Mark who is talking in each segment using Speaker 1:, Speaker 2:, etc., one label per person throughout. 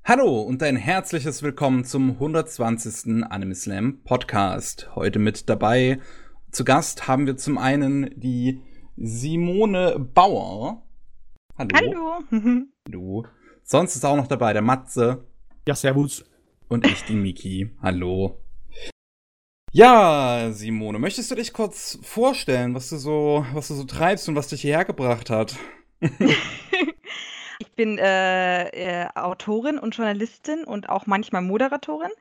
Speaker 1: Hallo und ein herzliches Willkommen zum 120. Anime Slam Podcast. Heute mit dabei zu Gast haben wir zum einen die Simone Bauer. Hallo.
Speaker 2: Hallo.
Speaker 1: Hallo. Sonst ist auch noch dabei der Matze.
Speaker 3: Ja, servus.
Speaker 1: Und ich, die Miki. Hallo. Ja, Simone, möchtest du dich kurz vorstellen, was du so treibst und was dich hierher gebracht hat?
Speaker 2: Ich bin Autorin und Journalistin und auch manchmal Moderatorin.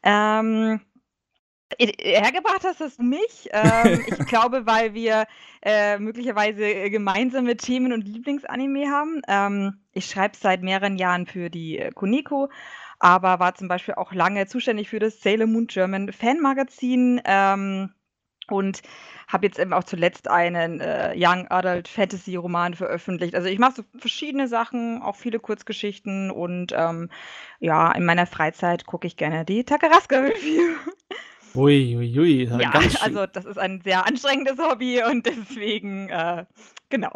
Speaker 2: Hergebracht hast du mich. Ich glaube, weil wir möglicherweise gemeinsame Themen und Lieblingsanime haben. Ich schreibe seit mehreren Jahren für die Koneko, aber war zum Beispiel auch lange zuständig für das Sailor Moon German Fanmagazin und habe jetzt eben auch zuletzt einen Young Adult Fantasy Roman veröffentlicht. Also ich mache so verschiedene Sachen, auch viele Kurzgeschichten und ja, in meiner Freizeit gucke ich gerne die Takaraska Review.
Speaker 3: Ui.
Speaker 2: Ja, also das ist ein sehr anstrengendes Hobby und deswegen, genau.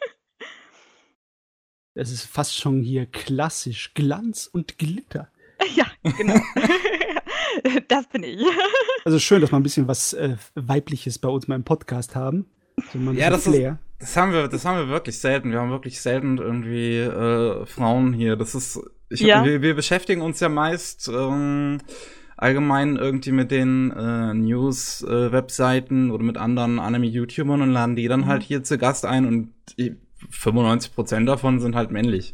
Speaker 3: Es ist fast schon hier klassisch Glanz und Glitter.
Speaker 2: Ja, genau. Das bin ich.
Speaker 3: Also schön, dass wir ein bisschen was Weibliches bei uns mal im Podcast haben. So
Speaker 1: Ja, das haben wir wirklich selten. Wir haben wirklich selten irgendwie Frauen hier. Wir beschäftigen uns ja meist allgemein irgendwie mit den News-Webseiten oder mit anderen Anime-YouTubern und laden die dann halt hier zu Gast ein und 95% davon sind halt männlich.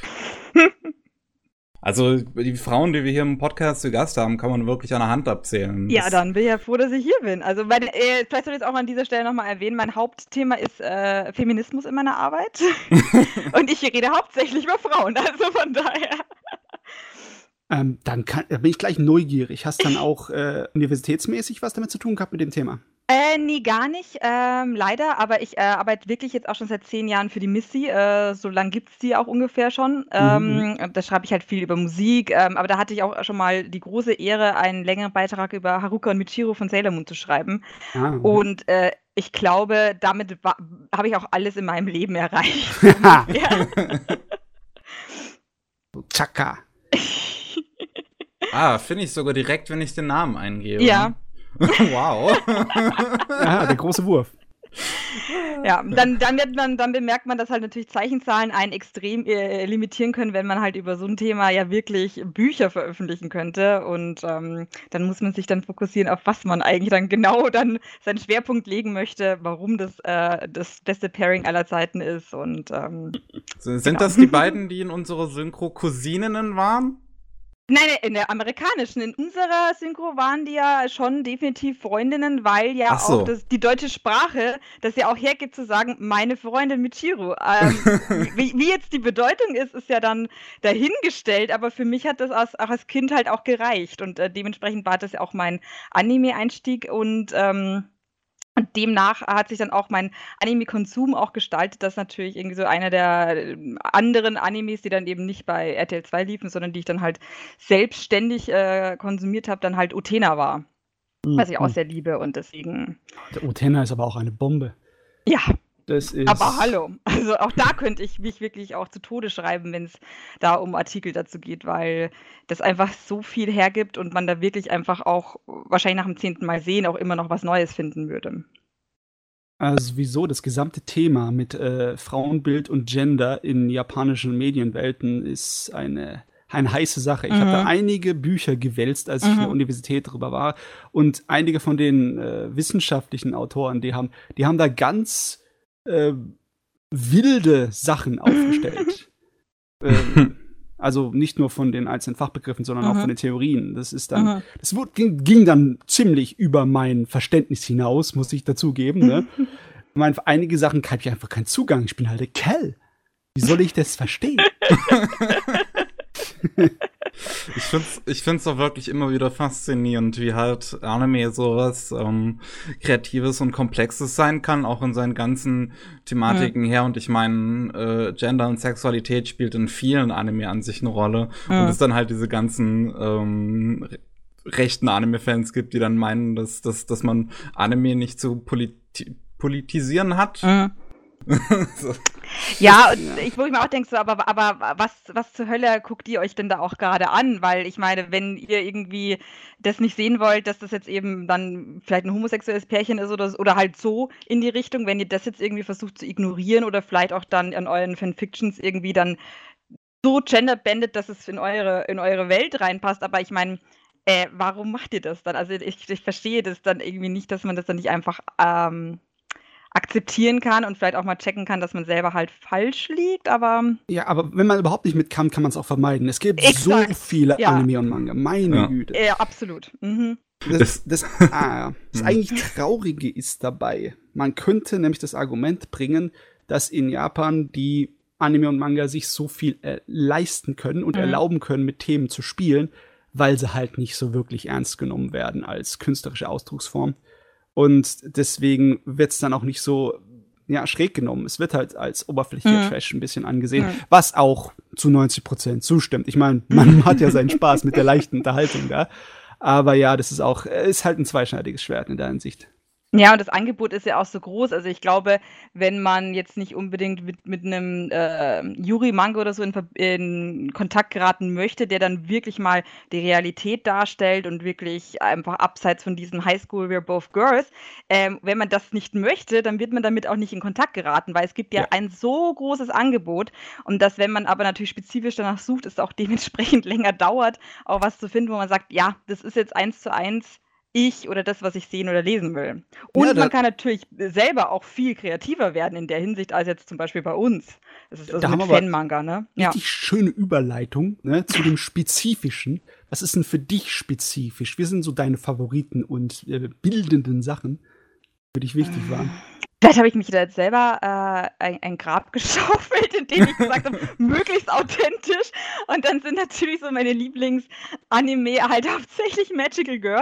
Speaker 1: Also die Frauen, die wir hier im Podcast zu Gast haben, kann man wirklich an der Hand abzählen.
Speaker 2: Ja, dann bin ich ja froh, dass ich hier bin. Also vielleicht soll ich es auch an dieser Stelle nochmal erwähnen, mein Hauptthema ist Feminismus in meiner Arbeit. Und ich rede hauptsächlich über Frauen, also von daher.
Speaker 3: Dann bin ich gleich neugierig. Hast dann auch universitätsmäßig was damit zu tun gehabt mit dem Thema?
Speaker 2: Nee, gar nicht, leider, aber ich arbeite wirklich jetzt auch schon seit 10 Jahren für die Missy, so lang gibt's die auch ungefähr schon. Da schreibe ich halt viel über Musik, aber da hatte ich auch schon mal die große Ehre, einen längeren Beitrag über Haruka und Michiru von Sailor Moon zu schreiben. Und ich glaube, damit habe ich auch alles in meinem Leben erreicht.
Speaker 3: Chaka.
Speaker 1: Finde ich sogar direkt, wenn ich den Namen eingebe.
Speaker 2: Ja.
Speaker 1: Wow.
Speaker 3: Ja, der große Wurf.
Speaker 2: Ja, dann bemerkt man, dass halt natürlich Zeichenzahlen einen extrem limitieren können, wenn man halt über so ein Thema ja wirklich Bücher veröffentlichen könnte. Und dann muss man sich dann fokussieren, auf was man eigentlich dann genau dann seinen Schwerpunkt legen möchte, warum das das beste Pairing aller Zeiten ist. Und
Speaker 1: sind das die beiden, die in unserer Synchro Cousininnen waren?
Speaker 2: Nein, in der amerikanischen. In unserer Synchro waren die ja schon definitiv Freundinnen, weil ja auch die deutsche Sprache das ja auch hergibt zu sagen, meine Freundin Michiru. Wie jetzt die Bedeutung ist ja dann dahingestellt, aber für mich hat das auch als Kind halt auch gereicht und dementsprechend war das ja auch mein Anime-Einstieg und demnach hat sich dann auch mein Anime-Konsum auch gestaltet, dass natürlich irgendwie so einer der anderen Animes, die dann eben nicht bei RTL 2 liefen, sondern die ich dann halt selbstständig konsumiert habe, dann halt Utena war. Was ich auch sehr liebe und deswegen.
Speaker 3: Der Utena ist aber auch eine Bombe.
Speaker 2: Ja.
Speaker 3: Das ist
Speaker 2: aber hallo, also auch da könnte ich mich wirklich auch zu Tode schreiben, wenn es da um Artikel dazu geht, weil das einfach so viel hergibt und man da wirklich einfach auch wahrscheinlich nach dem 10. Mal sehen auch immer noch was Neues finden würde.
Speaker 3: Also wieso das gesamte Thema mit Frauenbild und Gender in japanischen Medienwelten ist eine heiße Sache. Ich habe da einige Bücher gewälzt, als ich in der Universität drüber war und einige von den wissenschaftlichen Autoren, die haben da ganz wilde Sachen aufgestellt. Also nicht nur von den einzelnen Fachbegriffen, sondern auch von den Theorien. Das ist dann, ging dann ziemlich über mein Verständnis hinaus, muss ich dazugeben. Ne? Einige Sachen habe ich einfach keinen Zugang. Ich bin halt der Kerl. Wie soll ich das verstehen?
Speaker 1: Ich find's doch wirklich immer wieder faszinierend, wie halt Anime sowas Kreatives und Komplexes sein kann, auch in seinen ganzen Thematiken her. Und ich meine, Gender und Sexualität spielt in vielen Anime an sich eine Rolle. Und es dann halt diese ganzen rechten Anime-Fans gibt, die dann meinen, dass man Anime nicht zu politisieren hat.
Speaker 2: So. Ja, und wo ich mir auch denke, so, aber was zur Hölle guckt ihr euch denn da auch gerade an? Weil ich meine, wenn ihr irgendwie das nicht sehen wollt, dass das jetzt eben dann vielleicht ein homosexuelles Pärchen ist oder halt so in die Richtung, wenn ihr das jetzt irgendwie versucht zu ignorieren oder vielleicht auch dann in euren Fanfictions irgendwie dann so genderbandet, dass es in eure Welt reinpasst. Aber ich meine, warum macht ihr das dann? Also ich verstehe das dann irgendwie nicht, dass man das dann nicht einfach akzeptieren kann und vielleicht auch mal checken kann, dass man selber halt falsch liegt, aber...
Speaker 3: Ja, aber wenn man überhaupt nicht mit kann man es auch vermeiden. Es gibt so viele Anime und Manga, meine Güte.
Speaker 2: Ja, absolut. Mhm.
Speaker 3: Das eigentlich Traurige ist dabei. Man könnte nämlich das Argument bringen, dass in Japan die Anime und Manga sich so viel leisten können und erlauben können, mit Themen zu spielen, weil sie halt nicht so wirklich ernst genommen werden als künstlerische Ausdrucksform. Und deswegen wird es dann auch nicht so schräg genommen. Es wird halt als oberflächlicher Trash ein bisschen angesehen, was auch zu 90% zustimmt. Ich meine, man hat ja seinen Spaß mit der leichten Unterhaltung da. Aber ja, das ist halt ein zweischneidiges Schwert in der Hinsicht.
Speaker 2: Ja, und das Angebot ist ja auch so groß. Also ich glaube, wenn man jetzt nicht unbedingt mit einem Yuri-Manga oder so in Kontakt geraten möchte, der dann wirklich mal die Realität darstellt und wirklich einfach abseits von diesem Highschool We're Both Girls, wenn man das nicht möchte, dann wird man damit auch nicht in Kontakt geraten, weil es gibt ja ein so großes Angebot und dass, wenn man aber natürlich spezifisch danach sucht, es auch dementsprechend länger dauert, auch was zu finden, wo man sagt, ja, das ist jetzt 1:1 ich oder das, was ich sehen oder lesen will. Und man kann natürlich selber auch viel kreativer werden in der Hinsicht als jetzt zum Beispiel bei uns. Das ist also mit Fan-Manga, ne?
Speaker 3: Richtig schöne Überleitung, ne, zu dem Spezifischen. Was ist denn für dich spezifisch? Wir sind so deine Favoriten und bildenden Sachen, die für dich wichtig waren.
Speaker 2: Vielleicht habe ich mich da jetzt selber ein Grab geschaufelt, in dem ich gesagt habe, möglichst authentisch. Und dann sind natürlich so meine Lieblings-Anime halt hauptsächlich Magical Girl.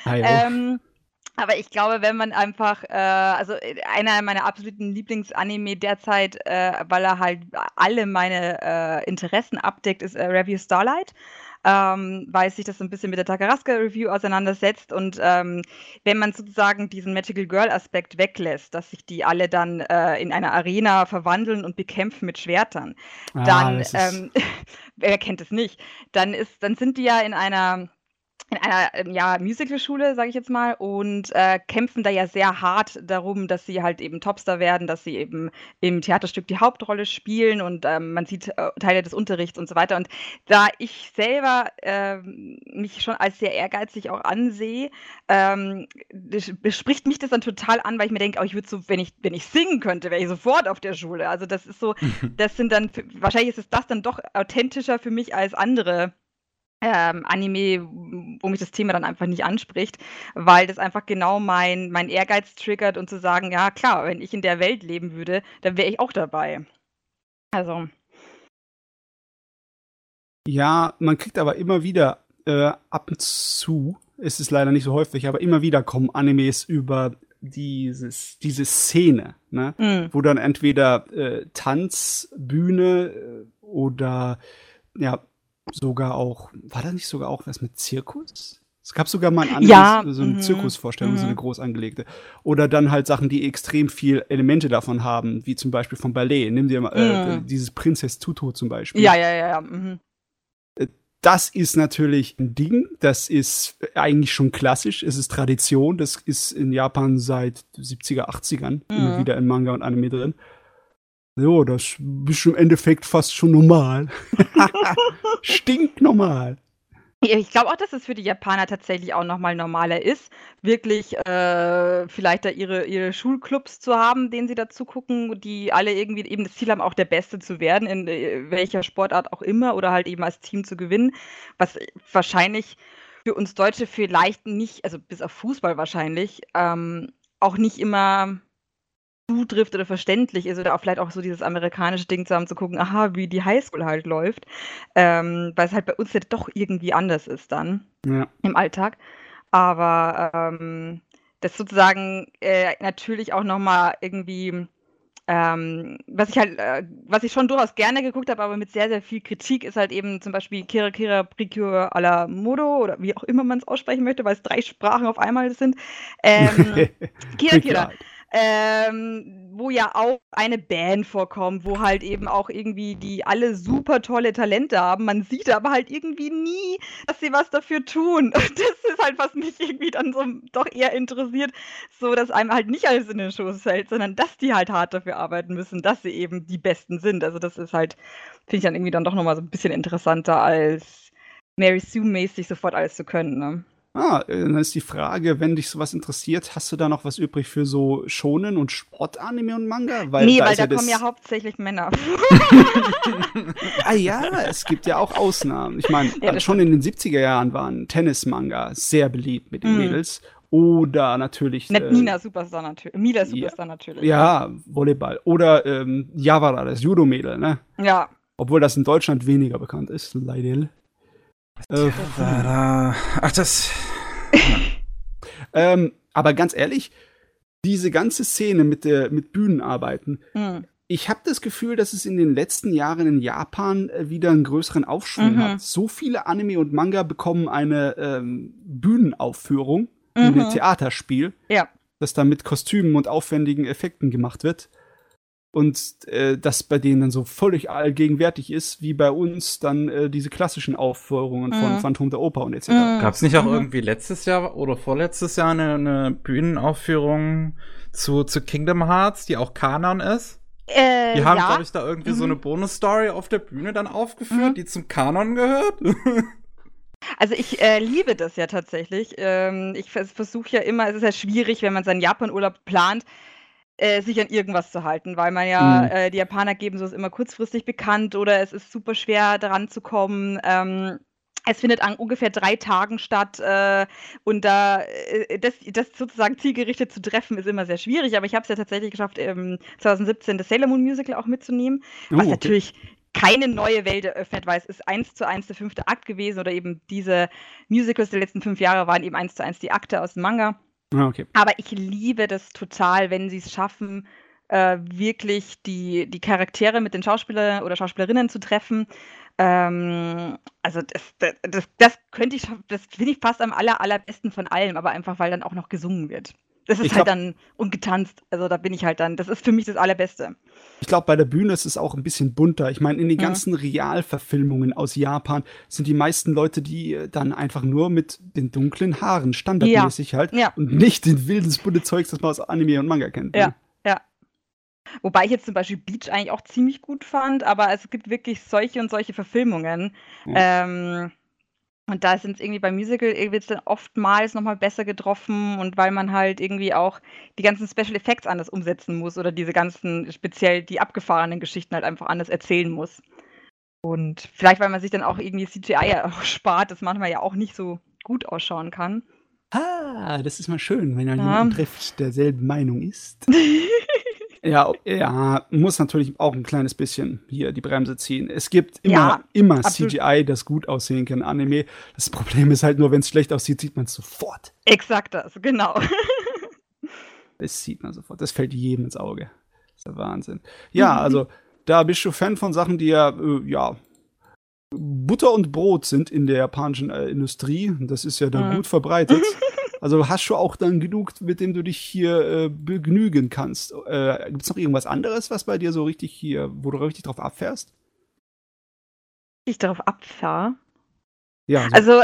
Speaker 2: Aber ich glaube, wenn man einfach, also einer meiner absoluten Lieblingsanime derzeit, weil er halt alle meine Interessen abdeckt, ist Review Starlight. Weil sich das so ein bisschen mit der Takarazuka-Review auseinandersetzt und wenn man sozusagen diesen Magical Girl-Aspekt weglässt, dass sich die alle dann in einer Arena verwandeln und bekämpfen mit Schwertern, dann, wer kennt es nicht, dann sind die ja in einer Musicalschule, sage ich jetzt mal, und kämpfen da ja sehr hart darum, dass sie halt eben Topstar werden, dass sie eben im Theaterstück die Hauptrolle spielen und man sieht Teile des Unterrichts und so weiter. Und da ich selber mich schon als sehr ehrgeizig auch ansehe, spricht mich das dann total an, weil ich mir denke, ich würde so, wenn ich singen könnte, wäre ich sofort auf der Schule. Also das ist so, das sind dann, wahrscheinlich ist das dann doch authentischer für mich als andere Anime, wo mich das Thema dann einfach nicht anspricht, weil das einfach genau mein Ehrgeiz triggert und zu sagen, ja klar, wenn ich in der Welt leben würde, dann wäre ich auch dabei. Also.
Speaker 3: Ja, man kriegt aber immer wieder ab und zu, es ist leider nicht so häufig, aber immer wieder kommen Animes über diese Szene, ne? Wo dann entweder Tanzbühne oder sogar auch, war da nicht sogar auch was mit Zirkus? Es gab sogar mal ein anderes, so eine Zirkusvorstellung, so eine groß angelegte. Oder dann halt Sachen, die extrem viel Elemente davon haben, wie zum Beispiel vom Ballett. Nimm dir mal dieses Prinzess Tuto zum Beispiel.
Speaker 2: Ja.
Speaker 3: Das ist natürlich ein Ding, das ist eigentlich schon klassisch, es ist Tradition, das ist in Japan seit 70er, 80ern immer wieder in Manga und Anime drin. So, das ist im Endeffekt fast schon normal. Stinknormal.
Speaker 2: Ich glaube auch, dass es für die Japaner tatsächlich auch nochmal normaler ist, wirklich vielleicht da ihre Schulclubs zu haben, denen sie dazu gucken, die alle irgendwie eben das Ziel haben, auch der Beste zu werden, in welcher Sportart auch immer, oder halt eben als Team zu gewinnen, was wahrscheinlich für uns Deutsche vielleicht nicht, also bis auf Fußball wahrscheinlich, auch nicht immer zutrifft oder verständlich ist oder auch vielleicht auch so dieses amerikanische Ding zu haben, zu gucken, aha, wie die Highschool halt läuft, weil es halt bei uns ja doch irgendwie anders ist dann im Alltag. Aber das sozusagen natürlich auch nochmal irgendwie, was ich schon durchaus gerne geguckt habe, aber mit sehr, sehr viel Kritik, ist halt eben zum Beispiel Kira Kira Precure à la Modo oder wie auch immer man es aussprechen möchte, weil es 3 Sprachen auf einmal sind. Kira Kira. wo ja auch eine Band vorkommt, wo halt eben auch irgendwie die alle super tolle Talente haben. Man sieht aber halt irgendwie nie, dass sie was dafür tun. Und das ist halt, was mich irgendwie dann so doch eher interessiert, so dass einem halt nicht alles in den Schoß fällt, sondern dass die halt hart dafür arbeiten müssen, dass sie eben die Besten sind. Also das ist halt, finde ich dann irgendwie dann doch nochmal so ein bisschen interessanter als Mary Sue-mäßig sofort alles zu können, ne?
Speaker 3: Dann ist die Frage, wenn dich sowas interessiert, hast du da noch was übrig für so Shonen und Sport-Anime und Manga?
Speaker 2: Weil da kommen ja hauptsächlich Männer.
Speaker 3: Ja, es gibt ja auch Ausnahmen. Ich meine, schon in den 70er Jahren waren Tennis-Manga sehr beliebt mit den Mädels. Oder natürlich
Speaker 2: Mila Superstar natürlich.
Speaker 3: Ja, Volleyball. Oder Yawara, das Judo-Mädel, ne?
Speaker 2: Ja.
Speaker 3: Obwohl das in Deutschland weniger bekannt ist, leider. Aber ganz ehrlich, diese ganze Szene mit Bühnenarbeiten, ich habe das Gefühl, dass es in den letzten Jahren in Japan wieder einen größeren Aufschwung hat. So viele Anime und Manga bekommen eine Bühnenaufführung, ein Theaterspiel, das dann mit Kostümen und aufwendigen Effekten gemacht wird. Und das bei denen dann so völlig allgegenwärtig ist, wie bei uns dann diese klassischen Aufführungen von Phantom der Oper und etc.
Speaker 1: Gab es nicht auch irgendwie letztes Jahr oder vorletztes Jahr eine Bühnenaufführung zu Kingdom Hearts, die auch Kanon ist? Die haben, glaube ich, da irgendwie so eine Bonus-Story auf der Bühne dann aufgeführt, die zum Kanon gehört.
Speaker 2: Also ich liebe das ja tatsächlich. Ich versuche ja immer, es ist ja schwierig, wenn man seinen Japan-Urlaub plant, sich an irgendwas zu halten, weil man ja, die Japaner geben sowas immer kurzfristig bekannt oder es ist super schwer daran zu kommen. Es findet an ungefähr 3 Tagen statt und das sozusagen zielgerichtet zu treffen, ist immer sehr schwierig, aber ich habe es ja tatsächlich geschafft, 2017 das Sailor Moon Musical auch mitzunehmen, was natürlich keine neue Welt eröffnet, weil es ist 1:1 der 5. Akt gewesen oder eben diese Musicals der letzten 5 Jahre waren eben 1:1 die Akte aus dem Manga. Okay. Aber ich liebe das total, wenn sie es schaffen, wirklich die Charaktere mit den Schauspielern oder Schauspielerinnen zu treffen. Also das finde ich fast am allerbesten von allem, aber einfach, weil dann auch noch gesungen wird. Das ist halt dann und getanzt. Also da bin ich halt dann, das ist für mich das Allerbeste.
Speaker 3: Ich glaube, bei der Bühne ist es auch ein bisschen bunter. Ich meine, in den ganzen Realverfilmungen aus Japan sind die meisten Leute, die dann einfach nur mit den dunklen Haaren, standardmäßig und nicht den wilden bunte Zeugs, das man aus Anime und Manga kennt.
Speaker 2: Ja. Wobei ich jetzt zum Beispiel Bleach eigentlich auch ziemlich gut fand, aber es gibt wirklich solche und solche Verfilmungen. Und da sind es irgendwie beim Musical wird dann oftmals nochmal besser getroffen und weil man halt irgendwie auch die ganzen Special Effects anders umsetzen muss oder diese ganzen, speziell die abgefahrenen Geschichten halt einfach anders erzählen muss. Und vielleicht, weil man sich dann auch irgendwie CGI ja auch spart, das manchmal ja auch nicht so gut ausschauen kann.
Speaker 3: Das ist mal schön, wenn man jemanden trifft, der derselben Meinung ist. Ja, muss natürlich auch ein kleines bisschen hier die Bremse ziehen. Es gibt immer CGI, das gut aussehen kann, Anime. Das Problem ist halt nur, wenn es schlecht aussieht, sieht man es sofort.
Speaker 2: Exakt das, genau.
Speaker 3: Das sieht man sofort. Das fällt jedem ins Auge. Das ist der Wahnsinn. Ja, also da bist du Fan von Sachen, die Butter und Brot sind in der japanischen Industrie. Das ist ja da gut verbreitet. Also hast du auch dann genug, mit dem du dich hier begnügen kannst. Gibt es noch irgendwas anderes, was bei dir so richtig hier, wo du richtig drauf abfährst?
Speaker 2: Ich darauf abfahre?
Speaker 3: Ja.
Speaker 2: Also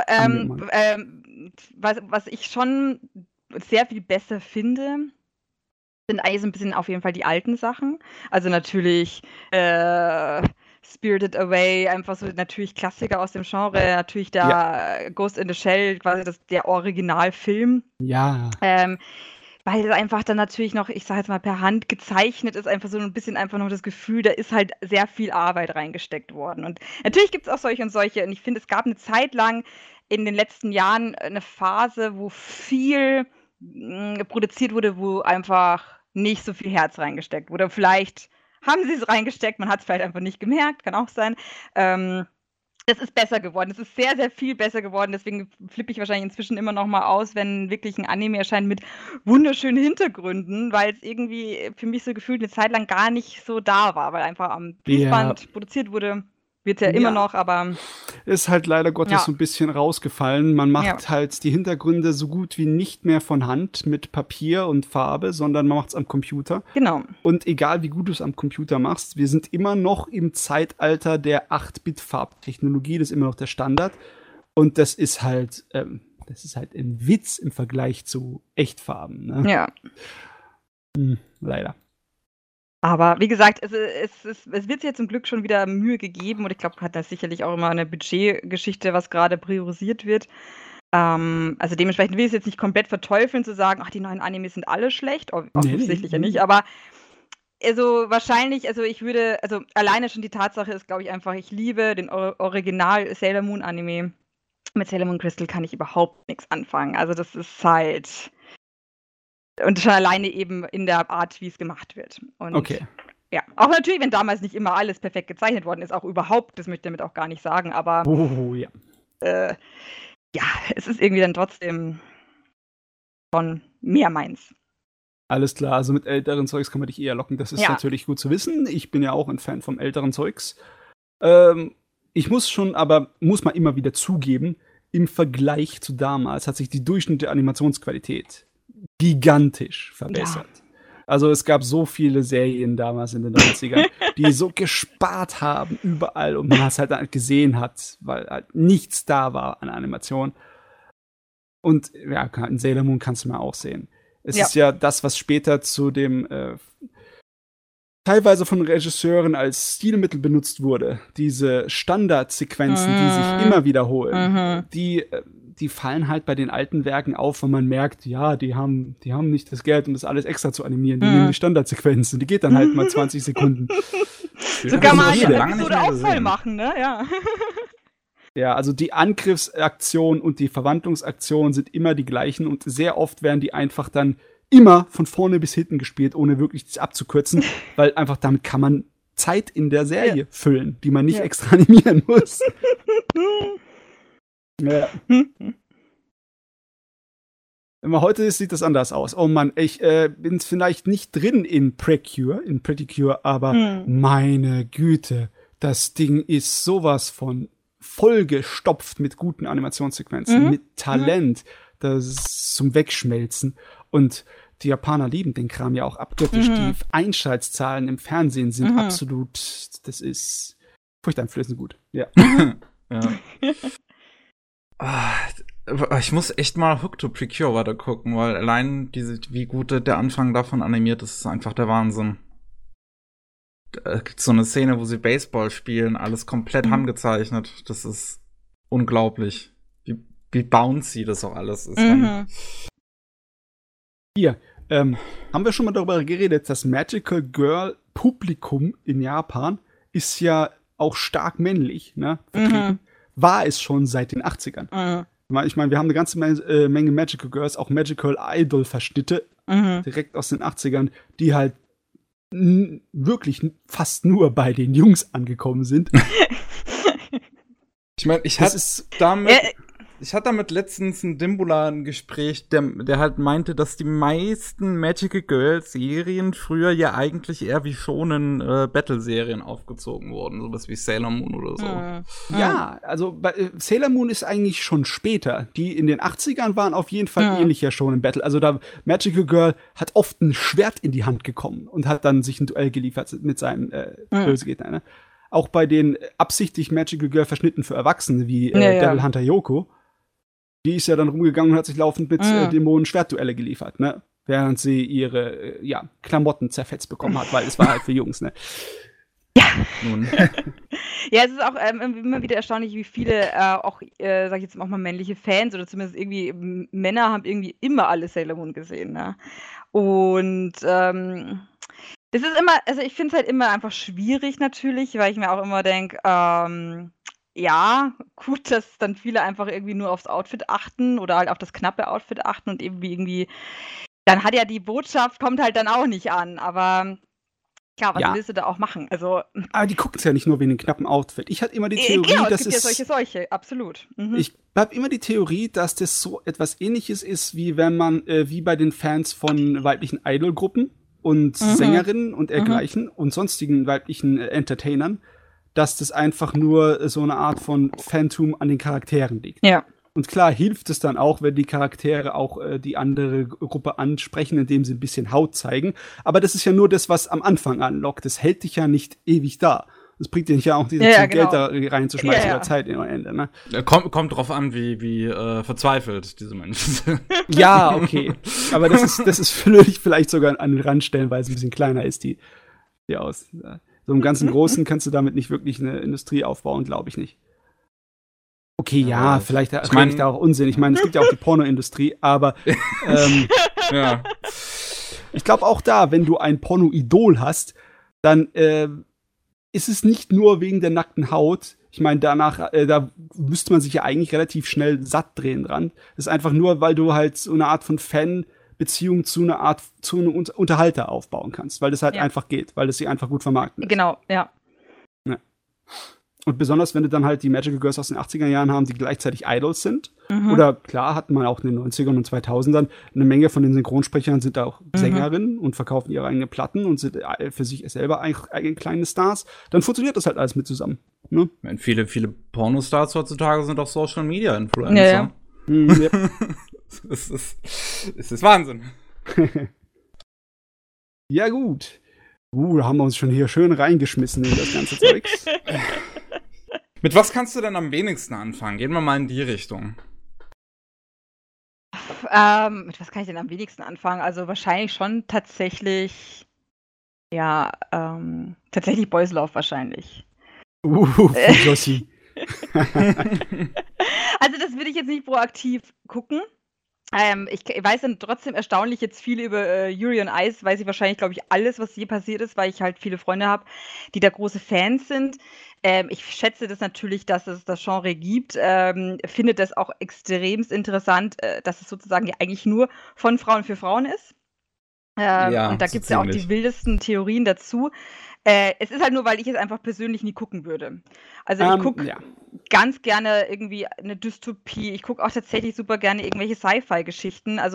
Speaker 2: was ich schon sehr viel besser finde, sind eigentlich so ein bisschen auf jeden Fall die alten Sachen. Also natürlich Spirited Away, einfach so natürlich Klassiker aus dem Genre, natürlich Ghost in the Shell, quasi der Originalfilm.
Speaker 3: Ja.
Speaker 2: Weil es einfach dann natürlich noch, ich sage jetzt mal per Hand gezeichnet ist, einfach so ein bisschen einfach noch das Gefühl, da ist halt sehr viel Arbeit reingesteckt worden. Und natürlich gibt es auch solche und solche. Und ich finde, es gab eine Zeit lang in den letzten Jahren eine Phase, wo viel produziert wurde, wo einfach nicht so viel Herz reingesteckt wurde. Vielleicht haben sie es reingesteckt, man hat es vielleicht einfach nicht gemerkt, kann auch sein. Das ist besser geworden. Es ist sehr, sehr viel besser geworden. Deswegen flippe ich wahrscheinlich inzwischen immer noch mal aus, wenn wirklich ein Anime erscheint mit wunderschönen Hintergründen, weil es irgendwie für mich so gefühlt eine Zeit lang gar nicht so da war, weil einfach am Fließband produziert wurde. Wird ja immer noch, aber
Speaker 3: ist halt leider Gottes so ein bisschen rausgefallen. Man macht halt die Hintergründe so gut wie nicht mehr von Hand mit Papier und Farbe, sondern man macht es am Computer.
Speaker 2: Genau.
Speaker 3: Und egal wie gut du es am Computer machst, wir sind immer noch im Zeitalter der 8-Bit-Farbtechnologie, das ist immer noch der Standard. Und das ist halt ein Witz im Vergleich zu Echtfarben. Ne?
Speaker 2: Ja.
Speaker 3: Leider.
Speaker 2: Aber wie gesagt, es wird jetzt zum Glück schon wieder Mühe gegeben und ich glaube, hat das sicherlich auch immer eine Budgetgeschichte, was gerade priorisiert wird. Also dementsprechend will ich es jetzt nicht komplett verteufeln, zu sagen, ach, die neuen Animes sind alle schlecht. Offensichtlich ja nicht, aber also wahrscheinlich, also alleine schon die Tatsache ist, glaube ich, einfach, ich liebe den Original Sailor Moon Anime. Mit Sailor Moon Crystal kann ich überhaupt nichts anfangen. Also das ist halt. Und schon alleine eben in der Art, wie es gemacht wird. Und
Speaker 3: okay.
Speaker 2: Ja, auch natürlich, wenn damals nicht immer alles perfekt gezeichnet worden ist, auch überhaupt, das möchte ich damit auch gar nicht sagen, aber ja, es ist irgendwie dann trotzdem schon mehr meins.
Speaker 3: Alles klar, also mit älteren Zeugs kann man dich eher locken, das ist natürlich gut zu wissen. Ich bin ja auch ein Fan vom älteren Zeugs. Ich muss man immer wieder zugeben, im Vergleich zu damals hat sich die durchschnittliche Animationsqualität gigantisch verbessert. Ja. Also es gab so viele Serien damals in den 90ern, die so gespart haben überall und man es halt gesehen hat, weil halt nichts da war an Animation. Und ja, in Sailor Moon kannst du mal auch sehen. Es ist ja das, was später zu dem teilweise von Regisseuren als Stilmittel benutzt wurde. Diese Standardsequenzen, die sich immer wiederholen, die fallen halt bei den alten Werken auf, wenn man merkt, ja, die haben nicht das Geld, um das alles extra zu animieren. Die nehmen die Standardsequenzen, die geht dann halt mal 20 Sekunden.
Speaker 2: So kann man eine Episode auch voll machen, ne? Ja.
Speaker 3: Ja, also die Angriffsaktion und die Verwandlungsaktion sind immer die gleichen und sehr oft werden die einfach dann immer von vorne bis hinten gespielt, ohne wirklich das abzukürzen, weil einfach damit kann man Zeit in der Serie füllen, die man nicht extra animieren muss. Ja. Immer heute sieht das anders aus. Oh Mann, ich bin vielleicht nicht drin in Pretty Cure, aber meine Güte, das Ding ist sowas von vollgestopft mit guten Animationssequenzen, mit Talent, das ist zum Wegschmelzen. Und die Japaner lieben den Kram ja auch abgöttisch. Die Einschaltzahlen im Fernsehen sind absolut, das ist furchteinflößend gut. Ja.
Speaker 1: Ich muss echt mal Hook to Precure weiter gucken, weil allein wie gut der Anfang davon animiert ist, ist einfach der Wahnsinn. Da gibt's so eine Szene, wo sie Baseball spielen, alles komplett handgezeichnet. Das ist unglaublich, wie bouncy das auch alles ist.
Speaker 3: Hier, haben wir schon mal darüber geredet, das Magical Girl Publikum in Japan ist ja auch stark männlich, ne, vertreten. War es schon seit den 80ern. Ich meine, wir haben eine ganze Menge Magical Girls, auch Magical Idol Verschnitte, direkt aus den 80ern, die halt wirklich fast nur bei den Jungs angekommen sind.
Speaker 1: Ich meine, ich hatte damit letztens ein Dimbula ein Gespräch, der halt meinte, dass die meisten Magical Girls Serien früher ja eigentlich eher wie Shonen Battle-Serien aufgezogen wurden, sowas wie Sailor Moon oder so.
Speaker 3: Ja, also Sailor Moon ist eigentlich schon später. Die in den 80ern waren auf jeden Fall ähnlicher Shonen Battle. Also da Magical Girl hat oft ein Schwert in die Hand gekommen und hat dann sich ein Duell geliefert mit seinem Bösegegner. Ne? Auch bei den absichtlich Magical Girl Verschnitten für Erwachsene wie Devil Hunter Yoko. Die ist ja dann rumgegangen und hat sich laufend mit Dämonen Schwertduelle geliefert, ne? Während sie ihre Klamotten zerfetzt bekommen hat, weil es war halt für Jungs, ne?
Speaker 2: Ja. Nun. Ja, es ist auch immer wieder erstaunlich, wie viele sag ich jetzt auch mal männliche Fans oder zumindest irgendwie Männer haben irgendwie immer alle Sailor Moon gesehen, ne? Und das ist immer, also ich finde es halt immer einfach schwierig natürlich, weil ich mir auch immer denke, ja, gut, dass dann viele einfach irgendwie nur aufs Outfit achten oder halt auf das knappe Outfit achten und irgendwie, dann hat ja die Botschaft, kommt halt dann auch nicht an, aber klar, was willst du da auch machen? Also,
Speaker 3: aber die guckt es ja nicht nur wegen dem knappen Outfit. Ich hatte immer die Theorie,
Speaker 2: dass es gibt ja solche, absolut.
Speaker 3: Ich habe immer die Theorie, dass das so etwas Ähnliches ist, wie wenn man, wie bei den Fans von weiblichen Idolgruppen und Sängerinnen und dergleichen und sonstigen weiblichen Entertainern, dass das einfach nur so eine Art von Phantom an den Charakteren liegt.
Speaker 2: Ja.
Speaker 3: Und klar hilft es dann auch, wenn die Charaktere auch die andere Gruppe ansprechen, indem sie ein bisschen Haut zeigen. Aber das ist ja nur das, was am Anfang anlockt. Das hält dich ja nicht ewig da. Das bringt dir nicht ja auch Geld da reinzuschmeißen oder Zeit am Ende. Ne?
Speaker 1: Kommt drauf an, wie verzweifelt diese Menschen sind.
Speaker 3: Ja, okay. Aber das ist vielleicht sogar an den Randstellen, weil es ein bisschen kleiner ist, die aus. So im ganzen Großen kannst du damit nicht wirklich eine Industrie aufbauen, glaube ich nicht. Okay, ja, vielleicht rede ich da auch Unsinn. Ich meine, es gibt ja auch die Pornoindustrie, aber
Speaker 1: ja.
Speaker 3: Ich glaube auch da, wenn du ein Porno-Idol hast, dann ist es nicht nur wegen der nackten Haut. Ich meine, danach, da müsste man sich ja eigentlich relativ schnell satt drehen dran. Das ist einfach nur, weil du halt so eine Art von Fanbeziehung zu einem Unterhalter aufbauen kannst, weil das halt einfach geht, weil das sich einfach gut vermarkten lässt.
Speaker 2: Genau, ja.
Speaker 3: Und besonders, wenn du dann halt die Magical Girls aus den 80er Jahren haben, die gleichzeitig Idols sind. Oder klar, hatten man auch in den 90ern und 2000ern eine Menge von den Synchronsprechern sind auch Sängerinnen und verkaufen ihre eigenen Platten und sind für sich selber eigene kleine Stars. Dann funktioniert das halt alles mit zusammen. Ne?
Speaker 1: Ich meine, viele Pornostars heutzutage sind auch Social-Media-Influencer.
Speaker 3: Ja. Yep.
Speaker 1: Es ist Wahnsinn.
Speaker 3: Ja, gut. Da haben wir uns schon hier schön reingeschmissen in das ganze Zeugs.
Speaker 1: Mit was kannst du denn am wenigsten anfangen? Gehen wir mal in die Richtung.
Speaker 2: Mit was kann ich denn am wenigsten anfangen? Also wahrscheinlich schon tatsächlich, tatsächlich Boys Love wahrscheinlich.
Speaker 3: Jossi.
Speaker 2: Also das würde ich jetzt nicht proaktiv gucken. Ich weiß dann trotzdem erstaunlich jetzt viel über Yuri on Ice, weiß ich wahrscheinlich, glaube ich, alles, was je passiert ist, weil ich halt viele Freunde habe, die da große Fans sind. Ich schätze das natürlich, dass es das Genre gibt, finde das auch extremst interessant, dass es sozusagen ja eigentlich nur von Frauen für Frauen ist. Und da gibt es ja auch die wildesten Theorien dazu. Es ist halt nur, weil ich es einfach persönlich nie gucken würde. Also ich gucke ganz gerne irgendwie eine Dystopie. Ich gucke auch tatsächlich super gerne irgendwelche Sci-Fi-Geschichten. Also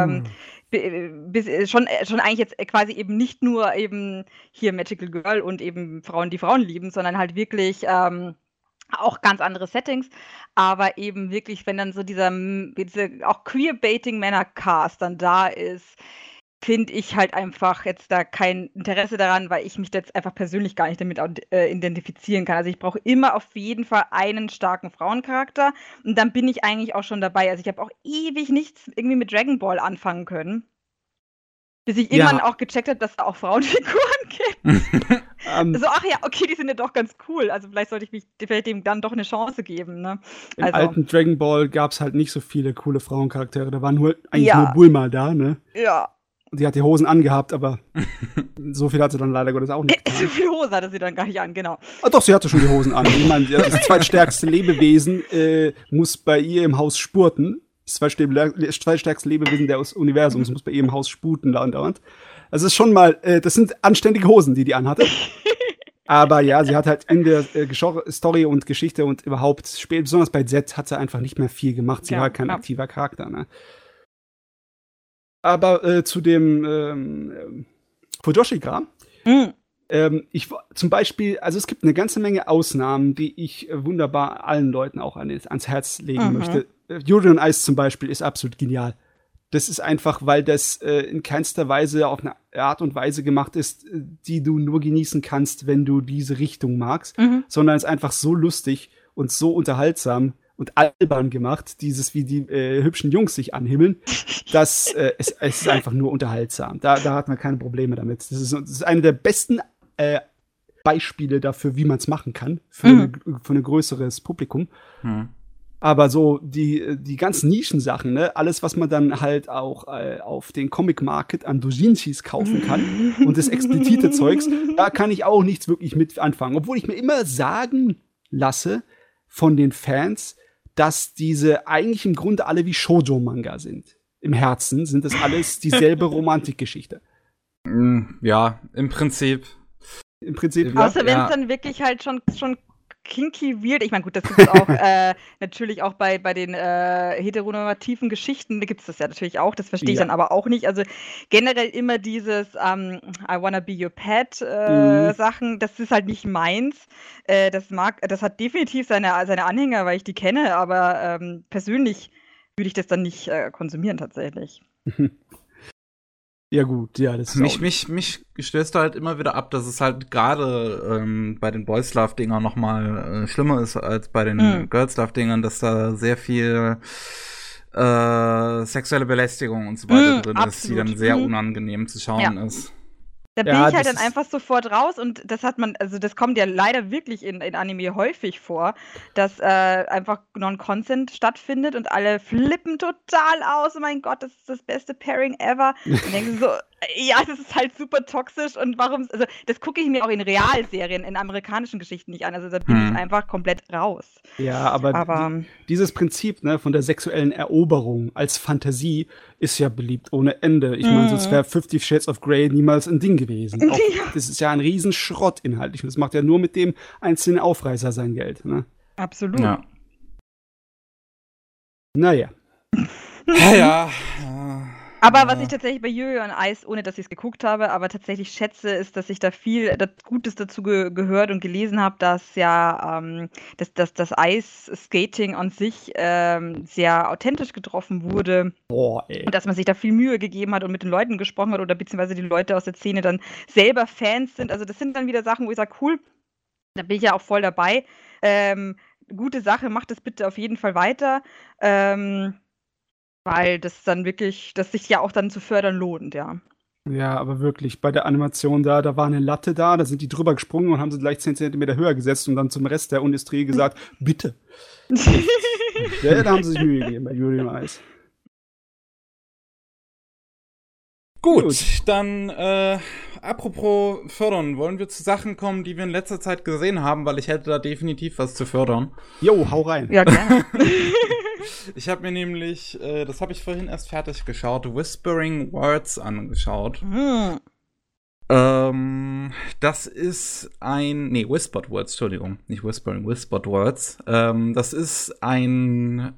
Speaker 2: schon eigentlich jetzt quasi eben nicht nur eben hier Magical Girl und eben Frauen, die Frauen lieben, sondern halt wirklich auch ganz andere Settings, aber eben wirklich, wenn dann so diese auch Queerbaiting-Männer-Cast dann da ist, finde ich halt einfach jetzt da kein Interesse daran, weil ich mich jetzt einfach persönlich gar nicht damit identifizieren kann. Also ich brauche immer auf jeden Fall einen starken Frauencharakter und dann bin ich eigentlich auch schon dabei. Also ich habe auch ewig nichts irgendwie mit Dragon Ball anfangen können, bis ich irgendwann auch gecheckt habe, dass da auch Frauenfiguren gibt. So, ach ja, okay, die sind ja doch ganz cool. Also vielleicht sollte ich dem dann doch eine Chance geben. Ne?
Speaker 3: Im alten Dragon Ball gab es halt nicht so viele coole Frauencharaktere. Da war eigentlich nur Bulma da, ne?
Speaker 2: Ja.
Speaker 3: Und die hat die Hosen angehabt, aber so viel hat sie dann leider Gottes auch nicht.
Speaker 2: So viel Hose hatte sie dann gar nicht an, genau.
Speaker 3: Ah, doch, sie hatte schon die Hosen an. Ich meine, das zweitstärkste Lebewesen muss bei ihr im Haus spurten. Das zweitstärkste Lebewesen des Universums muss bei ihr im Haus sputen dauernd. Also ist schon mal, das sind anständige Hosen, die anhatte. Aber ja, sie hat halt in der Story und Geschichte und überhaupt, besonders bei Z, hat sie einfach nicht mehr viel gemacht. Sie war kein aktiver Charakter, ne? Aber zu dem Fujoshika, ich zum Beispiel, also es gibt eine ganze Menge Ausnahmen, die ich wunderbar allen Leuten auch ans Herz legen möchte. Yuri on Ice zum Beispiel ist absolut genial. Das ist einfach, weil das in keinster Weise auf eine Art und Weise gemacht ist, die du nur genießen kannst, wenn du diese Richtung magst, sondern es ist einfach so lustig und so unterhaltsam und albern gemacht, wie die hübschen Jungs sich anhimmeln, dass es ist einfach nur unterhaltsam. Da hat man keine Probleme damit. Das ist eine der besten Beispiele dafür, wie man es machen kann, für ein größeres Publikum. Aber so die ganzen Nischensachen, ne, alles, was man dann halt auch auf den Comic Market an Doujinshis kaufen kann und das explizite Zeugs, da kann ich auch nichts wirklich mit anfangen. Obwohl ich mir immer sagen lasse von den Fans, dass diese eigentlich im Grunde alle wie Shoujo-Manga sind. Im Herzen sind das alles dieselbe Romantikgeschichte.
Speaker 1: Ja, im Prinzip.
Speaker 2: Außer wenn es dann wirklich halt schon kinky weird. Ich meine, gut, das gibt es auch natürlich auch bei den heteronormativen Geschichten, da gibt es das ja natürlich auch, das verstehe ich dann aber auch nicht. Also generell immer dieses I wanna be your pet Sachen, das ist halt nicht meins. Das hat definitiv seine Anhänger, weil ich die kenne, aber persönlich würde ich das dann nicht konsumieren tatsächlich.
Speaker 3: Ja gut, ja, das ist
Speaker 1: mich stößt halt immer wieder ab, dass es halt gerade bei den Boys Love Dingern noch mal schlimmer ist als bei den Girls Love Dingern, dass da sehr viel sexuelle Belästigung und so weiter drin ist, die dann sehr unangenehm zu schauen ist.
Speaker 2: Da bin ich halt dann einfach sofort raus und das kommt ja leider wirklich in Anime häufig vor, dass einfach Non-Consent stattfindet und alle flippen total aus. Oh mein Gott, das ist das beste Pairing ever. Und denken so, ja, das ist halt super toxisch und das gucke ich mir auch in Realserien, in amerikanischen Geschichten nicht an. Also da bin ich einfach komplett raus.
Speaker 3: Ja, aber dieses Prinzip, ne, von der sexuellen Eroberung als Fantasie ist ja beliebt ohne Ende. Ich meine, sonst wäre 50 Shades of Grey niemals ein Ding gewesen. Auch, das ist ja ein Riesenschrott inhaltlich. Und das macht ja nur mit dem einzelnen Aufreißer sein Geld. Ne?
Speaker 2: Absolut.
Speaker 1: Ja.
Speaker 3: Naja.
Speaker 1: Ja.
Speaker 2: Aber was ich tatsächlich bei Yuri on Ice, ohne dass ich es geguckt habe, aber tatsächlich schätze, ist, dass ich da viel Gutes dazu gehört und gelesen habe, dass ja das Ice-Skating an sich sehr authentisch getroffen wurde.
Speaker 3: Boah, ey.
Speaker 2: Und dass man sich da viel Mühe gegeben hat und mit den Leuten gesprochen hat oder beziehungsweise die Leute aus der Szene dann selber Fans sind. Also das sind dann wieder Sachen, wo ich sage, cool, da bin ich ja auch voll dabei. Gute Sache, macht das bitte auf jeden Fall weiter. Weil das dann wirklich, das sich ja auch dann zu fördern lohnt, ja.
Speaker 3: Ja, aber wirklich, bei der Animation da war eine Latte da sind die drüber gesprungen und haben sie gleich 10 Zentimeter höher gesetzt und dann zum Rest der Industrie gesagt, bitte. Ja, da haben sie sich Mühe gegeben bei Yuri on Ice.
Speaker 1: Gut, dann apropos fördern, wollen wir zu Sachen kommen, die wir in letzter Zeit gesehen haben, weil ich hätte da definitiv was zu fördern.
Speaker 3: Jo, hau rein.
Speaker 2: Ja, gerne.
Speaker 1: Ich habe mir nämlich, das habe ich vorhin erst fertig geschaut, Whispering Words angeschaut. Das ist Whispered Words, Entschuldigung, nicht Whispering, Whispered Words. Das ist eine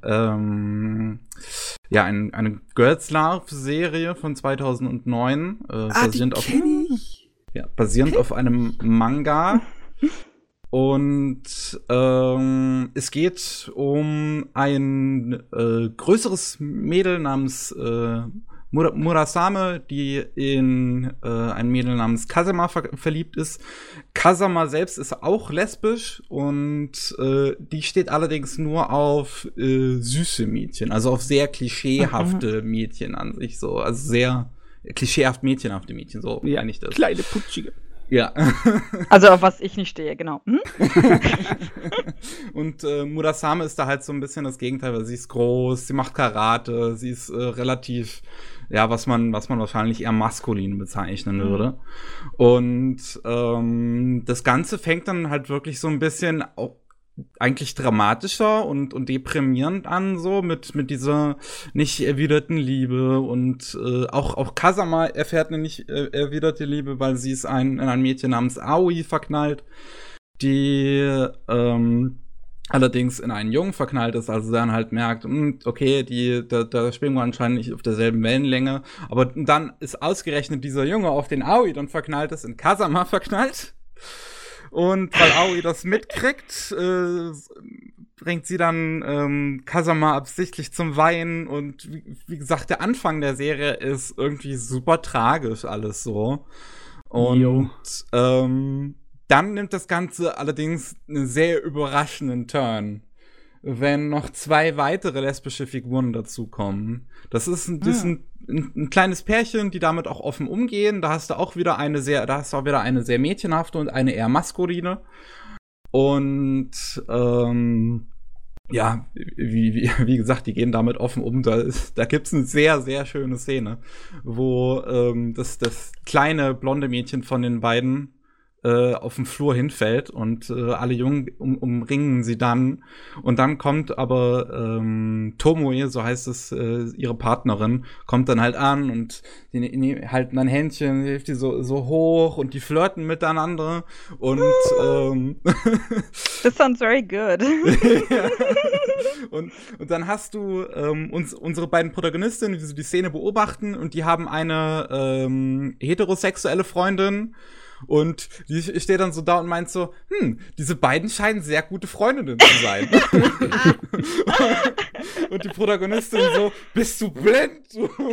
Speaker 1: Girls Love-Serie von 2009, basierend auf einem Manga. Und es geht um ein größeres Mädel namens Murasame, die in ein Mädel namens Kazama verliebt ist. Kazama selbst ist auch lesbisch und die steht allerdings nur auf süße Mädchen, also auf sehr klischeehafte Mädchen an sich, so, also sehr klischeehaft mädchenhafte Mädchen, so meine ich das.
Speaker 3: Kleine Putschige.
Speaker 1: Ja.
Speaker 2: Also auf was ich nicht stehe, genau.
Speaker 1: Und Murasame ist da halt so ein bisschen das Gegenteil, weil sie ist groß, sie macht Karate, sie ist relativ, ja, was man wahrscheinlich eher maskulin bezeichnen würde. Und das Ganze fängt dann halt wirklich so ein bisschen eigentlich dramatischer und deprimierend an, so mit dieser nicht erwiderten Liebe und auch Kazama erfährt eine nicht erwiderte Liebe, weil sie ist in ein Mädchen namens Aoi verknallt, die allerdings in einen Jungen verknallt ist, also dann halt merkt, okay, da schwingen wir anscheinend nicht auf derselben Wellenlänge, aber dann ist ausgerechnet dieser Junge, auf den Aoi dann verknallt ist, in Kazama verknallt. Und weil Aoi das mitkriegt, bringt sie dann Kazama absichtlich zum Weinen. Und wie gesagt, der Anfang der Serie ist irgendwie super tragisch alles so. Und dann nimmt das Ganze allerdings einen sehr überraschenden Turn, wenn noch 2 weitere lesbische Figuren dazukommen. Das ist ein kleines Pärchen, die damit auch offen umgehen. Da hast du auch wieder eine sehr mädchenhafte und eine eher maskuline. Und wie gesagt, die gehen damit offen um. Da gibt's eine sehr, sehr schöne Szene, wo das kleine blonde Mädchen von den beiden auf dem Flur hinfällt und alle Jungen umringen sie dann. Und dann kommt aber Tomoe, so heißt es, ihre Partnerin, kommt dann halt an und die halten dann Händchen, hilft die so hoch und die flirten miteinander und
Speaker 2: This sounds very good.
Speaker 1: ja. Und dann hast du unsere beiden Protagonistinnen, die so die Szene beobachten und die haben eine heterosexuelle Freundin. Und die steht dann so da und meint so, diese beiden scheinen sehr gute Freundinnen zu sein. Und die Protagonistin so, bist du blind?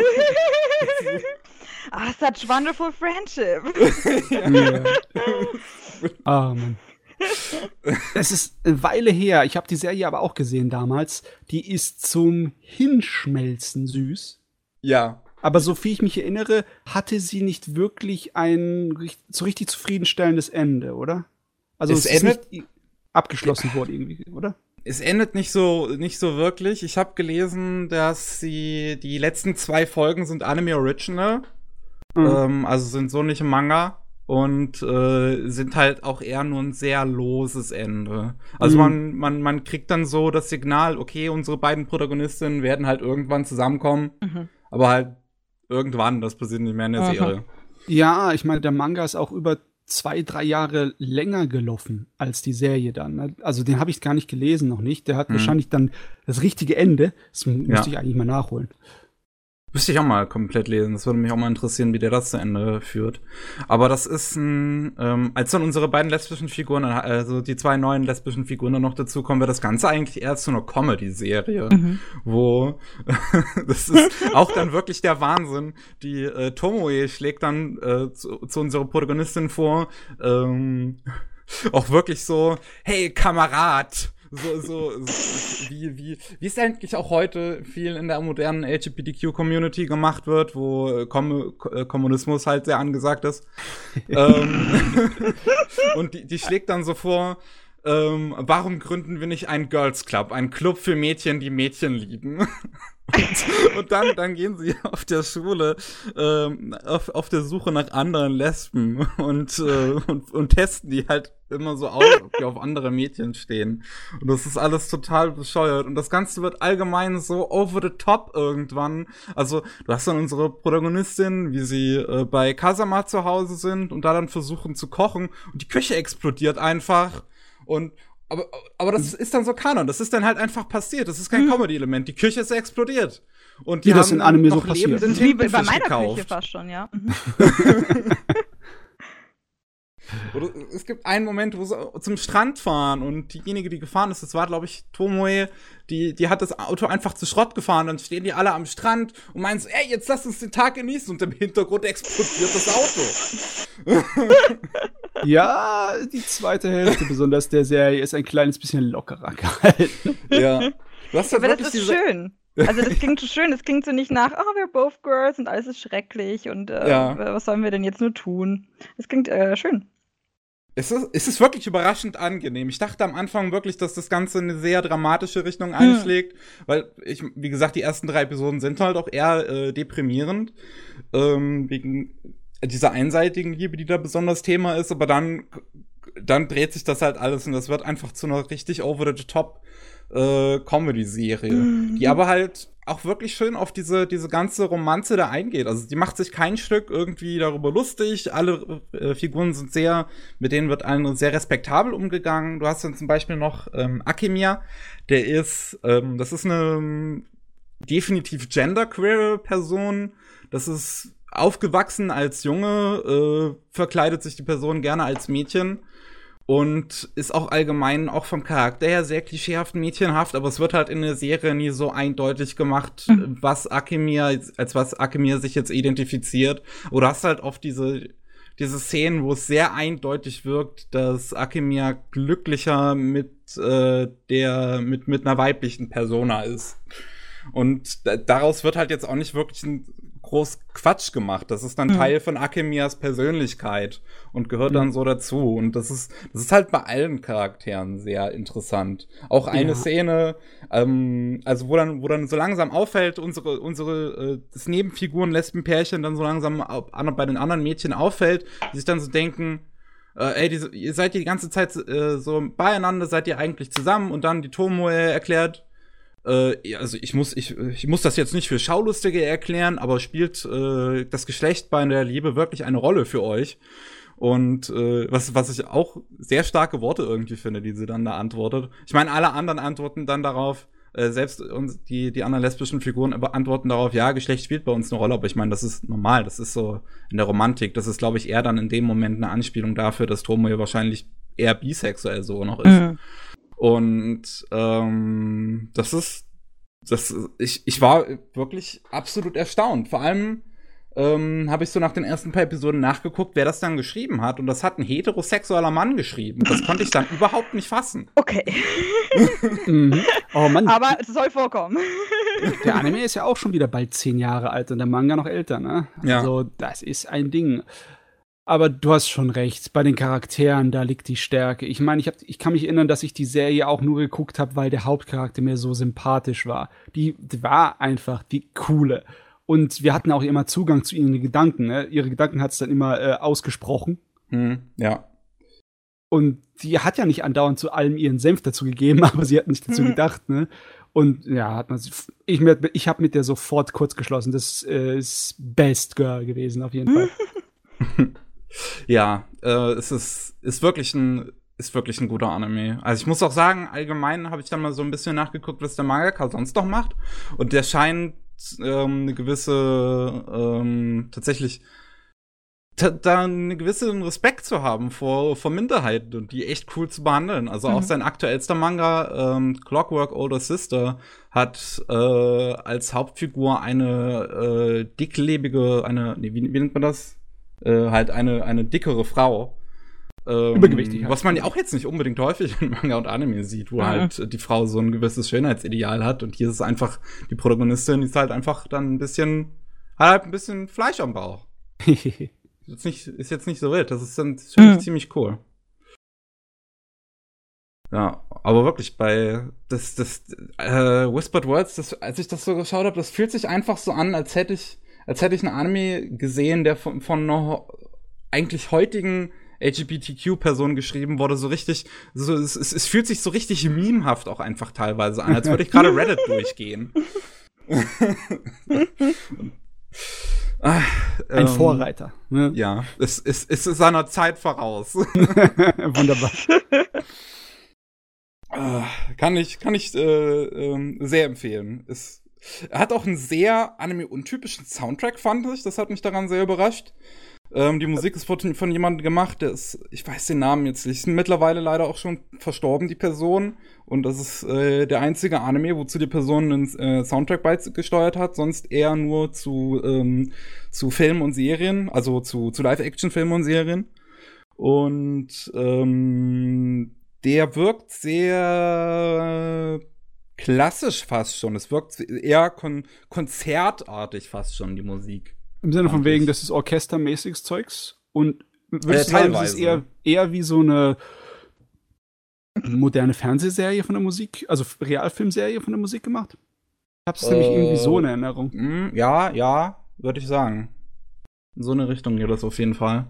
Speaker 2: Such wonderful friendship.
Speaker 3: Ja. Mann. Es ist eine Weile her. Ich habe die Serie aber auch gesehen damals. Die ist zum Hinschmelzen süß.
Speaker 1: Ja.
Speaker 3: Aber so viel ich mich erinnere, hatte sie nicht wirklich ein so richtig zufriedenstellendes Ende, oder? Also es ist nicht abgeschlossen worden irgendwie, oder?
Speaker 1: Es endet nicht so wirklich. Ich habe gelesen, dass die letzten 2 Folgen sind Anime Original. Also sind so nicht im Manga. Und sind halt auch eher nur ein sehr loses Ende. Also man kriegt dann so das Signal, okay, unsere beiden Protagonistinnen werden halt irgendwann zusammenkommen. Aber halt irgendwann, das passiert nicht mehr in der Serie.
Speaker 3: Ja, ich meine, der Manga ist auch über 2-3 Jahre länger gelaufen als die Serie dann. Also den habe ich gar nicht gelesen, noch nicht. Der hat wahrscheinlich dann das richtige Ende. Das müsste ich eigentlich mal nachholen.
Speaker 1: Müsste ich auch mal komplett lesen. Das würde mich auch mal interessieren, wie der das zu Ende führt. Aber das ist als dann unsere beiden lesbischen Figuren, also die 2 neuen lesbischen Figuren dann noch dazu kommen, wird das Ganze eigentlich eher zu einer Comedy-Serie. Wo das ist auch dann wirklich der Wahnsinn. Die Tomoe schlägt dann zu unserer Protagonistin vor, auch wirklich so, hey, Kamerad! So wie es eigentlich auch heute viel in der modernen LGBTQ-Community gemacht wird, wo Kommunismus halt sehr angesagt ist. Und die schlägt dann so vor, warum gründen wir nicht einen Girls Club, einen Club für Mädchen, die Mädchen lieben? Und dann gehen sie auf der Schule auf der Suche nach anderen Lesben und testen die halt immer so aus, ob die auf andere Mädchen stehen. Und das ist alles total bescheuert. Und das Ganze wird allgemein so over the top irgendwann. Also, du hast dann unsere Protagonistin, wie sie bei Kasama zu Hause sind und da dann versuchen zu kochen. Und die Küche explodiert einfach. Aber das ist dann so Kanon. Das ist dann halt einfach passiert. Das ist kein Comedy-Element. Die Küche ist explodiert. Und die
Speaker 3: das
Speaker 1: haben
Speaker 3: in Anime
Speaker 1: noch
Speaker 3: so passiert.
Speaker 2: Das ist wie bei
Speaker 1: Tintenfisch
Speaker 2: meiner
Speaker 1: gekauft.
Speaker 2: Küche fast schon, ja.
Speaker 1: Oder es gibt einen Moment, wo sie zum Strand fahren und diejenige, die gefahren ist, das war, glaube ich, Tomoe, die hat das Auto einfach zu Schrott gefahren. Dann stehen die alle am Strand und meinen so, ey, jetzt lass uns den Tag genießen. Und im Hintergrund explodiert das Auto.
Speaker 3: Ja, die zweite Hälfte besonders der Serie ist ein kleines bisschen lockerer gehalten.
Speaker 1: Ja. Du hast
Speaker 2: Aber das ist schön. Also das klingt so schön, das klingt so nicht nach, we're both girls und alles ist schrecklich und was sollen wir denn jetzt nur tun? Das klingt schön.
Speaker 1: Es ist wirklich überraschend angenehm. Ich dachte am Anfang wirklich, dass das Ganze in eine sehr dramatische Richtung einschlägt, weil wie gesagt, die ersten 3 Episoden sind halt auch eher deprimierend, wegen dieser einseitigen Liebe, die da besonders Thema ist, aber dann dreht sich das halt alles und das wird einfach zu einer richtig over-the-top Comedy-Serie, die aber halt auch wirklich schön auf diese ganze Romanze da eingeht. Also die macht sich kein Stück irgendwie darüber lustig. Alle Figuren sind mit denen wird allen sehr respektabel umgegangen. Du hast dann zum Beispiel noch Akemiya, das ist eine definitiv genderqueere Person. Das ist aufgewachsen als Junge, verkleidet sich die Person gerne als Mädchen. Und ist auch allgemein, auch vom Charakter her, sehr klischeehaft mädchenhaft, aber es wird halt in der Serie nie so eindeutig gemacht, als was Akemiya sich jetzt identifiziert. Oder hast halt oft diese Szenen, wo es sehr eindeutig wirkt, dass Akemiya glücklicher mit einer weiblichen Persona ist. Und daraus wird halt jetzt auch nicht wirklich ein groß Quatsch gemacht. Das ist dann Teil von Akemiyas Persönlichkeit und gehört dann so dazu. Und das ist halt bei allen Charakteren sehr interessant. Auch eine Szene, also wo dann so langsam auffällt, das Nebenfiguren Lesbenpärchen dann so langsam bei den anderen Mädchen auffällt, die sich dann so denken, ihr seid die ganze Zeit so beieinander, seid ihr eigentlich zusammen? Und dann die Tomoe erklärt, also ich muss das jetzt nicht für Schaulustige erklären, aber spielt das Geschlecht bei der Liebe wirklich eine Rolle für euch? Und was ich auch sehr starke Worte irgendwie finde, die sie dann da antwortet. Ich meine, alle anderen antworten dann darauf, selbst die anderen lesbischen Figuren antworten darauf, ja, Geschlecht spielt bei uns eine Rolle, aber ich meine, das ist normal, das ist so in der Romantik, das ist, glaube ich, eher dann in dem Moment eine Anspielung dafür, dass Tomoe wahrscheinlich eher bisexuell so noch ist. Mhm. Und ich war wirklich absolut erstaunt. Vor allem habe ich so nach den ersten paar Episoden nachgeguckt, wer das dann geschrieben hat. Und das hat ein heterosexueller Mann geschrieben. Das konnte ich dann überhaupt nicht fassen.
Speaker 2: Okay.
Speaker 3: Oh Mann.
Speaker 2: Aber es soll vorkommen.
Speaker 3: Der Anime ist ja auch schon wieder bald 10 Jahre alt und der Manga noch älter, ne?
Speaker 1: Ja.
Speaker 3: Also, das ist ein Ding. Aber du hast schon recht, bei den Charakteren, da liegt die Stärke. Ich meine, ich kann mich erinnern, dass ich die Serie auch nur geguckt habe, weil der Hauptcharakter mir so sympathisch war. Die war einfach die Coole. Und wir hatten auch immer Zugang zu ihren Gedanken. Ne? Ihre Gedanken hat es dann immer ausgesprochen.
Speaker 1: Ja.
Speaker 3: Und die hat ja nicht andauernd zu allem ihren Senf dazu gegeben, aber sie hat nicht dazu gedacht. Ne? Und ja, ich habe mit der sofort kurz geschlossen. Das ist Best Girl gewesen, auf jeden Fall.
Speaker 1: Ja, es ist wirklich ein guter Anime. Also ich muss auch sagen, allgemein habe ich dann mal so ein bisschen nachgeguckt, was der Mangaka sonst noch macht. Und der scheint eine gewisse tatsächlich da einen gewissen Respekt zu haben vor Minderheiten und die echt cool zu behandeln. Also auch sein aktuellster Manga, Clockwork Older Sister, hat als Hauptfigur eine dicklebige, wie nennt man das? Halt eine dickere Frau.
Speaker 3: Übergewichtig. Halt.
Speaker 1: Was man ja auch jetzt nicht unbedingt häufig in Manga und Anime sieht, wo halt die Frau so ein gewisses Schönheitsideal hat. Und hier ist es einfach, die Protagonistin ist halt einfach dann ein bisschen Fleisch am Bauch. Ist jetzt nicht so wild. Das ist dann ziemlich cool. Ja, aber wirklich bei das Whispered Words, als ich das so geschaut habe, das fühlt sich einfach so an, als hätte ich einen Anime gesehen, der von einer eigentlich heutigen LGBTQ-Person geschrieben wurde, so richtig, es fühlt sich so richtig memehaft auch einfach teilweise an, als würde ich gerade Reddit durchgehen.
Speaker 3: Ein Vorreiter. Ne?
Speaker 1: Ja, es ist seiner Zeit voraus.
Speaker 3: Wunderbar.
Speaker 1: Kann ich sehr empfehlen. Er hat auch einen sehr anime-untypischen Soundtrack, fand ich. Das hat mich daran sehr überrascht. Die Musik ist von jemandem gemacht, ich weiß den Namen jetzt nicht, ist mittlerweile leider auch schon verstorben, die Person. Und das ist der einzige Anime, wozu die Person einen Soundtrack beigesteuert hat, sonst eher nur zu Filmen und Serien, also zu Live-Action-Filmen und Serien. Und der wirkt sehr klassisch fast schon. Es wirkt eher konzertartig fast schon, die Musik.
Speaker 3: Im Sinne von wegen, das ist orchestermäßiges Zeugs. Und würdest du sagen, das ist eher wie so eine moderne Fernsehserie von der Musik, also Realfilmserie von der Musik gemacht? Ich hab's nämlich irgendwie so in Erinnerung.
Speaker 1: Ja, würde ich sagen. In so eine Richtung geht das auf jeden Fall.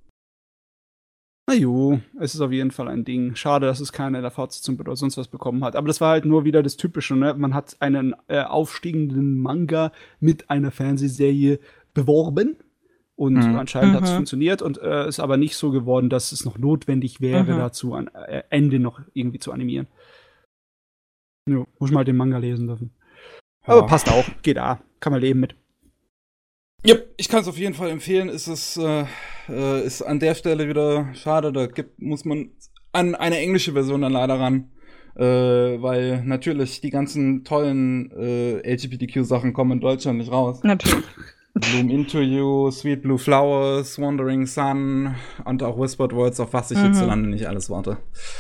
Speaker 3: Na jo, es ist auf jeden Fall ein Ding. Schade, dass es keine in der Fortsetzung oder sonst was bekommen hat. Aber das war halt nur wieder das Typische, ne? Man hat einen aufstiegenden Manga mit einer Fernsehserie beworben. Und anscheinend hat es funktioniert und ist aber nicht so geworden, dass es noch notwendig wäre, dazu ein Ende noch irgendwie zu animieren. Jo, muss ich mal den Manga lesen dürfen. Ja. Aber passt auch, geht kann man leben mit.
Speaker 1: Ja, ich kann es auf jeden Fall empfehlen. Ist an der Stelle wieder schade, muss man an eine englische Version dann leider ran. Weil natürlich die ganzen tollen LGBTQ-Sachen kommen in Deutschland nicht raus.
Speaker 2: Natürlich.
Speaker 1: Bloom Into You, Sweet Blue Flowers, Wandering Sun und auch Whispered Words, auf was ich hierzulande nicht alles warte.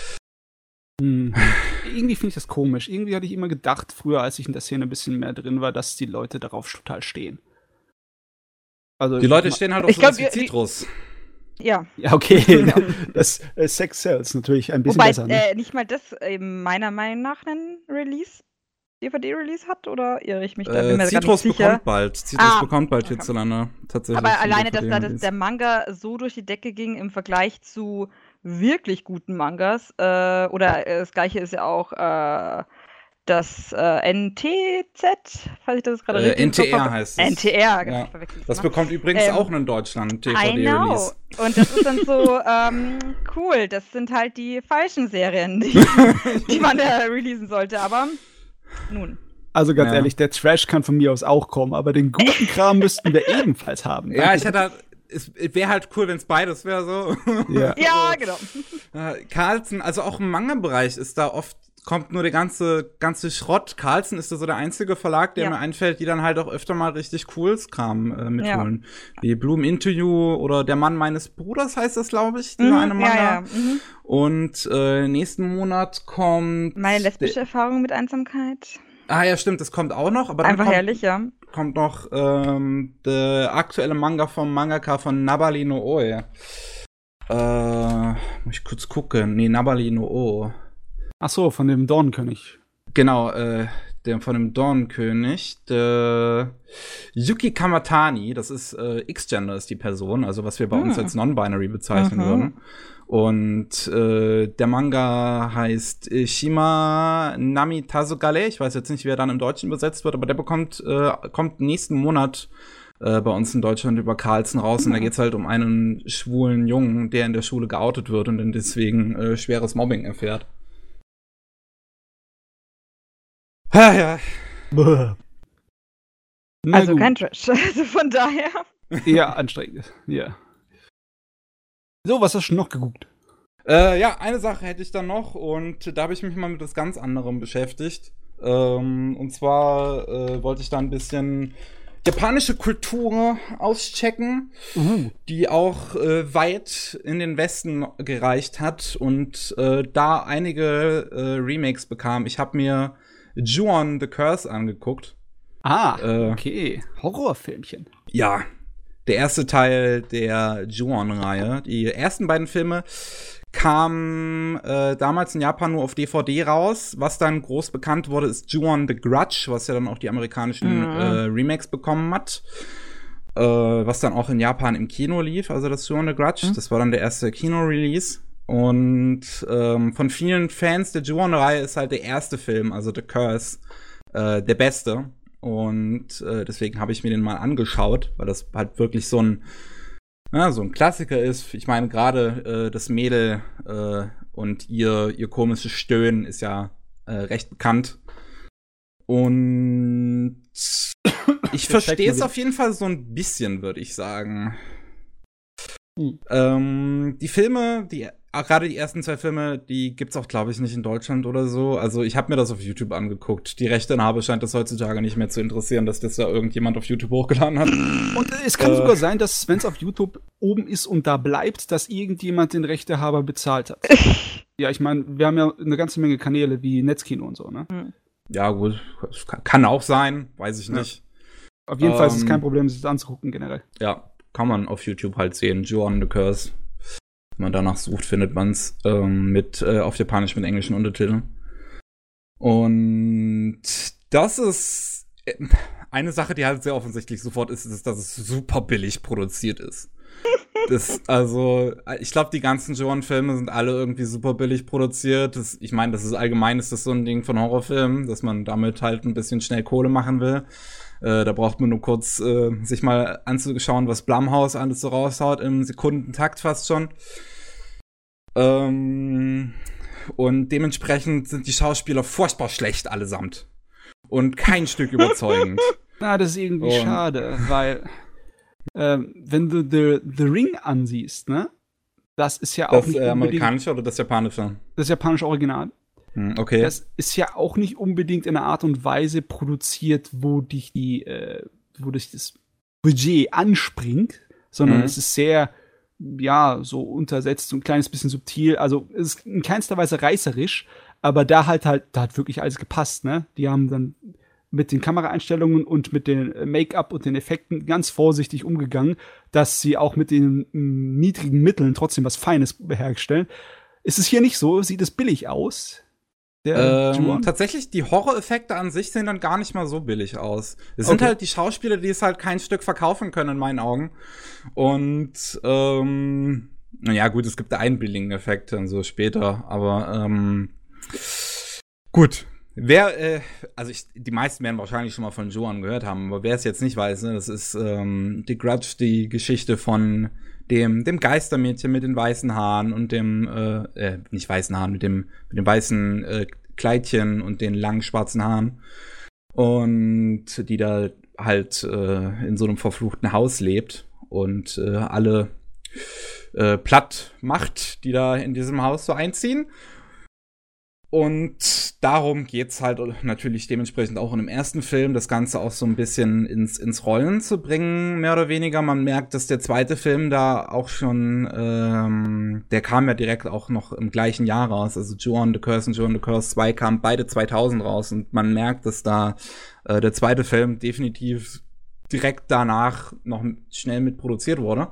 Speaker 3: Irgendwie finde ich das komisch. Irgendwie hatte ich immer gedacht, früher, als ich in der Szene ein bisschen mehr drin war, dass die Leute darauf total stehen. Also,
Speaker 1: die Leute stehen halt auf sowas wie Citrus.
Speaker 2: Ja.
Speaker 3: Ja, okay. Das Sex Sells natürlich ein bisschen besser.
Speaker 2: Wobei nicht mal das meiner Meinung nach ein Release DVD-Release hat, oder irre ich mich da? Bin mir
Speaker 1: Citrus bekommt bald. Citrus bekommt bald
Speaker 2: okay.
Speaker 1: hierzulande tatsächlich.
Speaker 2: Aber alleine, dass der Manga so durch die Decke ging im Vergleich zu wirklich guten Mangas, oder das gleiche ist ja auch das NTZ, falls ich das gerade richtig
Speaker 1: NTR heißt es.
Speaker 2: NTR, genau.
Speaker 1: Ja. Das bekommt übrigens auch einen Deutschland DVD-Release.
Speaker 2: Und das ist dann so cool. Das sind halt die falschen Serien, die man da releasen sollte. Aber nun.
Speaker 3: Also ganz ehrlich, der Trash kann von mir aus auch kommen, aber den guten Kram müssten wir ebenfalls haben.
Speaker 1: Ja, ich hätte es wäre halt cool, wenn es beides wäre so.
Speaker 3: Ja,
Speaker 2: ja, genau.
Speaker 1: Carlsen, also auch im Manga-Bereich ist da oft kommt nur der ganze Schrott. Carlsen ist da so der einzige Verlag, der mir einfällt, die dann halt auch öfter mal richtig cooles Kram mitholen. Ja. Wie Bloom Into You oder Der Mann meines Bruders heißt das, glaube ich, dieser eine Manga. Ja. Und nächsten Monat kommt
Speaker 2: Meine lesbische Erfahrung mit Einsamkeit.
Speaker 1: Ah ja, stimmt, das kommt auch noch. Aber dann
Speaker 2: einfach herrlich, ja.
Speaker 1: Kommt noch der aktuelle Manga vom Mangaka von Nabali no Oe. Muss ich kurz gucken. Nee, Nabali no O.
Speaker 3: Ach so, von dem Dornenkönig.
Speaker 1: Genau, von dem Dornenkönig. Yuki Kamatani, das ist X-Gender ist die Person, also was wir bei uns als Non-Binary bezeichnen würden. Und der Manga heißt Shima Nami Tazugale. Ich weiß jetzt nicht, wie er dann im Deutschen übersetzt wird, aber der kommt nächsten Monat bei uns in Deutschland über Carlsen raus. Und da geht's halt um einen schwulen Jungen, der in der Schule geoutet wird und dann deswegen schweres Mobbing erfährt. Ja.
Speaker 2: Also kein Trash. Also von daher.
Speaker 3: Eher anstrengend, ja. So, was hast du noch geguckt?
Speaker 1: Ja, eine Sache hätte ich dann noch und da habe ich mich mal mit was ganz anderem beschäftigt. Und zwar wollte ich da ein bisschen japanische Kultur auschecken, die auch weit in den Westen gereicht hat und da einige Remakes bekam. Ich habe mir Ju-On the Curse angeguckt.
Speaker 3: Okay. Horrorfilmchen.
Speaker 1: Ja, der erste Teil der Ju-On-Reihe. Die ersten beiden Filme kamen damals in Japan nur auf DVD raus. Was dann groß bekannt wurde, ist Ju-On the Grudge, was ja dann auch die amerikanischen Remakes bekommen hat. Was dann auch in Japan im Kino lief, also das Ju-On the Grudge. Das war dann der erste Kino-Release. Und von vielen Fans der Ju-On-Reihe ist halt der erste Film, also The Curse, der beste. Und deswegen habe ich mir den mal angeschaut, weil das halt wirklich so ein Klassiker ist. Ich meine, gerade das Mädel und ihr komisches Stöhnen ist ja recht bekannt. Und ich verstehe es auf jeden Fall so ein bisschen, würde ich sagen. Die Filme, gerade die ersten zwei Filme, die gibt's auch, glaube ich, nicht in Deutschland oder so. Also ich habe mir das auf YouTube angeguckt. Die Rechteinhaber scheint das heutzutage nicht mehr zu interessieren, dass das da irgendjemand auf YouTube hochgeladen hat.
Speaker 3: Und es kann sogar sein, dass, wenn es auf YouTube oben ist und da bleibt, dass irgendjemand den Rechtehaber bezahlt hat. Ja, ich meine, wir haben ja eine ganze Menge Kanäle wie Netzkino und so, ne?
Speaker 1: Ja, gut. Kann auch sein. Weiß ich nicht.
Speaker 3: Auf jeden Fall ist es kein Problem, sich das anzugucken generell.
Speaker 1: Ja, kann man auf YouTube halt sehen. Ju-On the Curse. Wenn man danach sucht, findet man es auf Japanisch mit englischen Untertiteln. Und das ist eine Sache, die halt sehr offensichtlich sofort ist, dass es super billig produziert ist. Ich glaube, die ganzen Ju-On-Filme sind alle irgendwie super billig produziert. Ich meine, das ist allgemein ist das so ein Ding von Horrorfilmen, dass man damit halt ein bisschen schnell Kohle machen will. Da braucht man nur kurz sich mal anzuschauen, was Blumhouse alles so raushaut, im Sekundentakt fast schon. Und dementsprechend sind die Schauspieler furchtbar schlecht allesamt. Und kein Stück überzeugend.
Speaker 3: Na, das ist irgendwie schade, weil wenn du The Ring ansiehst, ne? Das ist ja auch
Speaker 1: nicht das amerikanische oder das japanische?
Speaker 3: Das japanische Original.
Speaker 1: Okay.
Speaker 3: Das ist ja auch nicht unbedingt in einer Art und Weise produziert, wo dich das Budget anspringt, sondern es ist sehr, so untersetzt, so ein kleines bisschen subtil. Also es ist in keinster Weise reißerisch, aber da hat wirklich alles gepasst, ne? Die haben dann mit den Kameraeinstellungen und mit den Make-up und den Effekten ganz vorsichtig umgegangen, dass sie auch mit den niedrigen Mitteln trotzdem was Feines beherstellen. Ist es hier nicht so? Sieht es billig aus?
Speaker 1: Tatsächlich, die Horror-Effekte an sich sehen dann gar nicht mal so billig aus. Es sind halt die Schauspieler, die es halt kein Stück verkaufen können, in meinen Augen. Und, naja, gut, es gibt einbilligen Effekte und so später, aber, gut. Die meisten werden wahrscheinlich schon mal von Ju-On gehört haben, aber wer es jetzt nicht weiß, ne, das ist, The Grudge, die Geschichte von dem Geistermädchen mit den weißen Haaren und nicht weißen Haaren, mit dem weißen Kleidchen und den langen schwarzen Haaren. Und die da halt in so einem verfluchten Haus lebt und alle platt macht, die da in diesem Haus so einziehen. Und darum geht's halt natürlich dementsprechend auch in dem ersten Film, das Ganze auch so ein bisschen ins Rollen zu bringen, mehr oder weniger. Man merkt, dass der zweite Film da auch schon, der kam ja direkt auch noch im gleichen Jahr raus. Also Ju-On the Curse und Ju-On the Curse 2 kamen beide 2000 raus. Und man merkt, dass da der zweite Film definitiv direkt danach noch schnell mitproduziert wurde.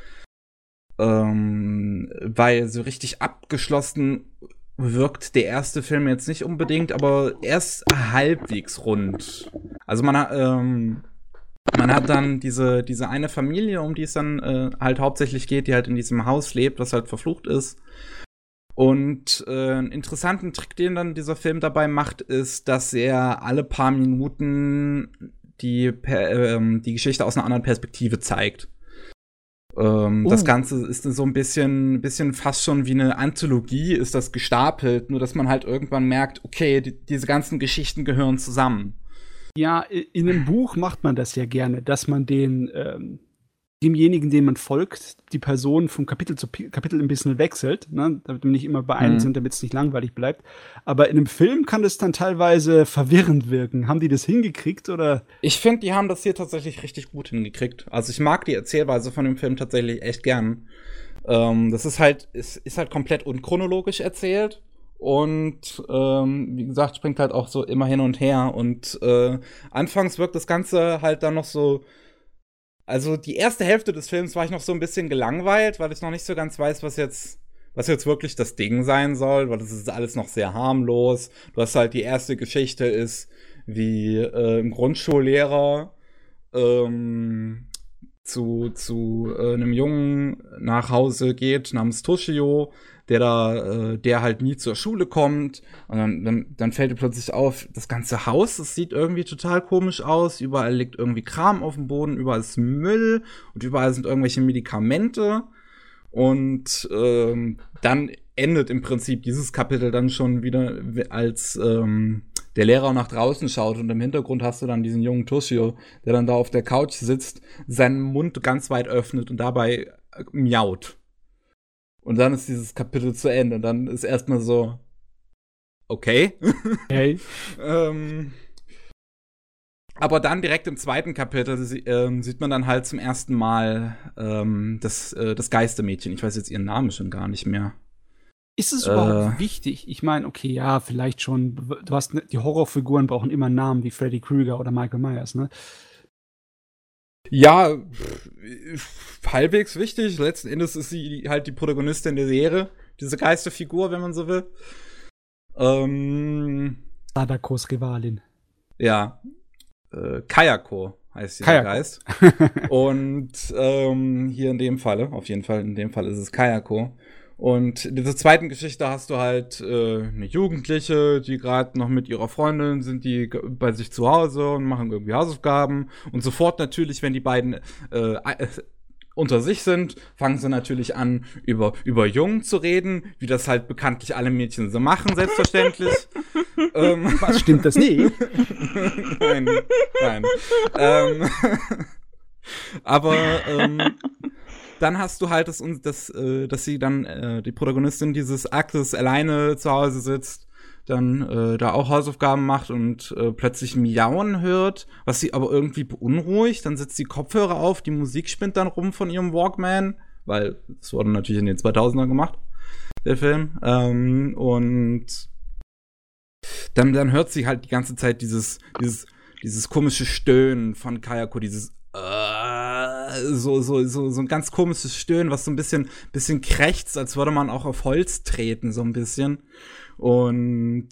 Speaker 1: Weil so richtig abgeschlossen wirkt der erste Film jetzt nicht unbedingt, aber erst halbwegs rund. Also man hat dann diese eine Familie, um die es dann halt hauptsächlich geht, die halt in diesem Haus lebt, was halt verflucht ist. Und einen interessanten Trick, den dann dieser Film dabei macht, ist, dass er alle paar Minuten die Geschichte aus einer anderen Perspektive zeigt. Das Ganze ist so ein bisschen fast schon wie eine Anthologie, ist das gestapelt, nur dass man halt irgendwann merkt, okay, diese ganzen Geschichten gehören zusammen.
Speaker 3: Ja, in einem Buch macht man das ja gerne, dass man demjenigen, dem man folgt, die Person vom Kapitel zu Kapitel ein bisschen wechselt, ne? Damit wir nicht immer bei einem sind, damit es nicht langweilig bleibt. Aber in einem Film kann das dann teilweise verwirrend wirken. Haben die das hingekriegt, oder?
Speaker 1: Ich finde, die haben das hier tatsächlich richtig gut hingekriegt. Also ich mag die Erzählweise von dem Film tatsächlich echt gern. Das ist halt komplett unchronologisch erzählt. Und wie gesagt, springt halt auch so immer hin und her. Und anfangs wirkt das Ganze halt dann noch so. Also die erste Hälfte des Films war ich noch so ein bisschen gelangweilt, weil ich noch nicht so ganz weiß, was jetzt wirklich das Ding sein soll, weil das ist alles noch sehr harmlos. Du hast halt die erste Geschichte ist, wie ein Grundschullehrer zu einem Jungen nach Hause geht namens Toshio, der halt nie zur Schule kommt. Und dann fällt ihm plötzlich auf, das ganze Haus, das sieht irgendwie total komisch aus. Überall liegt irgendwie Kram auf dem Boden, überall ist Müll und überall sind irgendwelche Medikamente. Und dann endet im Prinzip dieses Kapitel dann schon wieder, als der Lehrer nach draußen schaut und im Hintergrund hast du dann diesen jungen Toshio, der dann da auf der Couch sitzt, seinen Mund ganz weit öffnet und dabei miaut. Und dann ist dieses Kapitel zu Ende und dann ist erstmal so, okay.
Speaker 3: Hey.
Speaker 1: Aber dann direkt im zweiten Kapitel sieht man dann halt zum ersten Mal das Geistermädchen. Ich weiß jetzt ihren Namen schon gar nicht mehr.
Speaker 3: Ist es überhaupt wichtig? Ich meine, okay, ja, vielleicht schon. Die Horrorfiguren brauchen immer Namen wie Freddy Krueger oder Michael Myers, ne?
Speaker 1: Ja, halbwegs wichtig. Letzten Endes ist sie halt die Protagonistin der Serie. Diese Geisterfigur, wenn man so will.
Speaker 3: Sadakos Rivalin.
Speaker 1: Ja. Kayako heißt dieser Geist. Und hier in dem Falle ist es Kayako. Und in dieser zweiten Geschichte hast du halt eine Jugendliche, die gerade noch mit ihrer Freundin sind, die bei sich zu Hause und machen irgendwie Hausaufgaben. Und sofort natürlich, wenn die beiden unter sich sind, fangen sie natürlich an, über Jungen zu reden, wie das halt bekanntlich alle Mädchen so machen, selbstverständlich.
Speaker 3: Was, stimmt das nicht?
Speaker 1: Nein. Aber dann hast du halt, dass sie dann die Protagonistin dieses Aktes alleine zu Hause sitzt, dann da auch Hausaufgaben macht und plötzlich Miauen hört, was sie aber irgendwie beunruhigt. Dann setzt sie Kopfhörer auf, die Musik spinnt dann rum von ihrem Walkman, weil das wurde natürlich in den 2000ern gemacht, der Film. Und dann hört sie halt die ganze Zeit dieses komische Stöhnen von Kayako, dieses so ein ganz komisches Stöhnen, was so ein bisschen krächzt, als würde man auch auf Holz treten, so ein bisschen. Und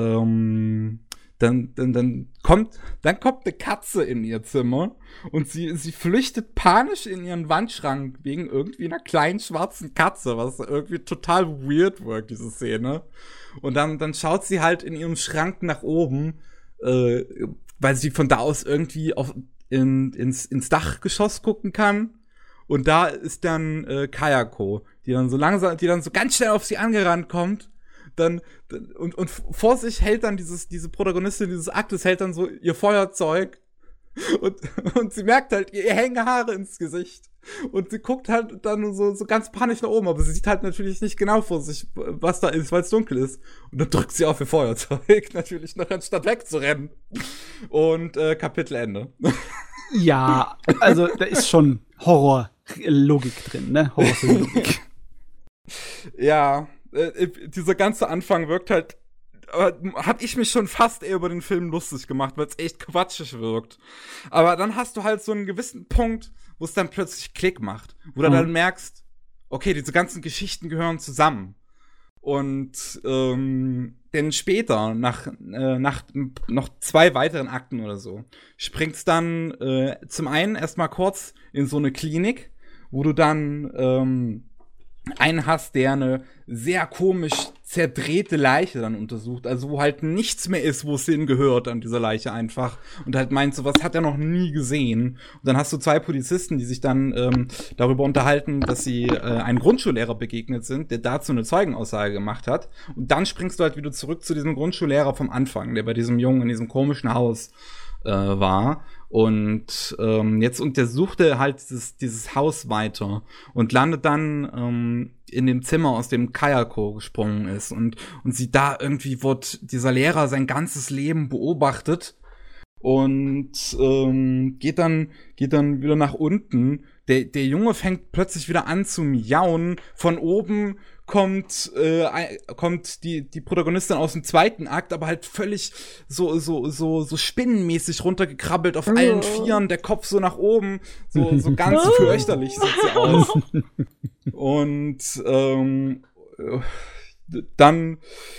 Speaker 1: dann kommt eine Katze in ihr Zimmer und sie flüchtet panisch in ihren Wandschrank wegen irgendwie einer kleinen schwarzen Katze, was irgendwie total weird wirkt, diese Szene. Und dann schaut sie halt in ihrem Schrank nach oben, weil sie von da aus irgendwie ins Dachgeschoss gucken kann. Und da ist dann Kayako, die dann so ganz schnell auf sie angerannt kommt. Und vor sich hält dann diese Protagonistin dieses Aktes hält dann so ihr Feuerzeug und sie merkt halt, ihr hängen Haare ins Gesicht und sie guckt halt dann so ganz panisch nach oben, aber sie sieht halt natürlich nicht genau vor sich, was da ist, weil es dunkel ist. Und dann drückt sie auf ihr Feuerzeug natürlich noch, anstatt wegzurennen. Und Kapitel Ende.
Speaker 3: Ja, also da ist schon Horror-Logik drin, ne? Horror-Logik.
Speaker 1: Ja. Dieser ganze Anfang wirkt halt, hab ich mich schon fast eher über den Film lustig gemacht, weil es echt quatschig wirkt. Aber dann hast du halt so einen gewissen Punkt, wo es dann plötzlich Klick macht, wo du dann merkst, okay, diese ganzen Geschichten gehören zusammen. Und denn später, nach noch 2 weiteren Akten oder so, springt's dann zum einen erstmal kurz in so eine Klinik, wo du dann einen hast, der eine sehr komisch zerdrehte Leiche dann untersucht, also wo halt nichts mehr ist, wo es hingehört an dieser Leiche einfach und halt meint, sowas hat er noch nie gesehen. Und dann hast du 2 Polizisten, die sich dann darüber unterhalten, dass sie einem Grundschullehrer begegnet sind, der dazu eine Zeugenaussage gemacht hat. Und dann springst du halt wieder zurück zu diesem Grundschullehrer vom Anfang, der bei diesem Jungen in diesem komischen Haus war. Und jetzt untersucht er halt dieses Haus weiter und landet dann in dem Zimmer, aus dem Kayako gesprungen ist. Und sie da irgendwie wird dieser Lehrer sein ganzes Leben beobachtet und geht dann wieder nach unten. Der Junge fängt plötzlich wieder an zu miauen. Von oben kommt die Protagonistin aus dem 2. Akt, aber halt völlig so spinnenmäßig runtergekrabbelt auf allen 4, der Kopf so nach oben, so ganz fürchterlich sieht sie aus. Und dann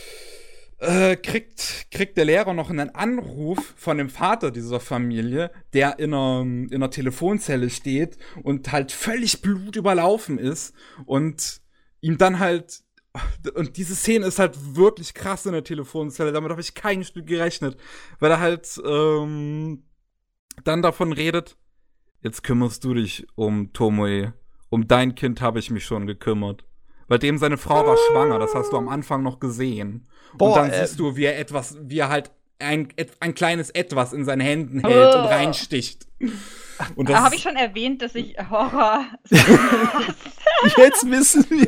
Speaker 1: kriegt der Lehrer noch einen Anruf von dem Vater dieser Familie, der in einer Telefonzelle steht und halt völlig blutüberlaufen ist und ihm dann halt, und diese Szene ist halt wirklich krass in der Telefonzelle, damit habe ich kein Stück gerechnet, weil er halt dann davon redet, jetzt kümmerst du dich um Tomoe, um dein Kind habe ich mich schon gekümmert. Bei dem seine Frau war schwanger, das hast du am Anfang noch gesehen. Boah, und dann siehst du, wie er halt ein kleines Etwas in seinen Händen hält und reinsticht.
Speaker 2: Und das habe ich schon erwähnt, dass ich Horror
Speaker 3: Jetzt wissen wir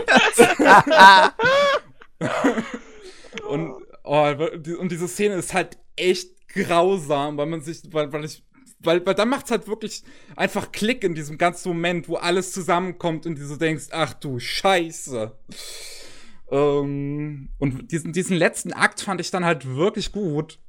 Speaker 3: es.
Speaker 1: und diese Szene ist halt echt grausam, weil dann macht's halt wirklich einfach Klick in diesem ganzen Moment, wo alles zusammenkommt und du so denkst, ach du Scheiße. Und diesen letzten Akt fand ich dann halt wirklich gut.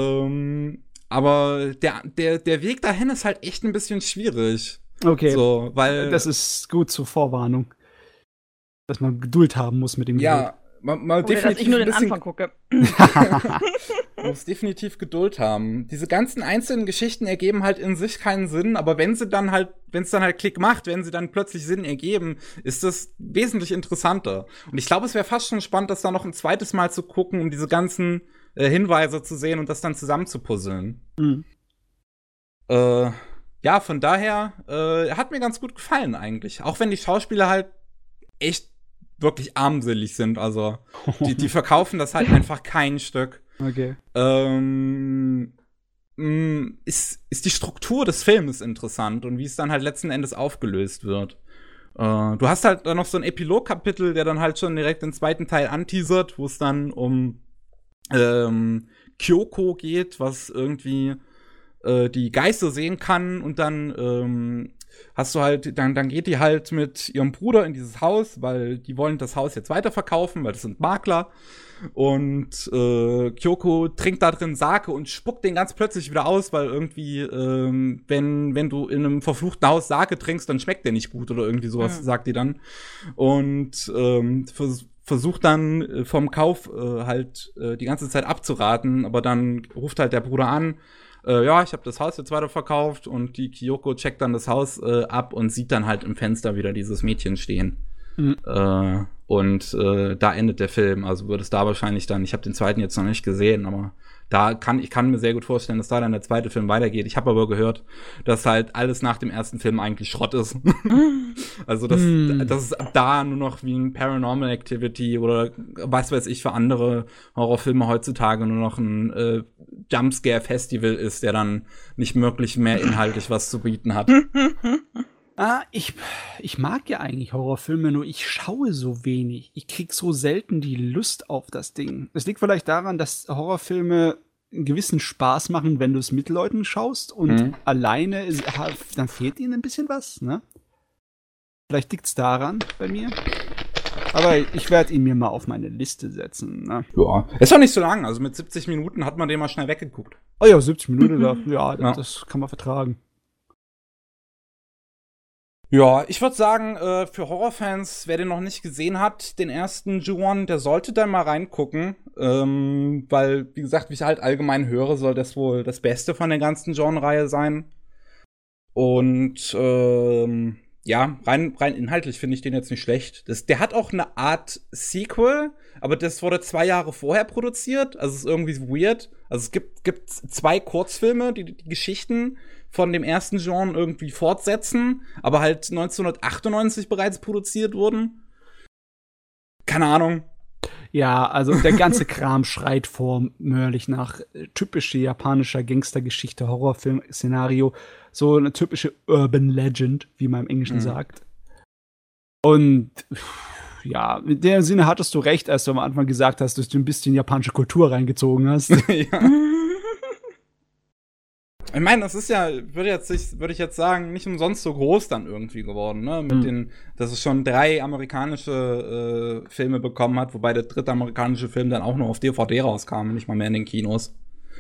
Speaker 1: Aber der Weg dahin ist halt echt ein bisschen schwierig.
Speaker 3: Okay,
Speaker 1: so, weil
Speaker 3: das ist gut zur Vorwarnung. Dass man Geduld haben muss mit dem
Speaker 1: Ja, man definitiv
Speaker 2: dass ich nur den Anfang gucke.
Speaker 1: Man muss definitiv Geduld haben. Diese ganzen einzelnen Geschichten ergeben halt in sich keinen Sinn, aber wenn es dann halt Klick macht, wenn sie dann plötzlich Sinn ergeben, ist das wesentlich interessanter. Und ich glaube, es wäre fast schon spannend, das dann noch ein zweites Mal zu gucken, um diese ganzen Hinweise zu sehen und das dann zusammenzupuzzeln.
Speaker 3: Mhm.
Speaker 1: Ja, von daher hat mir ganz gut gefallen eigentlich. Auch wenn die Schauspieler halt echt wirklich armselig sind. Also die verkaufen das halt einfach kein Stück.
Speaker 3: Okay.
Speaker 1: Ist die Struktur des Films interessant und wie es dann halt letzten Endes aufgelöst wird. Du hast halt dann noch so ein Epilog-Kapitel, der dann halt schon direkt den 2. Teil anteasert, wo es dann um Kyoko geht, was irgendwie die Geister sehen kann und dann hast du halt, dann geht die halt mit ihrem Bruder in dieses Haus, weil die wollen das Haus jetzt weiterverkaufen, weil das sind Makler. Und Kyoko trinkt da drin Sake und spuckt den ganz plötzlich wieder aus, weil irgendwie, wenn du in einem verfluchten Haus Sake trinkst, dann schmeckt der nicht gut oder irgendwie sowas, sagt die dann. Und versucht dann vom Kauf halt die ganze Zeit abzuraten, aber dann ruft halt der Bruder an, ja, ich habe das Haus jetzt weiterverkauft, und die Kyoko checkt dann das Haus ab und sieht dann halt im Fenster wieder dieses Mädchen stehen. Und da endet der Film. Also wird es da wahrscheinlich dann, ich habe den zweiten jetzt noch nicht gesehen, aber ich kann mir sehr gut vorstellen, dass da dann der zweite Film weitergeht. Ich habe aber gehört, dass halt alles nach dem ersten Film eigentlich Schrott ist. Also dass es ab da nur noch wie ein Paranormal Activity oder was weiß ich für andere Horrorfilme heutzutage nur noch ein Jumpscare-Festival ist, der dann nicht wirklich mehr inhaltlich was zu bieten hat.
Speaker 3: Ich mag ja eigentlich Horrorfilme, nur ich schaue so wenig. Ich krieg so selten die Lust auf das Ding. Es liegt vielleicht daran, dass Horrorfilme einen gewissen Spaß machen, wenn du es mit Leuten schaust, und alleine, dann fehlt ihnen ein bisschen was, ne? Vielleicht liegt's daran bei mir. Aber ich werde ihn mir mal auf meine Liste setzen, ne?
Speaker 1: Ja, ist doch nicht so lang. Also mit 70 Minuten hat man den mal schnell weggeguckt.
Speaker 3: Oh ja, 70 Minuten, das kann man vertragen.
Speaker 1: Ja, ich würde sagen, für Horrorfans, wer den noch nicht gesehen hat, den ersten Ju-On, der sollte da mal reingucken. Weil, wie gesagt, wie ich halt allgemein höre, soll das wohl das Beste von der ganzen Genre-Reihe sein. Und ja, rein inhaltlich finde ich den jetzt nicht schlecht. Der hat auch eine Art Sequel, aber das wurde 2 Jahre vorher produziert. Also es ist irgendwie weird. Also es gibt 2 Kurzfilme, die Geschichten von dem ersten Genre irgendwie fortsetzen, aber halt 1998 bereits produziert wurden. Keine Ahnung.
Speaker 3: Ja, also der ganze Kram schreit vormörlich nach typische japanischer Gangstergeschichte, Horrorfilm-Szenario. So eine typische Urban Legend, wie man im Englischen sagt. Und ja, in dem Sinne hattest du recht, als du am Anfang gesagt hast, dass du ein bisschen japanische Kultur reingezogen hast.
Speaker 1: Ja. Ich meine, das ist ja, würde ich jetzt sagen, nicht umsonst so groß dann irgendwie geworden, ne? Dass es schon 3 amerikanische Filme bekommen hat, wobei der 3. amerikanische Film dann auch nur auf DVD rauskam, nicht mal mehr in den Kinos.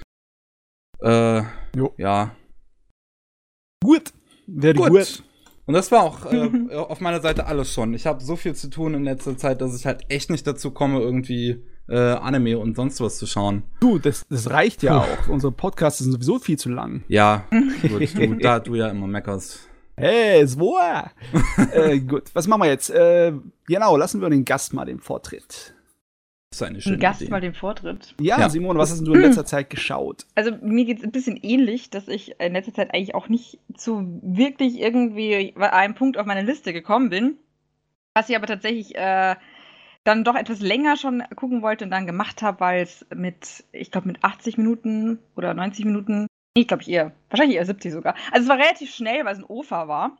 Speaker 1: Ja.
Speaker 3: Gut. Werde gut.
Speaker 1: Und das war auch auf meiner Seite alles schon. Ich habe so viel zu tun in letzter Zeit, dass ich halt echt nicht dazu komme, irgendwie Anime und sonst was zu schauen.
Speaker 3: Du, das reicht ja auch. Unsere Podcasts sind sowieso viel zu lang.
Speaker 1: Ja, gut, da du ja immer meckerst.
Speaker 3: Hey, es war. Gut, was machen wir jetzt? Genau, lassen wir den Gast mal den Vortritt.
Speaker 1: Das ist eine schöne
Speaker 2: Gast
Speaker 1: Idee.
Speaker 2: mal den Vortritt.
Speaker 3: Ja, Simone, was hast du in letzter Zeit geschaut?
Speaker 2: Also mir geht es ein bisschen ähnlich, dass ich in letzter Zeit eigentlich auch nicht zu wirklich irgendwie bei einem Punkt auf meine Liste gekommen bin. Was ich aber tatsächlich dann doch etwas länger schon gucken wollte und dann gemacht habe, weil es mit 80 Minuten oder 90 Minuten, nee, glaube ich wahrscheinlich eher 70 sogar. Also es war relativ schnell, weil es ein OVA war.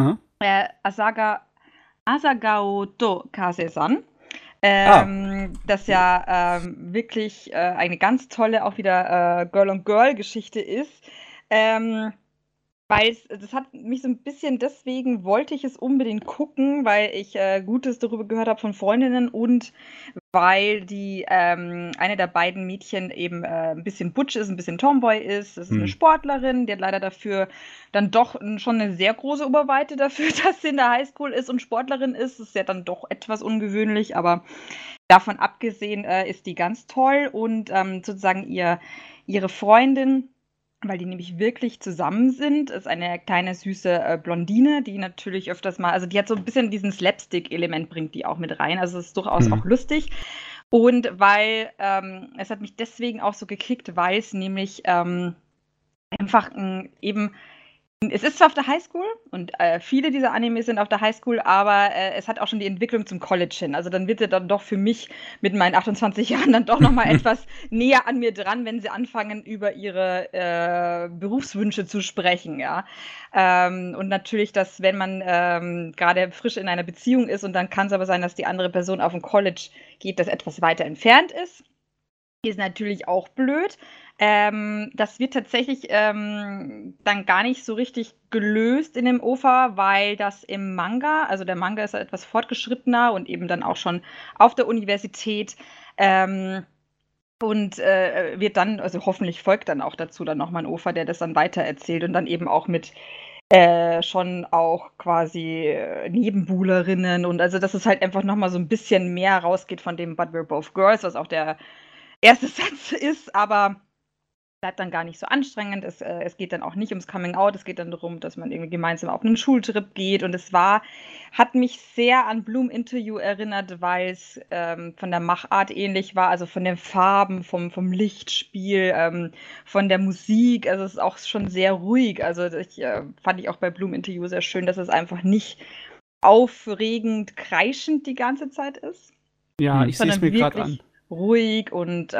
Speaker 2: Asagao to Kase-san. Das ja wirklich eine ganz tolle, auch wieder Girl-on-Girl-Geschichte ist. Weil das hat mich so ein bisschen, deswegen wollte ich es unbedingt gucken, weil ich Gutes darüber gehört habe von Freundinnen und weil die eine der beiden Mädchen eben ein bisschen butch ist, ein bisschen Tomboy ist. Das ist eine Sportlerin, die hat leider dafür dann doch schon eine sehr große Oberweite dafür, dass sie in der Highschool ist und Sportlerin ist. Das ist ja dann doch etwas ungewöhnlich, aber davon abgesehen ist die ganz toll und sozusagen ihre Freundin, weil die nämlich wirklich zusammen sind, ist eine kleine, süße Blondine, die natürlich öfters mal, also die hat so ein bisschen diesen Slapstick-Element, bringt die auch mit rein, also es ist durchaus auch lustig. Und weil, es hat mich deswegen auch so gekickt, weil es nämlich einfach es ist zwar auf der Highschool und viele dieser Animes sind auf der Highschool, aber es hat auch schon die Entwicklung zum College hin. Also dann wird sie dann doch für mich mit meinen 28 Jahren dann doch noch mal etwas näher an mir dran, wenn sie anfangen, über ihre Berufswünsche zu sprechen, ja. Und natürlich, dass wenn man gerade frisch in einer Beziehung ist und dann kann es aber sein, dass die andere Person auf ein College geht, das etwas weiter entfernt ist. Ist natürlich auch blöd, Das wird tatsächlich dann gar nicht so richtig gelöst in dem OVA, weil das im Manga, also der Manga ist ja etwas fortgeschrittener und eben dann auch schon auf der Universität und wird dann, also hoffentlich folgt dann auch dazu dann nochmal ein OVA, der das dann weitererzählt und dann eben auch mit schon auch quasi Nebenbuhlerinnen und also dass es halt einfach nochmal so ein bisschen mehr rausgeht von dem But We're Both Girls, was auch der erste Satz ist, aber bleibt dann gar nicht so anstrengend. Es geht dann auch nicht ums Coming Out, es geht dann darum, dass man irgendwie gemeinsam auf einen Schultrip geht und hat mich sehr an Bloom Interview erinnert, weil es von der Machart ähnlich war, also von den Farben, vom Lichtspiel, von der Musik, also es ist auch schon sehr ruhig, also fand ich auch bei Bloom Interview sehr schön, dass es einfach nicht aufregend kreischend die ganze Zeit ist.
Speaker 3: Ja, ich sehe es mir gerade an.
Speaker 2: Ruhig und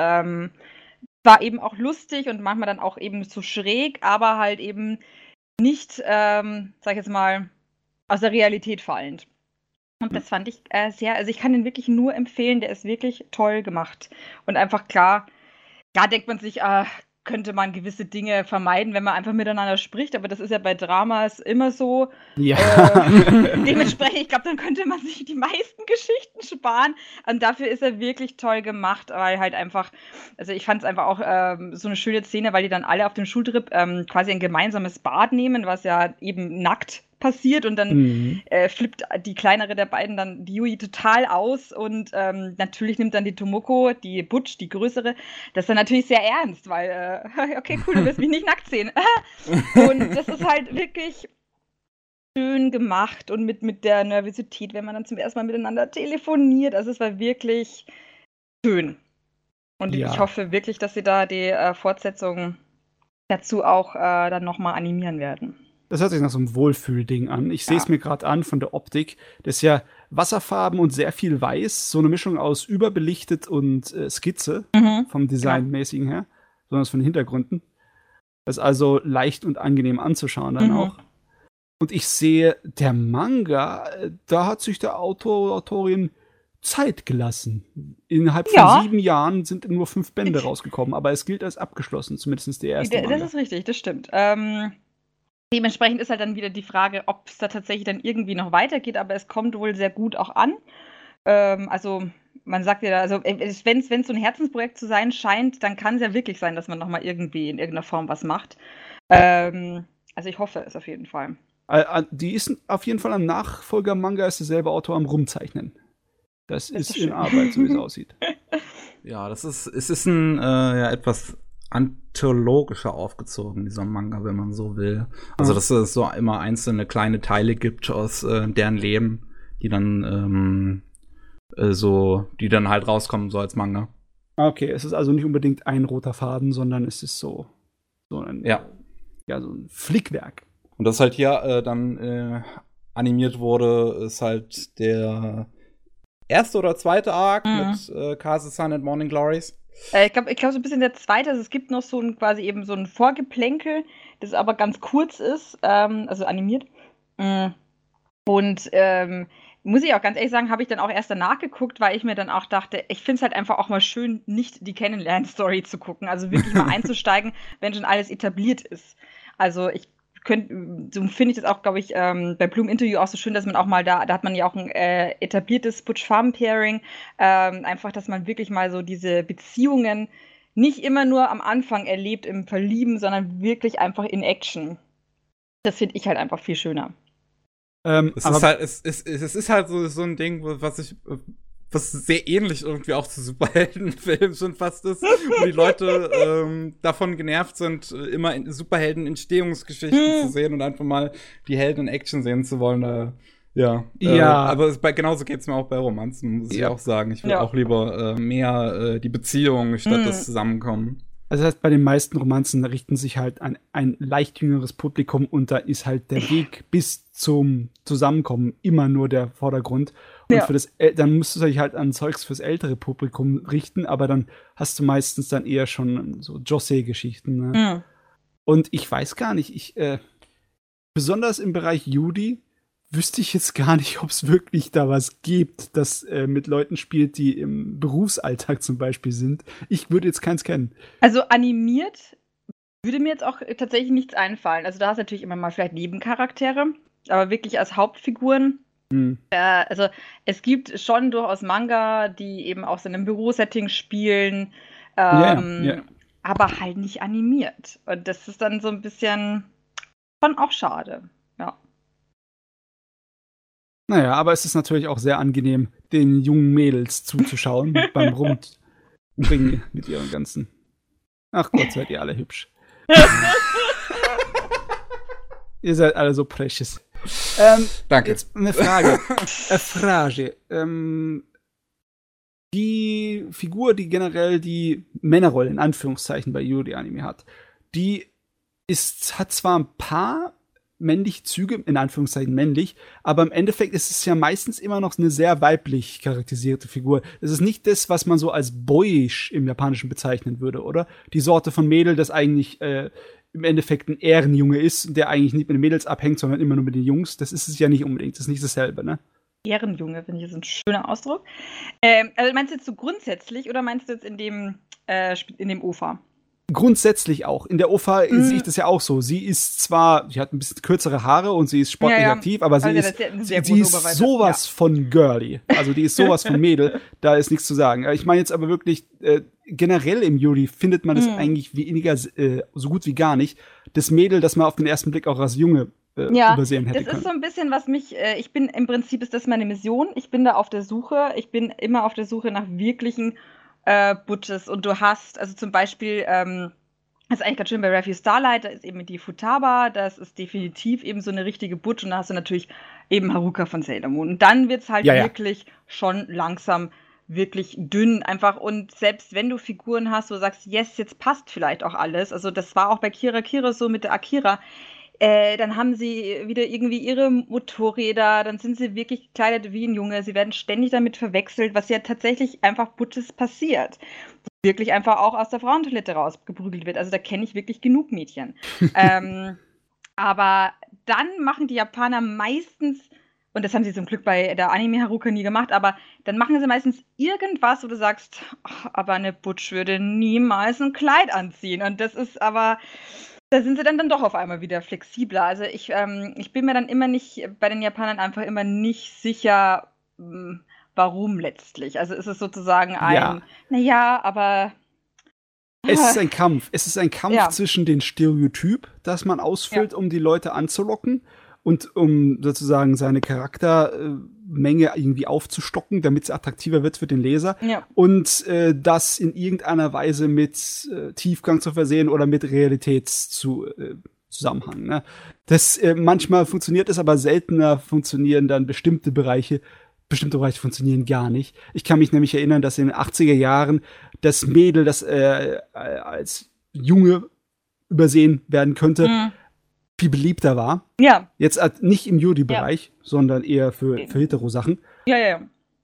Speaker 2: war eben auch lustig und manchmal dann auch eben so schräg, aber halt eben nicht, sag ich jetzt mal, aus der Realität fallend. Und das fand ich sehr, also ich kann den wirklich nur empfehlen, der ist wirklich toll gemacht. Und einfach klar, da denkt man sich, könnte man gewisse Dinge vermeiden, wenn man einfach miteinander spricht, aber das ist ja bei Dramas immer so.
Speaker 3: Ja.
Speaker 2: Dementsprechend, ich glaube, dann könnte man sich die meisten Geschichten sparen. Und dafür ist er wirklich toll gemacht, weil halt einfach, also ich fand es einfach auch so eine schöne Szene, weil die dann alle auf dem Schultrip quasi ein gemeinsames Bad nehmen, was ja eben nackt passiert und dann flippt die kleinere der beiden dann die Yui total aus und natürlich nimmt dann die Tomoko, die Butch, die größere, das dann natürlich sehr ernst, weil okay, cool, du wirst mich nicht nackt sehen. Und das ist halt wirklich schön gemacht und mit der Nervosität, wenn man dann zum ersten Mal miteinander telefoniert, also es war wirklich schön. Und ich hoffe wirklich, dass sie da die Fortsetzung dazu auch dann nochmal animieren werden.
Speaker 3: Das hört sich nach so einem Wohlfühlding an. Ich sehe es mir gerade an von der Optik. Das ist ja Wasserfarben und sehr viel Weiß. So eine Mischung aus überbelichtet und Skizze vom Designmäßigen her. Besonders von den Hintergründen. Das ist also leicht und angenehm anzuschauen dann auch. Und ich sehe, der Manga, da hat sich der Autorin Zeit gelassen. Innerhalb von 7 Jahren sind nur 5 Bände rausgekommen. Aber es gilt als abgeschlossen, zumindest der erste Manga.
Speaker 2: Das ist richtig, das stimmt. Dementsprechend ist halt dann wieder die Frage, ob es da tatsächlich dann irgendwie noch weitergeht, aber es kommt wohl sehr gut auch an. Also man sagt ja, also wenn es so ein Herzensprojekt zu sein scheint, dann kann es ja wirklich sein, dass man noch mal irgendwie in irgendeiner Form was macht. Also ich hoffe es auf jeden Fall.
Speaker 3: Die ist auf jeden Fall am Nachfolger-Manga, ist derselbe Autor am Rumzeichnen. Das ist in Arbeit, so wie es aussieht.
Speaker 1: Ja, es ist ein etwas anthologischer aufgezogen, dieser Manga, wenn man so will. Also, dass es so immer einzelne kleine Teile gibt aus deren Leben, die dann die dann halt rauskommen, so als Manga.
Speaker 3: Okay, es ist also nicht unbedingt ein roter Faden, sondern es ist so ein so ein Flickwerk.
Speaker 1: Und das halt hier dann animiert wurde, ist halt der erste oder zweite Arc mit Kaze-san and Morning Glories.
Speaker 2: Ich glaube so ein bisschen der zweite, also es gibt noch so ein quasi eben so ein Vorgeplänkel, das aber ganz kurz ist, also animiert. Und muss ich auch ganz ehrlich sagen, habe ich dann auch erst danach geguckt, weil ich mir dann auch dachte, ich finde es halt einfach auch mal schön, nicht die Kennenlern-Story zu gucken, also wirklich mal einzusteigen, wenn schon alles etabliert ist. Also so finde ich das auch, glaube ich, bei Bloom Interview auch so schön, dass man auch mal da hat man ja auch ein etabliertes Butch-Farm-Pairing, einfach, dass man wirklich mal so diese Beziehungen nicht immer nur am Anfang erlebt im Verlieben, sondern wirklich einfach in Action. Das finde ich halt einfach viel schöner.
Speaker 1: Es ist halt so ein Ding, was sehr ähnlich irgendwie auch zu Superheldenfilmen schon fast ist, wo die Leute davon genervt sind, immer Superhelden-Entstehungsgeschichten zu sehen und einfach mal die Helden in Action sehen zu wollen. Aber genauso geht's mir auch bei Romanzen, muss ich auch sagen. Ich will auch lieber mehr die Beziehung statt das Zusammenkommen.
Speaker 3: Also das heißt, bei den meisten Romanzen richten sich halt an ein leicht jüngeres Publikum und da ist halt der Weg bis zum Zusammenkommen immer nur der Vordergrund. Und für dann musst du dich halt an Zeugs fürs ältere Publikum richten, aber dann hast du meistens dann eher schon so Josei-Geschichten. Ne? Und ich weiß gar nicht, besonders im Bereich Yuri wüsste ich jetzt gar nicht, ob es wirklich da was gibt, das mit Leuten spielt, die im Berufsalltag zum Beispiel sind. Ich würde jetzt keins kennen.
Speaker 2: Also animiert würde mir jetzt auch tatsächlich nichts einfallen. Also da hast du natürlich immer mal vielleicht Nebencharaktere, aber wirklich als Hauptfiguren. Also es gibt schon durchaus Manga, die eben auch so in einem Bürosetting spielen, aber halt nicht animiert. Und das ist dann so ein bisschen schon auch schade. Ja.
Speaker 3: Naja, aber es ist natürlich auch sehr angenehm, den jungen Mädels zuzuschauen beim Rumbringen mit ihren ganzen. Ach Gott, seid ihr alle hübsch. Ihr seid alle so precious.
Speaker 1: Danke.
Speaker 3: Jetzt eine Frage. Die Figur, die generell die Männerrolle in Anführungszeichen bei Yuri Anime hat, die hat zwar ein paar männliche Züge, in Anführungszeichen männlich, aber im Endeffekt ist es ja meistens immer noch eine sehr weiblich charakterisierte Figur. Es ist nicht das, was man so als boyish im Japanischen bezeichnen würde, oder? Die Sorte von Mädel, das eigentlich im Endeffekt ein Ehrenjunge ist, der eigentlich nicht mit den Mädels abhängt, sondern immer nur mit den Jungs. Das ist es ja nicht unbedingt. Das ist nicht dasselbe, ne?
Speaker 2: Ehrenjunge, finde ich, ist ein schöner Ausdruck. Also meinst du jetzt so grundsätzlich oder meinst du jetzt in dem OVA?
Speaker 3: Grundsätzlich auch. In der OVA sehe ich das ja auch so. Sie hat ein bisschen kürzere Haare und sie ist sportlich aktiv, aber sie ist sowas von girly. Also die ist sowas von Mädel. Da ist nichts zu sagen. Ich meine jetzt aber wirklich, generell im Yuri findet man das eigentlich weniger, so gut wie gar nicht. Das Mädel, das man auf den ersten Blick auch als Junge übersehen hätte können.
Speaker 2: Das ist so ein bisschen, was mich, ich bin im Prinzip, ist das meine Mission. Ich bin da auf der Suche. Ich bin immer auf der Suche nach wirklichen Butches. Und du hast, also zum Beispiel, das ist eigentlich ganz schön bei Review Starlight, da ist eben die Futaba, das ist definitiv eben so eine richtige Butch. Und da hast du natürlich eben Haruka von Sailor Moon. Und dann wird es halt wirklich schon langsam wirklich dünn einfach. Und selbst wenn du Figuren hast, wo du sagst, yes, jetzt passt vielleicht auch alles. Also das war auch bei Kira so mit der Akira. Dann haben sie wieder irgendwie ihre Motorräder, dann sind sie wirklich gekleidet wie ein Junge, sie werden ständig damit verwechselt, was ja tatsächlich einfach Butches passiert. Wirklich einfach auch aus der Frauentoilette rausgeprügelt wird. Also da kenne ich wirklich genug Mädchen. Aber dann machen die Japaner meistens, und das haben sie zum Glück bei der Anime Haruka nie gemacht, aber dann machen sie meistens irgendwas, wo du sagst, aber eine Butch würde niemals ein Kleid anziehen. Und das ist aber... Da sind sie dann doch auf einmal wieder flexibler. Also ich bin mir dann immer nicht, bei den Japanern einfach immer nicht sicher, warum letztlich. Also ist es sozusagen aber...
Speaker 3: Es ist ein Kampf. Es ist ein Kampf zwischen den Stereotyp, das man ausfüllt, um die Leute anzulocken und um sozusagen seine Charaktermenge irgendwie aufzustocken, damit es attraktiver wird für den Leser. Ja. Und das in irgendeiner Weise mit Tiefgang zu versehen oder mit Realitätszusammenhang. Ne? Das manchmal funktioniert es, aber seltener funktionieren dann bestimmte Bereiche funktionieren gar nicht. Ich kann mich nämlich erinnern, dass in den 80er Jahren das Mädel, das als Junge übersehen werden könnte, viel beliebter war. Ja. Jetzt nicht im Yuri-Bereich, sondern eher für Hetero-Sachen.
Speaker 2: Ja.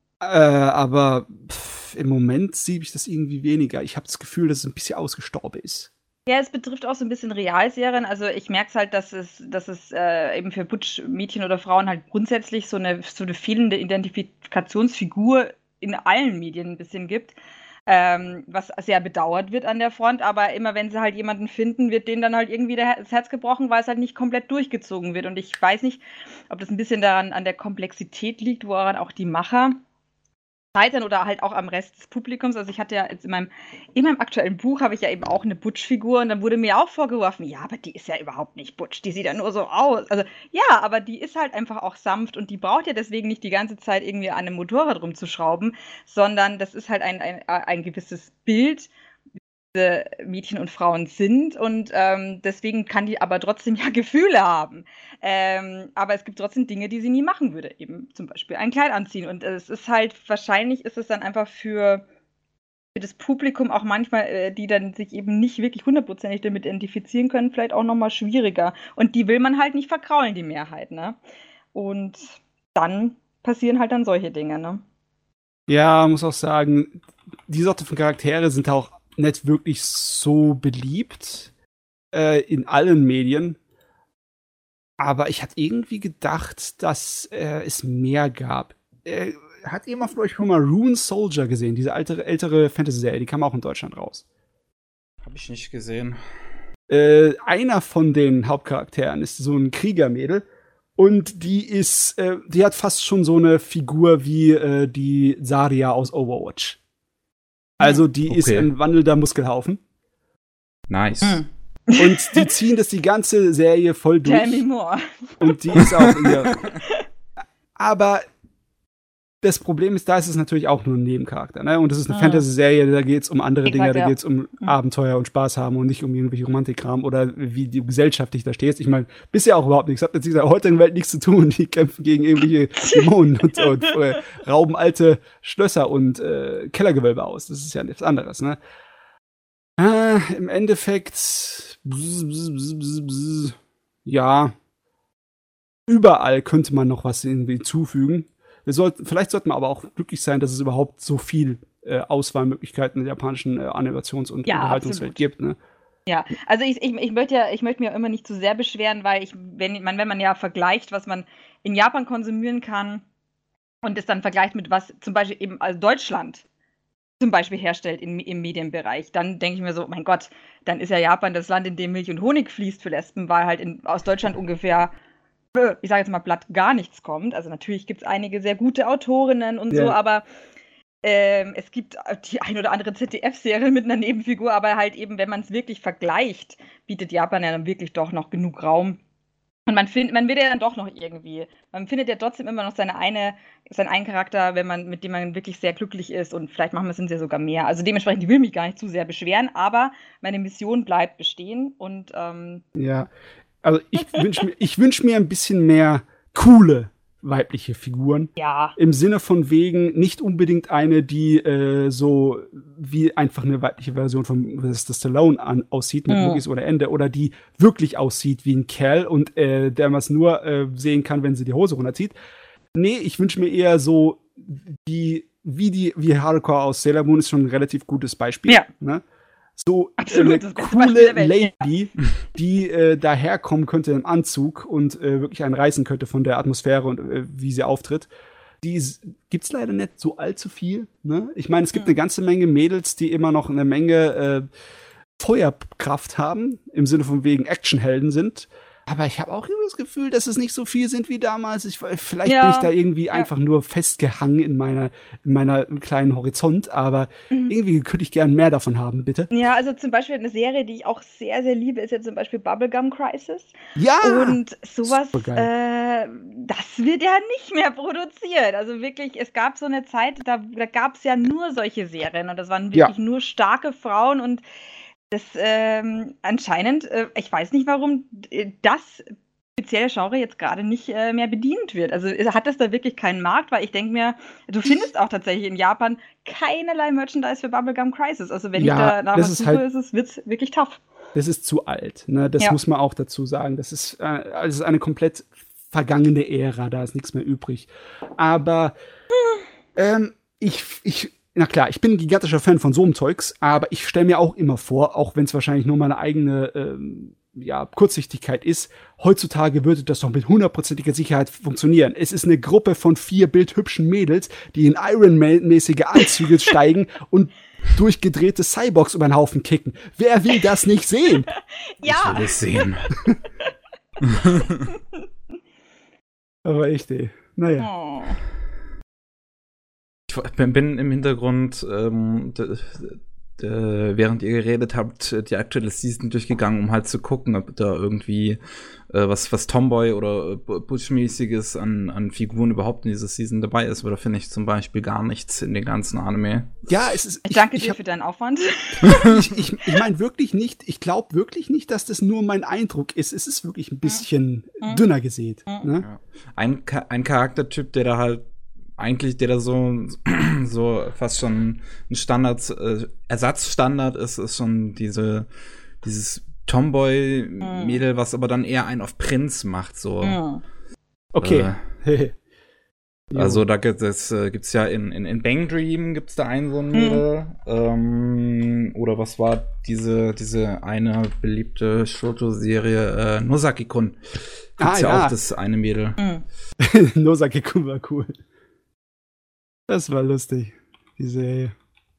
Speaker 3: Aber im Moment sehe ich das irgendwie weniger. Ich habe das Gefühl, dass es ein bisschen ausgestorben ist.
Speaker 2: Ja, es betrifft auch so ein bisschen Realserien. Also ich merke es halt, dass es eben für Butch-Mädchen oder Frauen halt grundsätzlich so eine fehlende Identifikationsfigur in allen Medien ein bisschen gibt. Was sehr bedauert wird an der Front, aber immer wenn sie halt jemanden finden, wird denen dann halt irgendwie das Herz gebrochen, weil es halt nicht komplett durchgezogen wird. Und ich weiß nicht, ob das ein bisschen daran an der Komplexität liegt, woran auch die Macher scheitern oder halt auch am Rest des Publikums. Also ich hatte ja jetzt in meinem aktuellen Buch habe ich ja eben auch eine Butch-Figur und dann wurde mir auch vorgeworfen, ja, aber die ist ja überhaupt nicht Butch, die sieht ja nur so aus. Also ja, aber die ist halt einfach auch sanft und die braucht ja deswegen nicht die ganze Zeit irgendwie an einem Motorrad rumzuschrauben, sondern das ist halt ein gewisses Bild, wie Mädchen und Frauen sind und deswegen kann die aber trotzdem ja Gefühle haben. Aber es gibt trotzdem Dinge, die sie nie machen würde, eben zum Beispiel ein Kleid anziehen und es ist halt, wahrscheinlich ist es dann einfach für das Publikum auch manchmal, die dann sich eben nicht wirklich hundertprozentig damit identifizieren können, vielleicht auch nochmal schwieriger und die will man halt nicht verkraulen, die Mehrheit, ne? Und dann passieren halt dann solche Dinge, ne?
Speaker 3: Ja, muss auch sagen, die Sorte von Charaktere sind auch nicht wirklich so beliebt in allen Medien. Aber ich hatte irgendwie gedacht, dass es mehr gab. Hat jemand von euch schon mal Rune Soldier gesehen? Diese ältere Fantasy-Serie, die kam auch in Deutschland raus.
Speaker 1: Hab ich nicht gesehen.
Speaker 3: Einer von den Hauptcharakteren ist so ein Kriegermädel. Und die hat fast schon so eine Figur wie die Zarya aus Overwatch. Also die ist ein wandelnder Muskelhaufen.
Speaker 1: Nice.
Speaker 3: Und die ziehen das die ganze Serie voll durch.
Speaker 2: Tell me more.
Speaker 3: Und die ist auch aber das Problem ist, da ist es natürlich auch nur ein Nebencharakter, ne? Und das ist eine Fantasy-Serie, da geht's um andere Dinge, da geht's um Abenteuer und Spaß haben und nicht um irgendwelche Romantikkram oder wie die Gesellschaft dich da steht. Ich meine, bisher auch überhaupt nichts. Hat mit dieser heutigen Welt nichts zu tun. Die kämpfen gegen irgendwelche Dämonen und rauben alte Schlösser und Kellergewölbe aus. Das ist ja nichts anderes, ne? Im Endeffekt ja, überall könnte man noch was irgendwie hinzufügen. Vielleicht sollten wir aber auch glücklich sein, dass es überhaupt so viel Auswahlmöglichkeiten in der japanischen Animations- und Unterhaltungswelt gibt. Ne?
Speaker 2: Ja, also ich möchte mich ja immer nicht zu sehr beschweren, weil wenn man ja vergleicht, was man in Japan konsumieren kann und es dann vergleicht mit was zum Beispiel eben als Deutschland zum Beispiel herstellt im Medienbereich, dann denke ich mir so, mein Gott, dann ist ja Japan das Land, in dem Milch und Honig fließt für Lesben, weil halt aus Deutschland ungefähr, ich sage jetzt mal platt, gar nichts kommt. Also natürlich gibt es einige sehr gute Autorinnen und so, aber es gibt die ein oder andere ZDF-Serie mit einer Nebenfigur, aber halt eben, wenn man es wirklich vergleicht, bietet Japan ja dann wirklich doch noch genug Raum. Und man wird ja dann doch noch irgendwie, man findet ja trotzdem immer noch seinen einen Charakter, mit dem man wirklich sehr glücklich ist und vielleicht sind es ja sogar mehr. Also dementsprechend, ich will mich gar nicht zu sehr beschweren, aber meine Mission bleibt bestehen und
Speaker 3: ja, also ich wünsch mir ein bisschen mehr coole weibliche Figuren.
Speaker 2: Ja.
Speaker 3: Im Sinne von wegen nicht unbedingt eine, die so wie einfach eine weibliche Version von Sylvester Stallone aussieht mit Muckis oder Ende oder die wirklich aussieht wie ein Kerl und der man es nur sehen kann, wenn sie die Hose runterzieht. Nee, ich wünsche mir eher so wie Haruka aus Sailor Moon ist schon ein relativ gutes Beispiel.
Speaker 2: Ja.
Speaker 3: Ne? So
Speaker 2: absolut,
Speaker 3: eine coole Lady, die daherkommen könnte im Anzug und wirklich einen reißen könnte von der Atmosphäre und wie sie auftritt. Die gibt's leider nicht so allzu viel. Ne? Ich meine, es gibt eine ganze Menge Mädels, die immer noch eine Menge Feuerkraft haben, im Sinne von wegen Actionhelden sind. Aber ich habe auch immer das Gefühl, dass es nicht so viel sind wie damals. Vielleicht bin ich da irgendwie einfach nur festgehangen in meiner kleinen Horizont, aber irgendwie könnte ich gern mehr davon haben, bitte.
Speaker 2: Ja, also zum Beispiel eine Serie, die ich auch sehr, sehr liebe, ist ja zum Beispiel Bubblegum Crisis.
Speaker 3: Ja!
Speaker 2: Und sowas, das wird ja nicht mehr produziert. Also wirklich, es gab so eine Zeit, da gab es ja nur solche Serien und das waren wirklich nur starke Frauen und das anscheinend, ich weiß nicht, warum das spezielle Genre jetzt gerade nicht mehr bedient wird. Also hat das da wirklich keinen Markt? Weil ich denke mir, du findest auch tatsächlich in Japan keinerlei Merchandise für Bubblegum Crisis. Also wenn ich da nach was suche, wird es wirklich tough.
Speaker 3: Das ist zu alt, ne? Das muss man auch dazu sagen. Das ist eine komplett vergangene Ära, da ist nichts mehr übrig. Aber na klar, ich bin ein gigantischer Fan von so einem Zeugs, aber ich stelle mir auch immer vor, auch wenn es wahrscheinlich nur meine eigene Kurzsichtigkeit ist, heutzutage würde das doch mit 100%iger Sicherheit funktionieren. Es ist eine Gruppe von 4 bildhübschen Mädels, die in Iron-Man-mäßige Anzüge steigen und durchgedrehte Cyborgs über den Haufen kicken. Wer will das nicht sehen?
Speaker 2: Ja.
Speaker 1: Ich will es sehen.
Speaker 3: Aber echt, naja.
Speaker 2: Oh.
Speaker 1: Ich bin im Hintergrund, während ihr geredet habt, die aktuelle Season durchgegangen, um halt zu gucken, ob da irgendwie was Tomboy oder Butch-mäßiges an Figuren überhaupt in dieser Season dabei ist. Oder finde ich zum Beispiel gar nichts in den ganzen Anime.
Speaker 3: Ja, es ist.
Speaker 2: Ich danke dir für deinen Aufwand.
Speaker 3: Ich meine wirklich nicht, ich glaube wirklich nicht, dass das nur mein Eindruck ist. Es ist wirklich ein bisschen dünner gesät. Ne?
Speaker 1: Ja. Ein Charaktertyp, der da so fast schon ein Ersatzstandard ist schon dieses Tomboy-Mädel, was aber dann eher einen auf Prinz macht, so.
Speaker 3: Okay.
Speaker 1: Also da gibt's ja in Bang Dream gibt's da einen so ein Mädel. Oder was war diese eine beliebte Shoujo-Serie, Nozaki-kun. Gibt's ja auch das eine Mädel.
Speaker 3: Nozaki-kun war cool. Das war lustig, die Serie.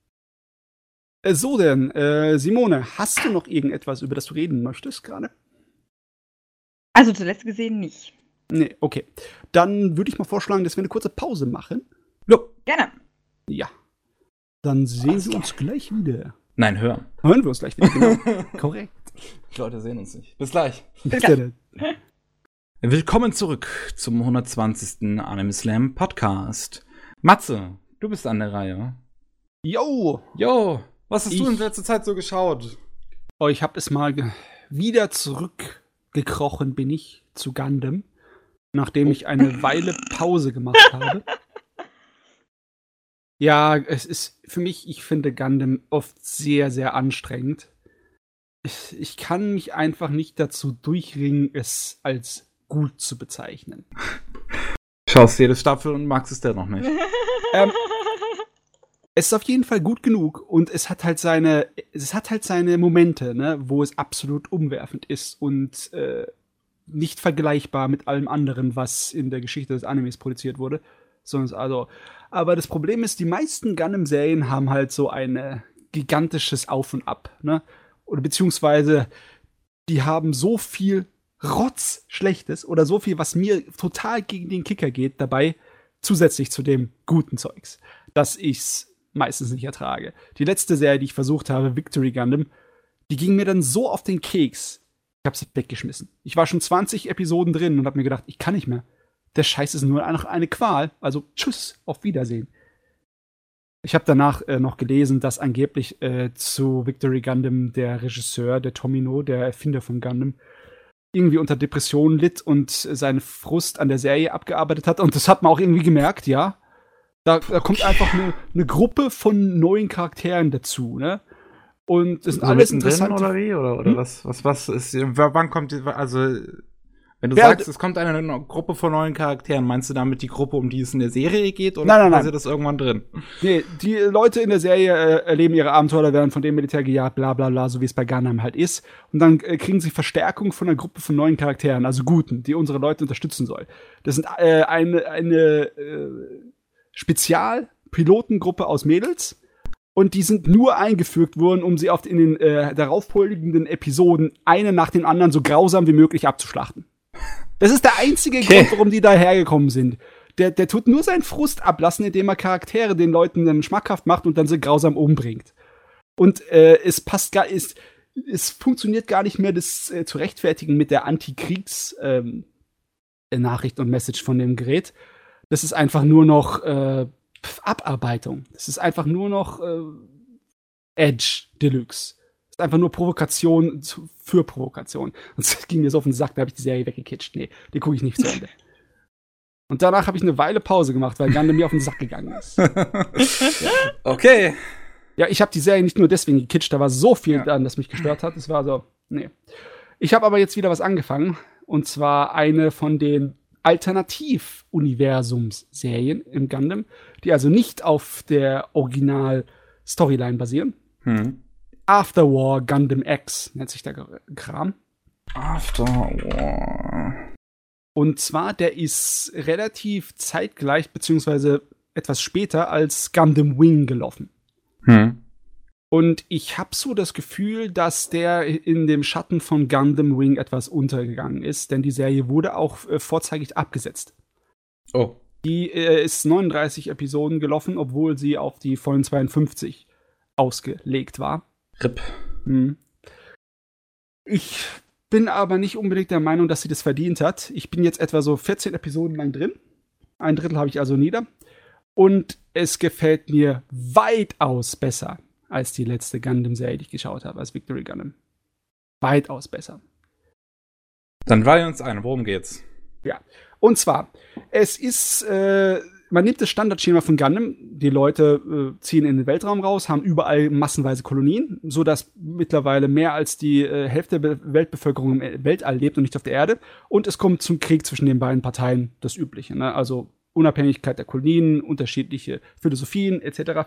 Speaker 3: So denn, Simone, hast du noch irgendetwas, über das du reden möchtest gerade?
Speaker 2: Also zuletzt gesehen nicht.
Speaker 3: Nee, okay. Dann würde ich mal vorschlagen, dass wir eine kurze Pause machen.
Speaker 1: Ja.
Speaker 2: Gerne.
Speaker 3: Ja. Dann sehen wir uns gleich wieder.
Speaker 1: Nein, hören.
Speaker 3: Hören wir uns gleich wieder, genau. Korrekt.
Speaker 1: Die Leute sehen uns nicht. Bis gleich.
Speaker 3: Bis dann.
Speaker 1: Willkommen zurück zum 120. Anime Slam Podcast. Matze, du bist an der Reihe.
Speaker 3: Yo,
Speaker 1: was hast du in letzter Zeit so geschaut?
Speaker 3: Oh, ich habe es mal wieder zurückgekrochen bin ich zu Gundam, nachdem ich eine Weile Pause gemacht habe. Ja, es ist für mich, ich finde Gundam oft sehr, sehr anstrengend. Ich kann mich einfach nicht dazu durchringen, es als gut zu bezeichnen.
Speaker 1: Schaust jede Staffel und magst es dennoch nicht.
Speaker 3: Es ist auf jeden Fall gut genug und es hat halt seine Momente, ne, wo es absolut umwerfend ist und nicht vergleichbar mit allem anderen, was in der Geschichte des Animes produziert wurde. Aber das Problem ist, die meisten Gundam-Serien haben halt so ein gigantisches Auf und Ab, ne? Oder beziehungsweise die haben so viel Rotz-Schlechtes oder so viel, was mir total gegen den Kicker geht, dabei zusätzlich zu dem guten Zeugs, dass ich's meistens nicht ertrage. Die letzte Serie, die ich versucht habe, Victory Gundam, die ging mir dann so auf den Keks. Ich habe sie weggeschmissen. Ich war schon 20 Episoden drin und habe mir gedacht, ich kann nicht mehr. Der Scheiß ist nur noch eine Qual. Also tschüss, auf Wiedersehen. Ich habe danach noch gelesen, dass angeblich zu Victory Gundam der Regisseur, der Tomino, der Erfinder von Gundam, irgendwie unter Depressionen litt und seinen Frust an der Serie abgearbeitet hat. Und das hat man auch irgendwie gemerkt, ja. Da kommt einfach eine Gruppe von neuen Charakteren dazu, ne? Und das sind alles interessant.
Speaker 1: Oder wie? Oder was ist, wann kommt die, also, wenn du sagst, es kommt eine Gruppe von neuen Charakteren, meinst du damit die Gruppe, um die es in der Serie geht? Oder
Speaker 3: nein.
Speaker 1: ist das irgendwann drin?
Speaker 3: Nee, die Leute in der Serie erleben ihre Abenteuer, werden von dem Militär gejagt, bla bla bla, so wie es bei Gundam halt ist. Und dann kriegen sie Verstärkung von einer Gruppe von neuen Charakteren, also Guten, die unsere Leute unterstützen soll. Das sind eine Spezialpilotengruppe aus Mädels und die sind nur eingefügt worden, um sie in den darauffolgenden Episoden eine nach dem anderen so grausam wie möglich abzuschlachten. Das ist der einzige Grund, warum die da hergekommen sind. Der tut nur seinen Frust ablassen, indem er Charaktere den Leuten dann schmackhaft macht und dann sie grausam umbringt. Und es funktioniert gar nicht mehr, das zu rechtfertigen mit der Anti-Kriegs-Nachricht und Message von dem Gerät. Das ist einfach nur noch Abarbeitung. Das ist einfach nur noch Edge Deluxe. Das ist einfach nur Provokation für Provokation. Und das ging mir so auf den Sack, da habe ich die Serie weggekitscht. Nee, die gucke ich nicht zu Ende. Und danach habe ich eine Weile Pause gemacht, weil Gundam mir auf den Sack gegangen ist.
Speaker 1: Okay.
Speaker 3: Ja, ich habe die Serie nicht nur deswegen gekitscht, da war so viel dran, das mich gestört hat. Es war so, nee. Ich habe aber jetzt wieder was angefangen. Und zwar eine von den Alternativ-Universums-Serien im Gundam, die also nicht auf der Original-Storyline basieren. After War Gundam X nennt sich der Kram.
Speaker 1: After War.
Speaker 3: Und zwar, der ist relativ zeitgleich, beziehungsweise etwas später als Gundam Wing gelaufen. Und ich habe so das Gefühl, dass der in dem Schatten von Gundam Wing etwas untergegangen ist, denn die Serie wurde auch vorzeitig abgesetzt.
Speaker 1: Oh.
Speaker 3: Die ist 39 Episoden gelaufen, obwohl sie auf die vollen 52 ausgelegt war.
Speaker 1: RIP.
Speaker 3: Ich bin aber nicht unbedingt der Meinung, dass sie das verdient hat. Ich bin jetzt etwa so 14 Episoden lang drin. Ein Drittel habe ich also nieder. Und es gefällt mir weitaus besser als die letzte Gundam-Serie, die ich geschaut habe, als Victory Gundam. Weitaus besser.
Speaker 1: Dann weihe uns ein. Worum geht's?
Speaker 3: Ja. Und zwar, es ist, man nimmt das Standardschema von Gundam. Die Leute ziehen in den Weltraum raus, haben überall massenweise Kolonien, sodass mittlerweile mehr als die Hälfte der Weltbevölkerung im Weltall lebt und nicht auf der Erde. Und es kommt zum Krieg zwischen den beiden Parteien, das Übliche. Ne? Also Unabhängigkeit der Kolonien, unterschiedliche Philosophien etc.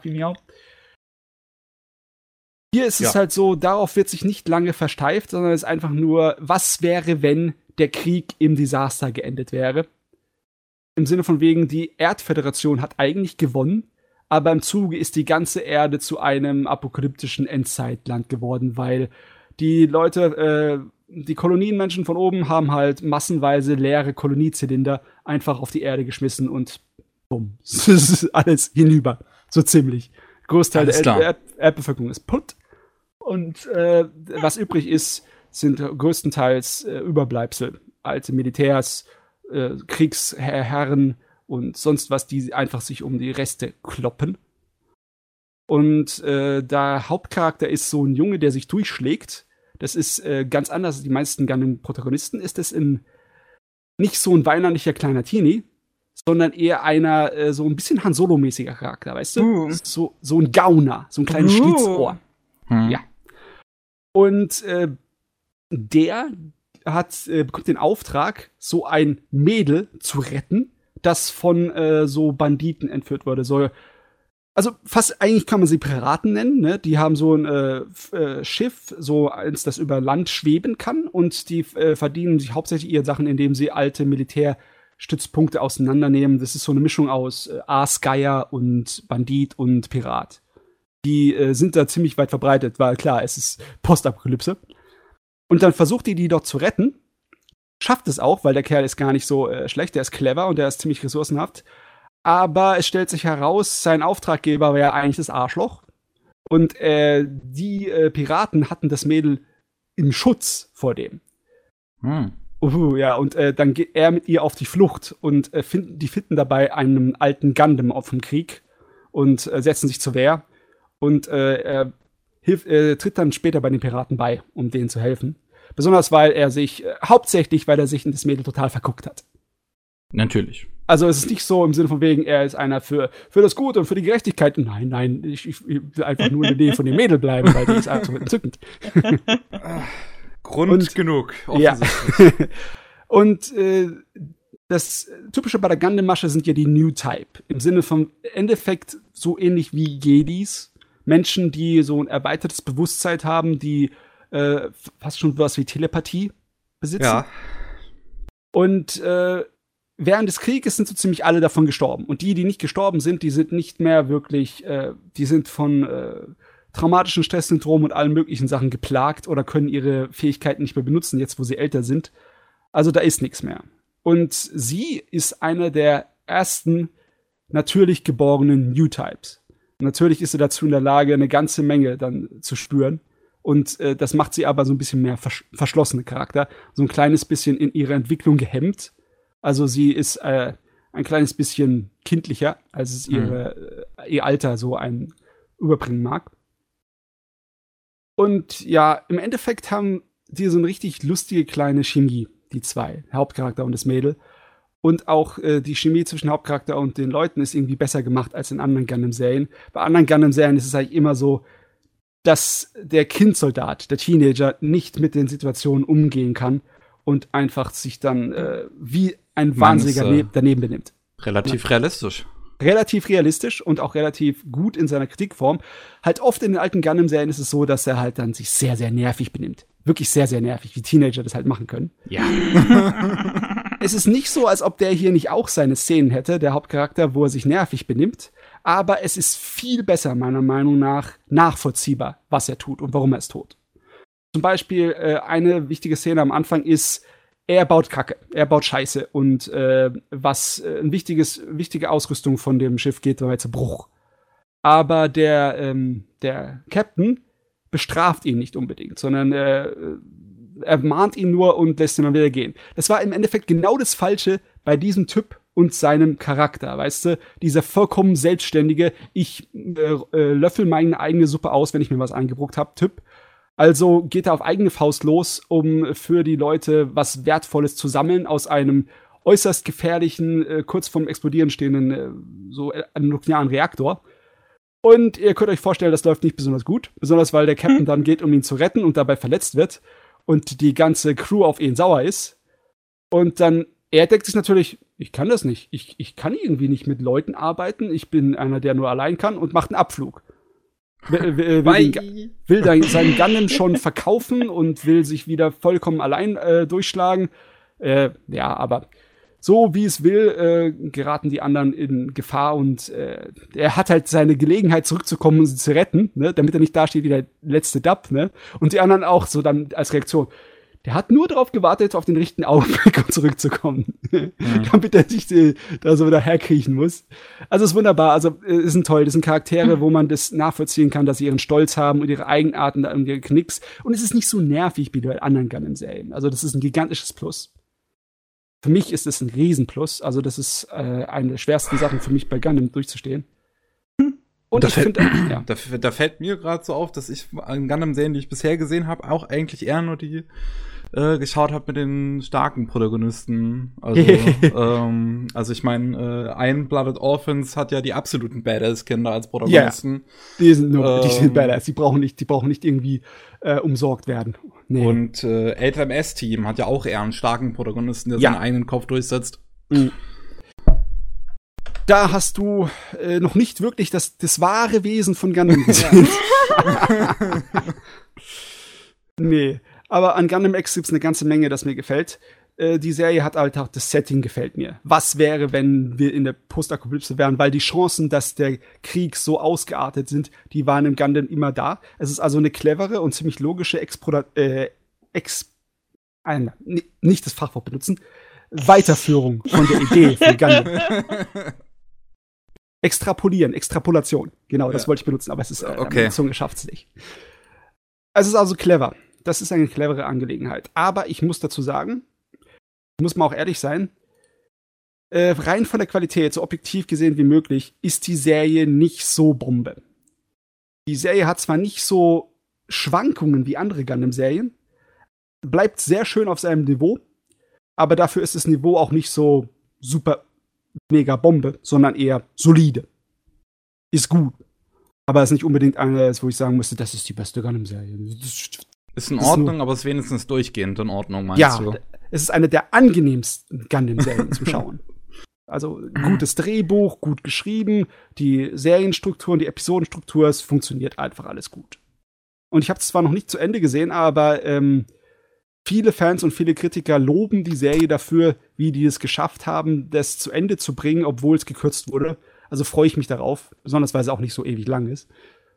Speaker 3: Hier ist es halt so, darauf wird sich nicht lange versteift, sondern es ist einfach nur, was wäre, wenn der Krieg im Desaster geendet wäre. Im Sinne von wegen, die Erdföderation hat eigentlich gewonnen, aber im Zuge ist die ganze Erde zu einem apokalyptischen Endzeitland geworden, weil die Leute, die Kolonienmenschen von oben haben halt massenweise leere Koloniezylinder einfach auf die Erde geschmissen und bumm, das ist alles hinüber, so ziemlich. Großteil der Erdbevölkerung ist putt und was übrig ist, sind größtenteils Überbleibsel, alte Militärs, Kriegsherren und sonst was, die einfach sich um die Reste kloppen. Und der Hauptcharakter ist so ein Junge, der sich durchschlägt. Das ist ganz anders als die meisten Gundam-Protagonisten. Ist es nicht so ein weinerlicher kleiner Teenie, sondern eher einer so ein bisschen Han Solo-mäßiger Charakter, weißt du? So ein Gauner, so ein kleines Schlitzohr. Ja. Und der bekommt den Auftrag, so ein Mädel zu retten, das von so Banditen entführt wurde. Also fast eigentlich kann man sie Piraten nennen, ne? Die haben so ein Schiff, so eins, das über Land schweben kann, und die verdienen sich hauptsächlich ihre Sachen, indem sie alte Militärstützpunkte auseinandernehmen. Das ist so eine Mischung aus Aasgeier und Bandit und Pirat. Die sind da ziemlich weit verbreitet, weil klar, es ist Postapokalypse. Und dann versucht die dort zu retten. Schafft es auch, weil der Kerl ist gar nicht so schlecht. Der ist clever und der ist ziemlich ressourcenhaft. Aber es stellt sich heraus, sein Auftraggeber war ja eigentlich das Arschloch. Und die Piraten hatten das Mädel im Schutz vor dem. Und dann geht er mit ihr auf die Flucht und die finden dabei einen alten Gundam auf dem Krieg und setzen sich zur Wehr. Und er tritt dann später bei den Piraten bei, um denen zu helfen. Besonders hauptsächlich, weil er sich in das Mädel total verguckt hat.
Speaker 1: Natürlich.
Speaker 3: Also es ist nicht so im Sinne von wegen, er ist einer für das Gute und für die Gerechtigkeit. Nein, ich will einfach nur in der Nähe von dem Mädel bleiben, weil die ist einfach entzückend.
Speaker 1: Grund genug,
Speaker 3: offensichtlich. Ja. Und das Typische bei der Gundam-Masche sind ja die New Type. Im Sinne von Endeffekt so ähnlich wie Jedis. Menschen, die so ein erweitertes Bewusstsein haben, die fast schon was wie Telepathie besitzen. Ja. Und während des Krieges sind so ziemlich alle davon gestorben. Und die nicht gestorben sind, die sind nicht mehr wirklich, die sind von traumatischen Stresssyndrom und allen möglichen Sachen geplagt oder können ihre Fähigkeiten nicht mehr benutzen, jetzt wo sie älter sind. Also da ist nichts mehr. Und sie ist eine der ersten natürlich geborenen New-Types. Natürlich ist sie dazu in der Lage, eine ganze Menge dann zu spüren. Und das macht sie aber so ein bisschen mehr verschlossene Charakter. So ein kleines bisschen in ihrer Entwicklung gehemmt. Also sie ist ein kleines bisschen kindlicher, als es ihr Alter so ein überbringen mag. Und ja, im Endeffekt haben die so eine richtig lustige kleine Chemie, die zwei, der Hauptcharakter und das Mädel. Und auch die Chemie zwischen Hauptcharakter und den Leuten ist irgendwie besser gemacht als in anderen Gundam-Serien. Bei anderen Gundam-Serien ist es eigentlich immer so, dass der Kindsoldat, der Teenager, nicht mit den Situationen umgehen kann und einfach sich dann wie ein Wahnsinniger daneben benimmt.
Speaker 1: Relativ realistisch.
Speaker 3: Relativ realistisch und auch relativ gut in seiner Kritikform. Halt oft in den alten Gundam-Serien ist es so, dass er halt dann sich sehr, sehr nervig benimmt. Wirklich sehr, sehr nervig, wie Teenager das halt machen können.
Speaker 1: Ja.
Speaker 3: Es ist nicht so, als ob der hier nicht auch seine Szenen hätte, der Hauptcharakter, wo er sich nervig benimmt. Aber es ist viel besser, meiner Meinung nach, nachvollziehbar, was er tut und warum er es tut. Zum Beispiel eine wichtige Szene am Anfang ist, er baut Kacke, er baut Scheiße. Und was eine wichtige Ausrüstung von dem Schiff geht, war jetzt Bruch. Aber der Captain bestraft ihn nicht unbedingt, sondern er mahnt ihn nur und lässt ihn dann wieder gehen. Das war im Endeffekt genau das Falsche bei diesem Typ und seinem Charakter, weißt du? Dieser vollkommen selbstständige, ich löffel meine eigene Suppe aus, wenn ich mir was eingebrockt habe, Typ. Also geht er auf eigene Faust los, um für die Leute was Wertvolles zu sammeln aus einem äußerst gefährlichen, kurz vorm Explodieren stehenden, so einem nuklearen Reaktor. Und ihr könnt euch vorstellen, das läuft nicht besonders gut. Besonders, weil der Captain dann geht, um ihn zu retten und dabei verletzt wird. Und die ganze Crew auf ihn sauer ist. Und dann, er denkt sich natürlich, Ich kann das nicht. Ich kann irgendwie nicht mit Leuten arbeiten. Ich bin einer, der nur allein kann und macht einen Abflug. Will seinen Gundam schon verkaufen und will sich wieder vollkommen allein durchschlagen. Ja, aber so wie es will, geraten die anderen in Gefahr und er hat halt seine Gelegenheit zurückzukommen und sie zu retten, ne, damit er nicht dasteht wie der letzte Dub, ne? Und die anderen auch so dann als Reaktion. Der hat nur darauf gewartet, auf den richtigen Augenblick, um zurückzukommen. Damit er sich da so wieder herkriechen muss. Also ist wunderbar. Also ist toll. Das sind Charaktere, wo man das nachvollziehen kann, dass sie ihren Stolz haben und ihre Eigenarten und ihre Knicks. Und es ist nicht so nervig wie bei anderen Gundam-Serien. Also das ist ein gigantisches Plus. Für mich ist es ein Riesenplus. Also das ist eine der schwersten Sachen für mich bei Gundam durchzustehen. Und
Speaker 1: da fällt mir gerade so auf, dass ich an Gundam-Serien, die ich bisher gesehen habe, auch eigentlich eher nur die geschaut habe mit den starken Protagonisten. Also ich meine, Iron-Blooded Orphans hat ja die absoluten Badass-Kinder als Protagonisten.
Speaker 3: Yeah. Die sind Badass. Die brauchen nicht irgendwie umsorgt werden. Nee.
Speaker 1: Und LMS-Team hat ja auch eher einen starken Protagonisten, der seinen eigenen Kopf durchsetzt.
Speaker 3: Mhm. Da hast du noch nicht wirklich das wahre Wesen von Gundam gesehen. Nee, aber an Gundam X gibt's eine ganze Menge, das mir gefällt. Die Serie hat halt auch das Setting gefällt mir. Was wäre, wenn wir in der Postapokalypse wären? Weil die Chancen, dass der Krieg so ausgeartet sind, die waren im Gundam immer da. Es ist also eine clevere und ziemlich logische nicht das Fachwort benutzen, Weiterführung von der Idee von Gundam. Extrapolation. Genau, das wollte ich benutzen, aber es ist meine Zunge schafft's nicht. Es ist also clever. Das ist eine clevere Angelegenheit. Aber ich muss dazu sagen, muss man auch ehrlich sein, rein von der Qualität, so objektiv gesehen wie möglich, ist die Serie nicht so Bombe. Die Serie hat zwar nicht so Schwankungen wie andere Gundam-Serien, bleibt sehr schön auf seinem Niveau, aber dafür ist das Niveau auch nicht so super mega Bombe, sondern eher solide. Ist gut. Aber ist nicht unbedingt eine, wo ich sagen müsste, das ist die beste Gundam-Serie.
Speaker 1: Ist in Ordnung, aber ist wenigstens durchgehend in Ordnung, meinst du? Ja,
Speaker 3: es ist eine der angenehmsten Gundam-Serien zum Schauen. Also gutes Drehbuch, gut geschrieben, die Serienstruktur und die Episodenstruktur, es funktioniert einfach alles gut. Und ich habe es zwar noch nicht zu Ende gesehen, aber viele Fans und viele Kritiker loben die Serie dafür, wie die es geschafft haben, das zu Ende zu bringen, obwohl es gekürzt wurde. Also freue ich mich darauf, besonders weil es auch nicht so ewig lang ist.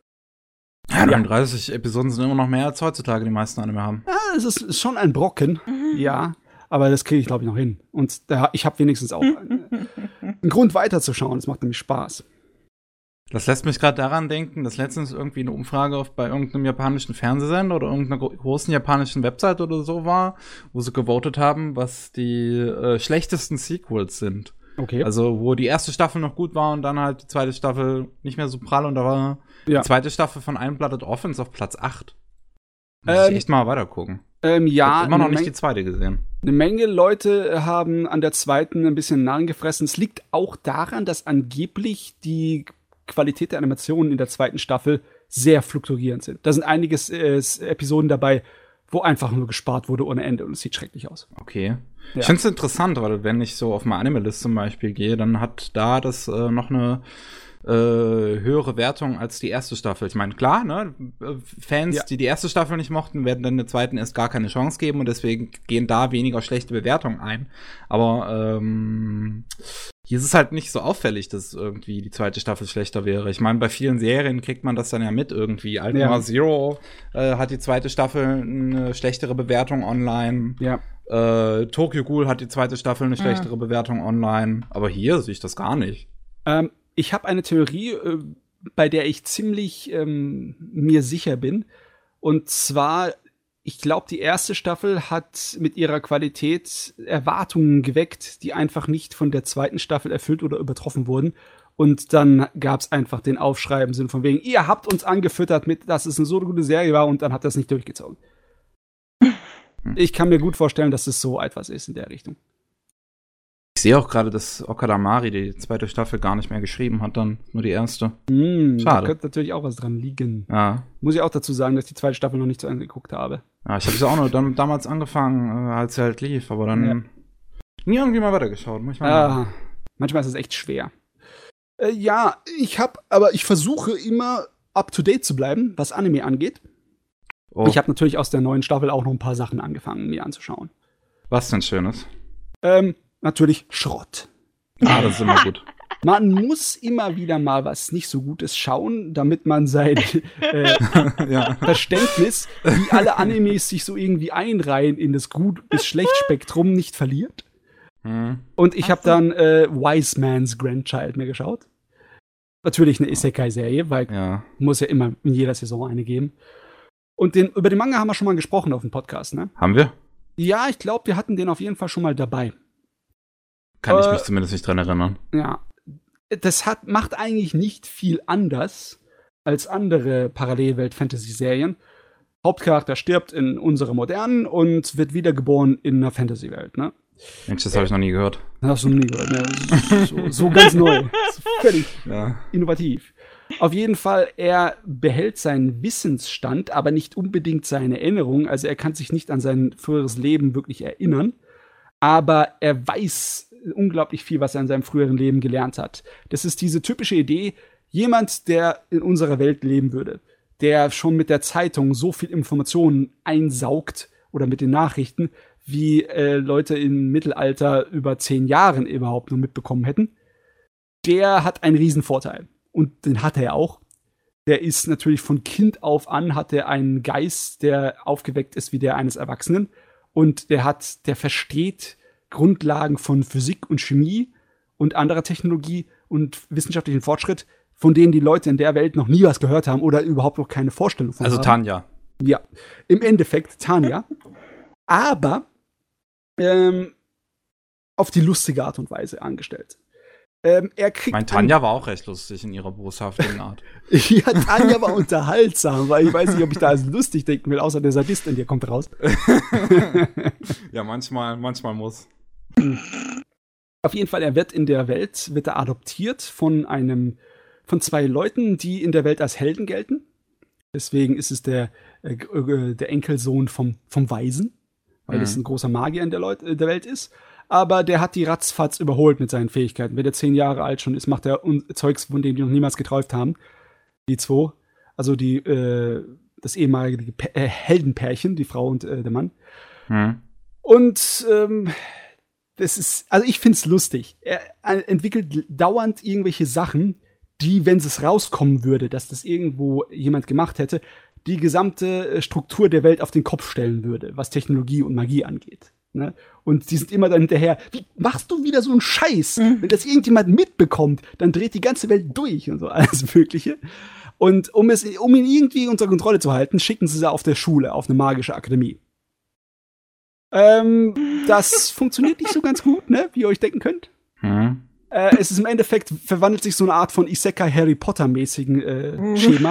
Speaker 1: Ja, 39 Episoden sind immer noch mehr als heutzutage die meisten Anime haben.
Speaker 3: Ja, es ist schon ein Brocken, ja, aber das kriege ich, glaube ich, noch hin. Und ich habe wenigstens auch einen Grund weiterzuschauen, es macht nämlich Spaß.
Speaker 1: Das lässt mich gerade daran denken, dass letztens irgendwie eine Umfrage bei irgendeinem japanischen Fernsehsender oder irgendeiner großen japanischen Website oder so war, wo sie gewotet haben, was die schlechtesten Sequels sind.
Speaker 3: Okay.
Speaker 1: Also, wo die erste Staffel noch gut war und dann halt die zweite Staffel nicht mehr so prall und da war die zweite Staffel von Iron-Blooded Orphans auf Platz 8. Muss ich echt mal weitergucken.
Speaker 3: Ja.
Speaker 1: Ich hab immer noch nicht die zweite gesehen.
Speaker 3: Eine Menge Leute haben an der zweiten ein bisschen Narren gefressen. Es liegt auch daran, dass angeblich die Qualität der Animationen in der zweiten Staffel sehr fluktuierend sind. Da sind einige Episoden dabei, wo einfach nur gespart wurde ohne Ende und es sieht schrecklich aus.
Speaker 1: Okay. Ja. Ich finde es interessant, weil wenn ich so auf meine Animalist zum Beispiel gehe, dann hat da das noch eine höhere Wertung als die erste Staffel. Ich meine, klar, ne, Fans, die erste Staffel nicht mochten, werden dann der zweiten erst gar keine Chance geben und deswegen gehen da weniger schlechte Bewertungen ein. Aber hier ist es halt nicht so auffällig, dass irgendwie die zweite Staffel schlechter wäre. Ich meine, bei vielen Serien kriegt man das dann ja mit irgendwie. Ultima Zero hat die zweite Staffel eine schlechtere Bewertung online.
Speaker 3: Ja.
Speaker 1: Tokyo Ghoul hat die zweite Staffel eine schlechtere Bewertung online. Aber hier sehe ich das gar nicht.
Speaker 3: Ich habe eine Theorie, bei der ich ziemlich mir sicher bin. Und zwar, ich glaube, die erste Staffel hat mit ihrer Qualität Erwartungen geweckt, die einfach nicht von der zweiten Staffel erfüllt oder übertroffen wurden. Und dann gab es einfach den Aufschrei im Sinne von wegen, ihr habt uns angefüttert mit, dass es eine so gute Serie war und dann hat das nicht durchgezogen. Ich kann mir gut vorstellen, dass es so etwas ist in der Richtung.
Speaker 1: Ich sehe auch gerade, dass Okada Mari die zweite Staffel gar nicht mehr geschrieben hat, dann nur die erste.
Speaker 3: Schade. Da könnte natürlich auch was dran liegen.
Speaker 1: Ja.
Speaker 3: Muss ich auch dazu sagen, dass ich die zweite Staffel noch nicht zu Ende geguckt habe.
Speaker 1: Ja, ich habe sie auch nur damals angefangen, als sie halt lief, aber dann Nie irgendwie mal weitergeschaut.
Speaker 3: Manchmal ist es echt schwer. Ich versuche immer up-to-date zu bleiben, was Anime angeht. Oh. Ich habe natürlich aus der neuen Staffel auch noch ein paar Sachen angefangen, mir anzuschauen.
Speaker 1: Was denn Schönes?
Speaker 3: Natürlich Schrott.
Speaker 1: Das ist immer gut.
Speaker 3: Man muss immer wieder mal was nicht so Gutes schauen, damit man sein Verständnis, wie alle Animes sich so irgendwie einreihen in das Gut- bis Schlecht-Spektrum, nicht verliert. Und ich habe dann Wise Man's Grandchild mir geschaut. Natürlich eine Isekai-Serie, weil muss ja immer in jeder Saison eine geben. Und über den Manga haben wir schon mal gesprochen auf dem Podcast, ne?
Speaker 1: Haben wir?
Speaker 3: Ja, ich glaube, wir hatten den auf jeden Fall schon mal dabei.
Speaker 1: Kann ich mich zumindest nicht dran erinnern.
Speaker 3: Ja. Das macht eigentlich nicht viel anders als andere Parallelwelt-Fantasy-Serien. Hauptcharakter stirbt in unserer modernen und wird wiedergeboren in einer Fantasy-Welt, ne?
Speaker 1: Mensch, das habe ich noch nie gehört.
Speaker 3: Das hast du noch nie gehört, ne? So ganz neu. Völlig innovativ. Auf jeden Fall, er behält seinen Wissensstand, aber nicht unbedingt seine Erinnerung. Also er kann sich nicht an sein früheres Leben wirklich erinnern. Aber er weiß unglaublich viel, was er in seinem früheren Leben gelernt hat. Das ist diese typische Idee, jemand, der in unserer Welt leben würde, der schon mit der Zeitung so viel Informationen einsaugt oder mit den Nachrichten, wie Leute im Mittelalter über 10 Jahren überhaupt nur mitbekommen hätten, der hat einen riesen Vorteil. Und den hat er ja auch. Der ist natürlich von Kind auf an, hat er einen Geist, der aufgeweckt ist wie der eines Erwachsenen. Und der versteht Grundlagen von Physik und Chemie und anderer Technologie und wissenschaftlichen Fortschritt, von denen die Leute in der Welt noch nie was gehört haben oder überhaupt noch keine Vorstellung von haben.
Speaker 1: Also Tanja.
Speaker 3: Ja, im Endeffekt Tanja. Aber auf die lustige Art und Weise angestellt.
Speaker 1: Tanja war auch recht lustig in ihrer boshaftigen Art.
Speaker 3: Ja, Tanja war unterhaltsam, weil ich weiß nicht, ob ich da als lustig denken will, außer der Sadist in dir kommt raus.
Speaker 1: Ja, manchmal muss.
Speaker 3: Auf jeden Fall, wird er adoptiert von 2 Leuten, die in der Welt als Helden gelten. Deswegen ist es der Enkelsohn vom Weisen, weil das ein großer Magier in der Welt ist. Aber der hat die ratzfatz überholt mit seinen Fähigkeiten. Wenn der 10 Jahre alt schon ist, macht er Zeugs, von denen die noch niemals geträumt haben. Die 2. Also das ehemalige Heldenpärchen, die Frau und der Mann. Und ich find's lustig. Er entwickelt dauernd irgendwelche Sachen, die, wenn es rauskommen würde, dass das irgendwo jemand gemacht hätte, die gesamte Struktur der Welt auf den Kopf stellen würde, was Technologie und Magie angeht. Ne? Und die sind immer dann hinterher, wie machst du wieder so einen Scheiß? Wenn das irgendjemand mitbekommt, dann dreht die ganze Welt durch und so alles Mögliche. Und um ihn irgendwie unter Kontrolle zu halten, schicken sie auf der Schule, auf eine magische Akademie. Das funktioniert nicht so ganz gut, ne? Wie ihr euch denken könnt. Es ist im Endeffekt, verwandelt sich so eine Art von Isekai Harry Potter-mäßigen Schema.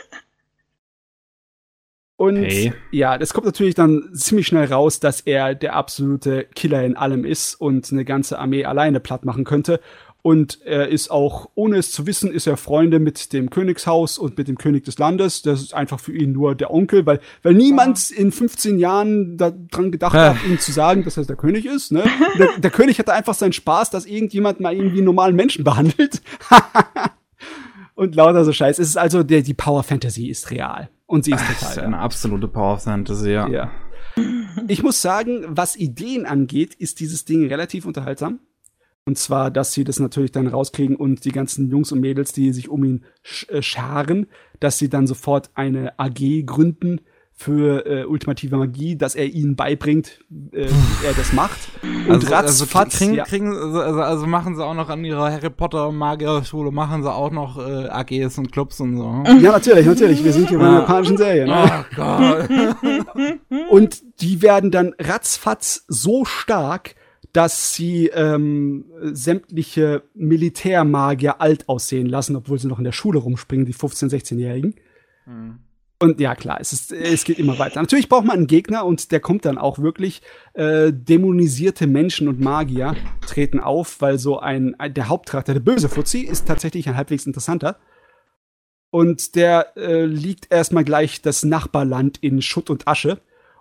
Speaker 3: Und ja, das kommt natürlich dann ziemlich schnell raus, dass er der absolute Killer in allem ist und eine ganze Armee alleine platt machen könnte. Und er ist auch, ohne es zu wissen, ist er Freunde mit dem Königshaus und mit dem König des Landes. Das ist einfach für ihn nur der Onkel, weil niemand in 15 Jahren daran gedacht hat, ihm zu sagen, dass er der König ist. Ne? Der König hatte einfach seinen Spaß, dass irgendjemand mal irgendwie einen normalen Menschen behandelt. Und lauter so Scheiß. Es ist also, die Power Fantasy ist real. Und sie ist total.
Speaker 1: Das ist eine absolute Power Fantasy, ja.
Speaker 3: Ich muss sagen, was Ideen angeht, ist dieses Ding relativ unterhaltsam. Und zwar, dass sie das natürlich dann rauskriegen und die ganzen Jungs und Mädels, die sich um ihn scharen, dass sie dann sofort eine AG gründen für ultimative Magie, dass er ihnen beibringt, wie er das macht. Und ratzfatz,
Speaker 1: also machen sie auch noch an ihrer Harry Potter Magierschule, machen sie auch noch AGs und Clubs und so.
Speaker 3: Ja, natürlich. Wir sind hier bei einer japanischen Serie. Ne? Oh Gott. Und die werden dann ratzfatz so stark, dass sie sämtliche Militärmagier alt aussehen lassen, obwohl sie noch in der Schule rumspringen, die 15-, 16-Jährigen. Und ja, klar, es geht immer weiter. Natürlich braucht man einen Gegner und der kommt dann auch wirklich. Dämonisierte Menschen und Magier treten auf, weil so der Hauptcharakter, der böse Fuzzi, ist tatsächlich ein halbwegs interessanter. Und der liegt erstmal gleich das Nachbarland in Schutt und Asche.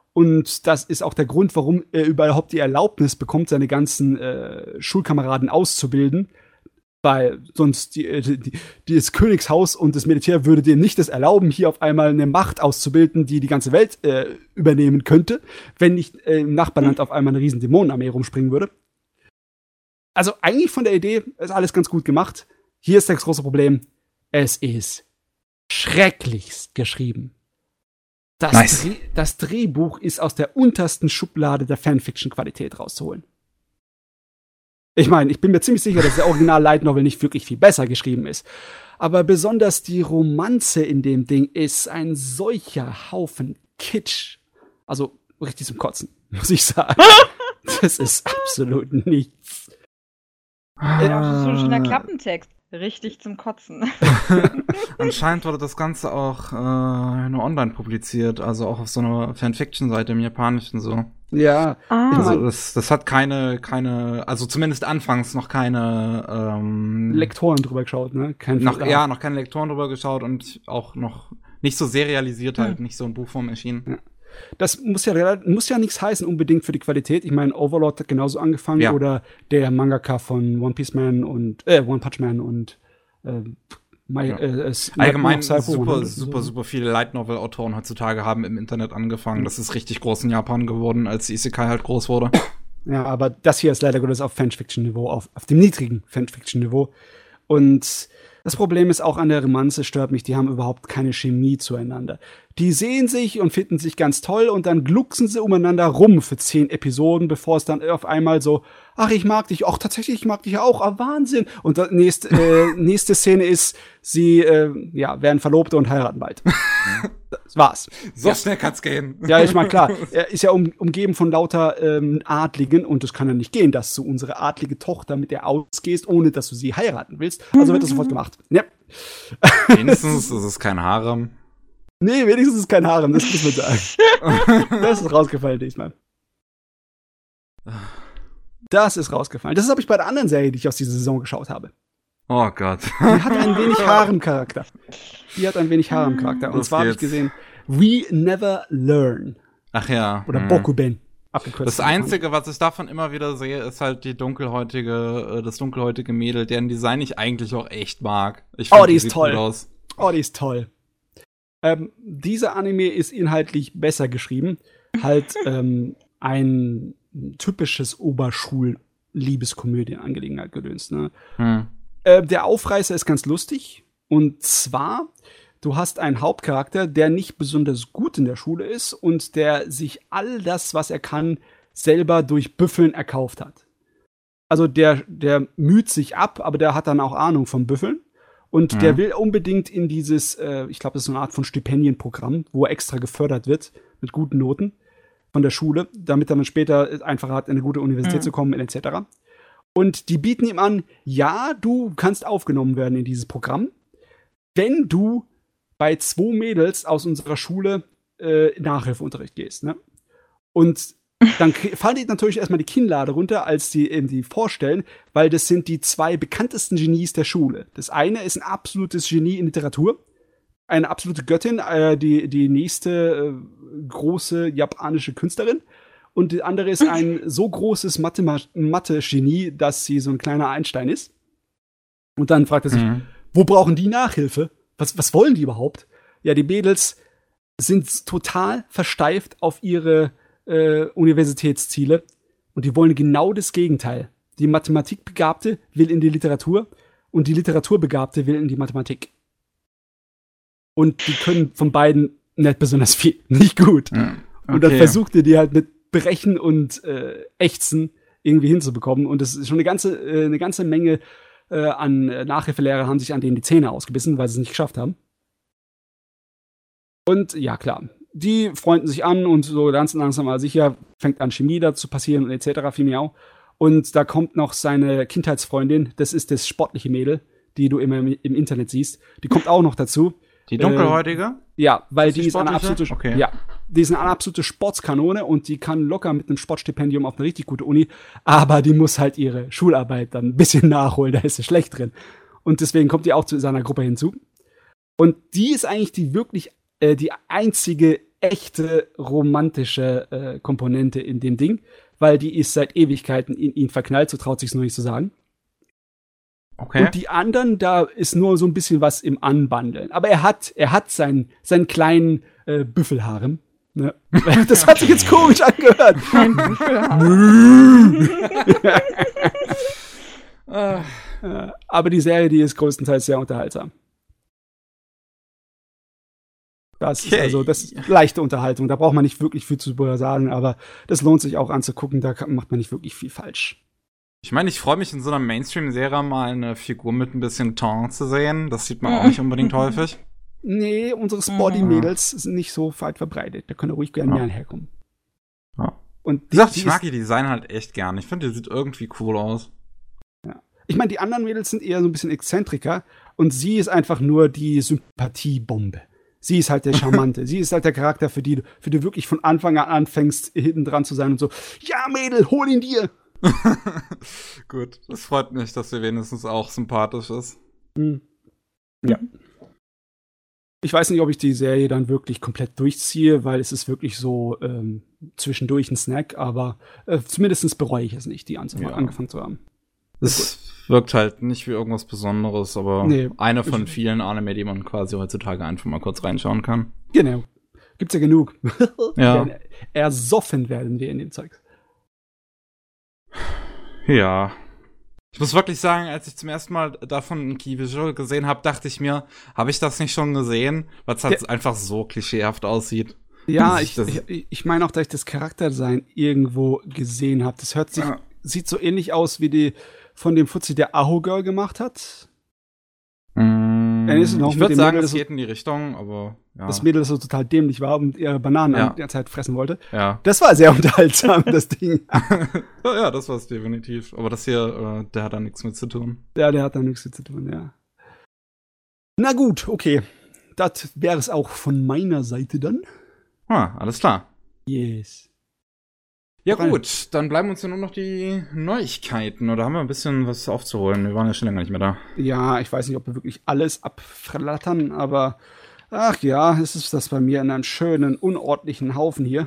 Speaker 3: Und das ist auch der Grund, warum er überhaupt die Erlaubnis bekommt, seine ganzen Schulkameraden auszubilden. Weil sonst das Königshaus und das Militär würde dem nicht das erlauben, hier auf einmal eine Macht auszubilden, die ganze Welt übernehmen könnte, wenn nicht im Nachbarland auf einmal eine riesen Dämonenarmee rumspringen würde. Also eigentlich von der Idee ist alles ganz gut gemacht. Hier ist das große Problem. Es ist schrecklichst geschrieben. Das Drehbuch ist aus der untersten Schublade der Fanfiction-Qualität rauszuholen. Ich meine, ich bin mir ziemlich sicher, dass der Original Light Novel nicht wirklich viel besser geschrieben ist. Aber besonders die Romanze in dem Ding ist ein solcher Haufen Kitsch. Also richtig zum Kotzen, muss ich sagen. Das ist absolut nichts.
Speaker 2: Ja, so ein schöner Klappentext. Richtig zum Kotzen.
Speaker 1: Anscheinend wurde das Ganze auch nur online publiziert, also auch auf so einer Fanfiction-Seite im Japanischen so.
Speaker 3: Ja.
Speaker 1: Also das hat keine, also zumindest anfangs noch keine
Speaker 3: Lektoren drüber geschaut, ne?
Speaker 1: Noch keine Lektoren drüber geschaut und auch noch nicht so serialisiert halt, nicht so in Buchform erschienen. Ja.
Speaker 3: Das muss ja nichts heißen unbedingt für die Qualität. Ich meine, Overlord hat genauso angefangen oder der Mangaka von One Punch Man und
Speaker 1: allgemein super viele Light Novel Autoren heutzutage haben im Internet angefangen. Das ist richtig groß in Japan geworden, als Isekai halt groß wurde.
Speaker 3: Ja, aber das hier ist leider Gottes auf Fanfiction-Niveau, auf dem niedrigen Fanfiction-Niveau. Und das Problem ist auch an der Romanze, stört mich, die haben überhaupt keine Chemie zueinander. Die sehen sich und finden sich ganz toll und dann glucksen sie umeinander rum für 10 Episoden, bevor es dann auf einmal so, ach, ich mag dich, ach, tatsächlich, ich mag dich ja auch, ah, Wahnsinn. Und nächste Szene ist, sie werden Verlobte und heiraten bald. Das war's.
Speaker 1: So schnell kann's gehen.
Speaker 3: Ja, ich meine, klar, er ist ja umgeben von lauter Adligen und es kann ja nicht gehen, dass du unsere adlige Tochter mit der ausgehst, ohne dass du sie heiraten willst. Also wird das sofort gemacht. Ja.
Speaker 1: Wenigstens ist es kein Harem.
Speaker 3: Nee, wenigstens ist es kein Harem, das muss man sagen. Das ist rausgefallen diesmal. Das ist rausgefallen. Das habe ich bei der anderen Serie, die ich aus dieser Saison geschaut habe.
Speaker 1: Oh Gott.
Speaker 3: Die hat ein wenig Harem-Charakter. Und zwar habe ich gesehen, We Never Learn.
Speaker 1: Ach ja.
Speaker 3: Oder Bokuben. Abgekürzt.
Speaker 1: Das Einzige, was ich davon immer wieder sehe, ist halt das dunkelhäutige Mädel, deren Design ich eigentlich auch echt mag.
Speaker 3: Die ist toll. Oh, die ist totoll. Dieser Anime ist inhaltlich besser geschrieben. Halt ein typisches Oberschul-Liebeskomödien-Angelegenheit gedöns. Ne? Der Aufreißer ist ganz lustig. Und zwar, du hast einen Hauptcharakter, der nicht besonders gut in der Schule ist und der sich all das, was er kann, selber durch Büffeln erkauft hat. Also der müht sich ab, aber der hat dann auch Ahnung vom Büffeln. Und der will unbedingt in dieses, ich glaube, das ist so eine Art von Stipendienprogramm, wo er extra gefördert wird mit guten Noten von der Schule, damit er dann später einfacher hat, in eine gute Universität zu kommen, etc. Und die bieten ihm an, ja, du kannst aufgenommen werden in dieses Programm, wenn du bei 2 Mädels aus unserer Schule Nachhilfeunterricht gehst. Ne? Und dann fallen die natürlich erstmal die Kinnlade runter, als die eben die vorstellen, weil das sind die 2 bekanntesten Genies der Schule. Das eine ist ein absolutes Genie in Literatur, eine absolute Göttin, die nächste große japanische Künstlerin. Und die andere ist ein so großes Mathe-Genie, dass sie so ein kleiner Einstein ist. Und dann fragt er sich, wo brauchen die Nachhilfe? Was wollen die überhaupt? Ja, die Mädels sind total versteift auf ihre Universitätsziele und die wollen genau das Gegenteil. Die Mathematikbegabte will in die Literatur und die Literaturbegabte will in die Mathematik. Und die können von beiden nicht besonders viel, nicht gut. Okay. Und dann versucht ihr die halt mit Brechen und Ächzen irgendwie hinzubekommen. Und das ist schon eine ganze Menge an Nachhilfelehrer haben sich an denen die Zähne ausgebissen, weil sie es nicht geschafft haben. Und ja, klar, die freunden sich an und so ganz langsam aber sicher fängt an Chemie da zu passieren und etc. Und da kommt noch seine Kindheitsfreundin, das ist das sportliche Mädel, die du immer im Internet siehst. Die kommt auch noch dazu.
Speaker 1: Die dunkelhäutige?
Speaker 3: Ja, weil die ist eine absolute Sportskanone und die kann locker mit einem Sportstipendium auf eine richtig gute Uni, aber die muss halt ihre Schularbeit dann ein bisschen nachholen, da ist sie schlecht drin. Und deswegen kommt die auch zu seiner Gruppe hinzu. Und die ist eigentlich die einzige echte romantische Komponente in dem Ding, weil die ist seit Ewigkeiten in ihn verknallt, so traut sich's noch nicht zu sagen.
Speaker 1: Okay.
Speaker 3: Und die anderen, da ist nur so ein bisschen was im Anbandeln. Aber er hat seinen kleinen Büffelharem. Ne? Das hat sich jetzt komisch angehört.
Speaker 2: Ein Büffelharem.
Speaker 3: Aber die Serie, die ist größtenteils sehr unterhaltsam. Das ist leichte Unterhaltung. Da braucht man nicht wirklich viel zu sagen, aber das lohnt sich auch anzugucken. Da macht man nicht wirklich viel falsch.
Speaker 1: Ich meine, ich freue mich in so einer Mainstream-Serie mal eine Figur mit ein bisschen Ton zu sehen. Das sieht man auch nicht unbedingt häufig.
Speaker 3: Nee, unsere Sporty-Mädels sind nicht so weit verbreitet. Da können ruhig gerne mehr herkommen.
Speaker 1: Ja.
Speaker 3: Und
Speaker 1: wie gesagt, ich mag ihr Design halt echt gern. Ich finde, die sieht irgendwie cool aus.
Speaker 3: Ja. Ich meine, die anderen Mädels sind eher so ein bisschen Exzentriker und sie ist einfach nur die Sympathiebombe. Sie ist halt der Charmante. Sie ist halt der Charakter, für die du wirklich von Anfang an anfängst, hinten dran zu sein und so, ja, Mädel, hol ihn dir!
Speaker 1: Gut, das freut mich, dass sie wenigstens auch sympathisch ist.
Speaker 3: Ja. Ich weiß nicht, ob ich die Serie dann wirklich komplett durchziehe, weil es ist wirklich so zwischendurch ein Snack, aber zumindest bereue ich es nicht, die angefangen zu haben.
Speaker 1: Es wirkt halt nicht wie irgendwas Besonderes, aber eine von vielen Anime, die man quasi heutzutage einfach mal kurz reinschauen kann.
Speaker 3: Genau. Gibt's ja genug.
Speaker 1: Ja.
Speaker 3: Ersoffen werden wir in dem Zeug.
Speaker 1: Ja. Ich muss wirklich sagen, als ich zum ersten Mal davon ein Key Visual gesehen habe, dachte ich mir, habe ich das nicht schon gesehen? Weil es halt einfach so klischeehaft aussieht.
Speaker 3: Ja, ich meine auch, dass ich das Charakterdesign irgendwo gesehen habe. Das sieht so ähnlich aus wie die von dem Fuzzi, der Aho Girl gemacht hat.
Speaker 1: Ich würde sagen, es geht in die Richtung, aber ja.
Speaker 3: Das Mädel, das so total dämlich war und ihre Bananen an der Zeit fressen wollte.
Speaker 1: Ja.
Speaker 3: Das war sehr unterhaltsam, das Ding.
Speaker 1: Ja, das war es definitiv. Aber das hier, der hat da nichts mit zu tun.
Speaker 3: Ja, der hat da nichts mit zu tun, ja. Na gut, okay. Das wäre es auch von meiner Seite dann.
Speaker 1: Alles klar.
Speaker 3: Yes.
Speaker 1: Ja gut, dann bleiben uns ja nur noch die Neuigkeiten. Oder haben wir ein bisschen was aufzuholen? Wir waren ja schon länger nicht mehr da.
Speaker 3: Ja, ich weiß nicht, ob wir wirklich alles abflattern, aber ach ja, es ist das bei mir in einem schönen, unordentlichen Haufen hier.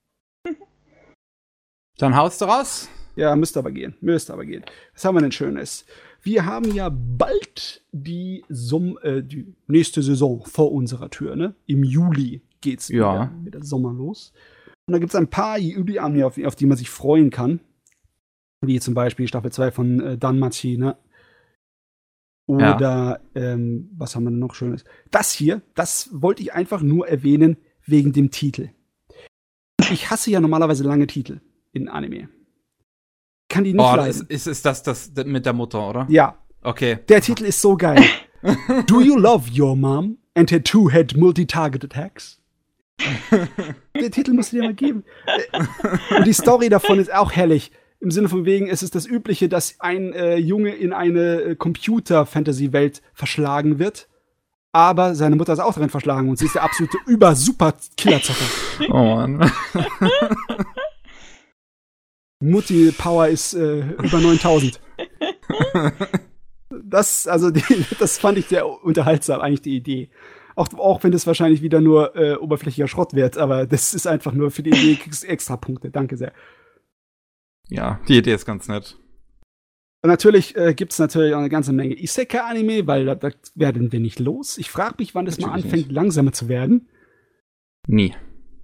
Speaker 1: Dann haust du raus.
Speaker 3: Ja, müsste aber gehen. Was haben wir denn Schönes? Wir haben ja bald die nächste Saison vor unserer Tür, ne? Im Juli geht's wieder mit der Sommer los. Und da gibt es ein paar Juli-Anime, auf die man sich freuen kann. Wie zum Beispiel Staffel 2 von Danmachi, ne? Oder, was haben wir denn noch Schönes? Das hier, das wollte ich einfach nur erwähnen wegen dem Titel. Ich hasse ja normalerweise lange Titel in Anime. Kann die nicht leiden.
Speaker 1: Ist das mit der Mutter, oder?
Speaker 3: Ja.
Speaker 1: Okay.
Speaker 3: Der Titel ist so geil. Do you love your mom and her two-head multi-target attacks? Der Titel musst du dir mal geben. Und die Story davon ist auch herrlich. Im Sinne von wegen, es ist das Übliche, dass ein Junge in eine Computer-Fantasy-Welt verschlagen wird. Aber seine Mutter ist auch darin verschlagen und sie ist der absolute Super-Killer-Zocker.
Speaker 1: Oh Mann.
Speaker 3: Mutti-Power ist über 9000. Das fand ich sehr unterhaltsam, eigentlich die Idee. Auch wenn das wahrscheinlich wieder nur oberflächlicher Schrott wird, aber das ist einfach nur für die Idee extra Punkte. Danke sehr.
Speaker 1: Ja, die Idee ist ganz nett.
Speaker 3: Und natürlich gibt's natürlich auch eine ganze Menge Isekai-Anime, weil da werden wir nicht los. Ich frage mich, wann das mal anfängt, langsamer zu werden.
Speaker 1: Nie.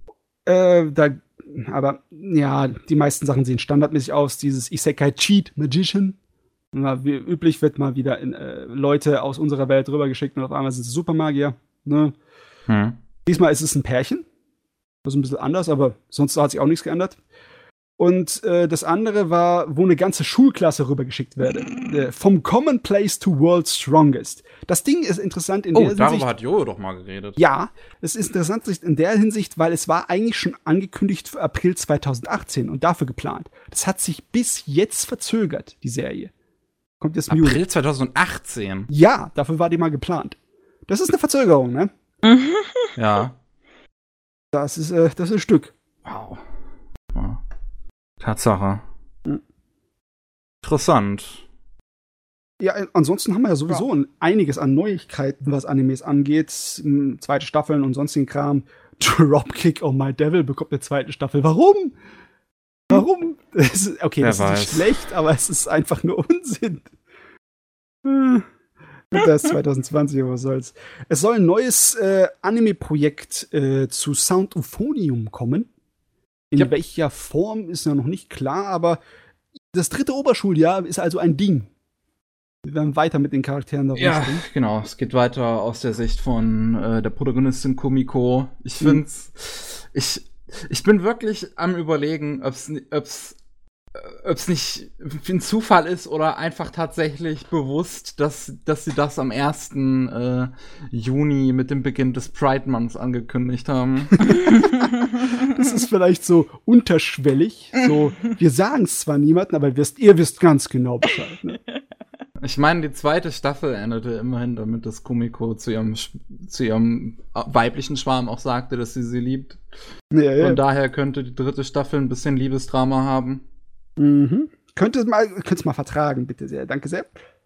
Speaker 3: Aber ja, die meisten Sachen sehen standardmäßig aus. Dieses Isekai Cheat Magician. Wie üblich wird mal wieder Leute aus unserer Welt rübergeschickt und auf einmal sind es Supermagier. Ne? Diesmal ist es ein Pärchen. Das ist ein bisschen anders, aber sonst hat sich auch nichts geändert. Und das andere war, wo eine ganze Schulklasse rübergeschickt werde. Vom Commonplace to World's Strongest. Das Ding ist interessant in der Hinsicht.
Speaker 1: Darüber hat Jojo doch mal geredet.
Speaker 3: Ja, es ist interessant in der Hinsicht, weil es war eigentlich schon angekündigt für April 2018 und dafür geplant. Das hat sich bis jetzt verzögert, die Serie. Kommt jetzt
Speaker 1: April 2018?
Speaker 3: Ja, dafür war die mal geplant. Das ist eine Verzögerung, ne?
Speaker 1: Ja.
Speaker 3: Das ist ein Stück.
Speaker 1: Wow. Tatsache. Interessant.
Speaker 3: Ja, ansonsten haben wir ja sowieso einiges an Neuigkeiten, was Animes angeht. Zweite Staffeln und sonstigen Kram. Dropkick on My Devil bekommt eine zweite Staffel. Warum? Warum? Das ist nicht schlecht, aber es ist einfach nur Unsinn. Das ist 2020, was soll's. Es soll ein neues Anime-Projekt zu Sound Euphonium kommen. In welcher Form ist ja noch nicht klar, aber das 3. Oberschuljahr ist also ein Ding. Wir werden weiter mit den Charakteren da
Speaker 1: rumspringen. Ja, genau. Es geht weiter aus der Sicht von der Protagonistin Kumiko. Ich find's. Ich bin wirklich am Überlegen, ob's nicht ein Zufall ist oder einfach tatsächlich bewusst, dass sie das am 1. Juni mit dem Beginn des Pride Months angekündigt haben.
Speaker 3: Das ist vielleicht so unterschwellig. So, wir sagen es zwar niemandem, aber ihr wisst ganz genau Bescheid. Ne?
Speaker 1: Ich meine, die 2. Staffel endete immerhin damit, dass Kumiko zu ihrem weiblichen Schwarm auch sagte, dass sie liebt. Ja. Von daher könnte die 3. Staffel ein bisschen Liebesdrama haben.
Speaker 3: Mhm. Könntest mal vertragen, bitte sehr. Danke sehr.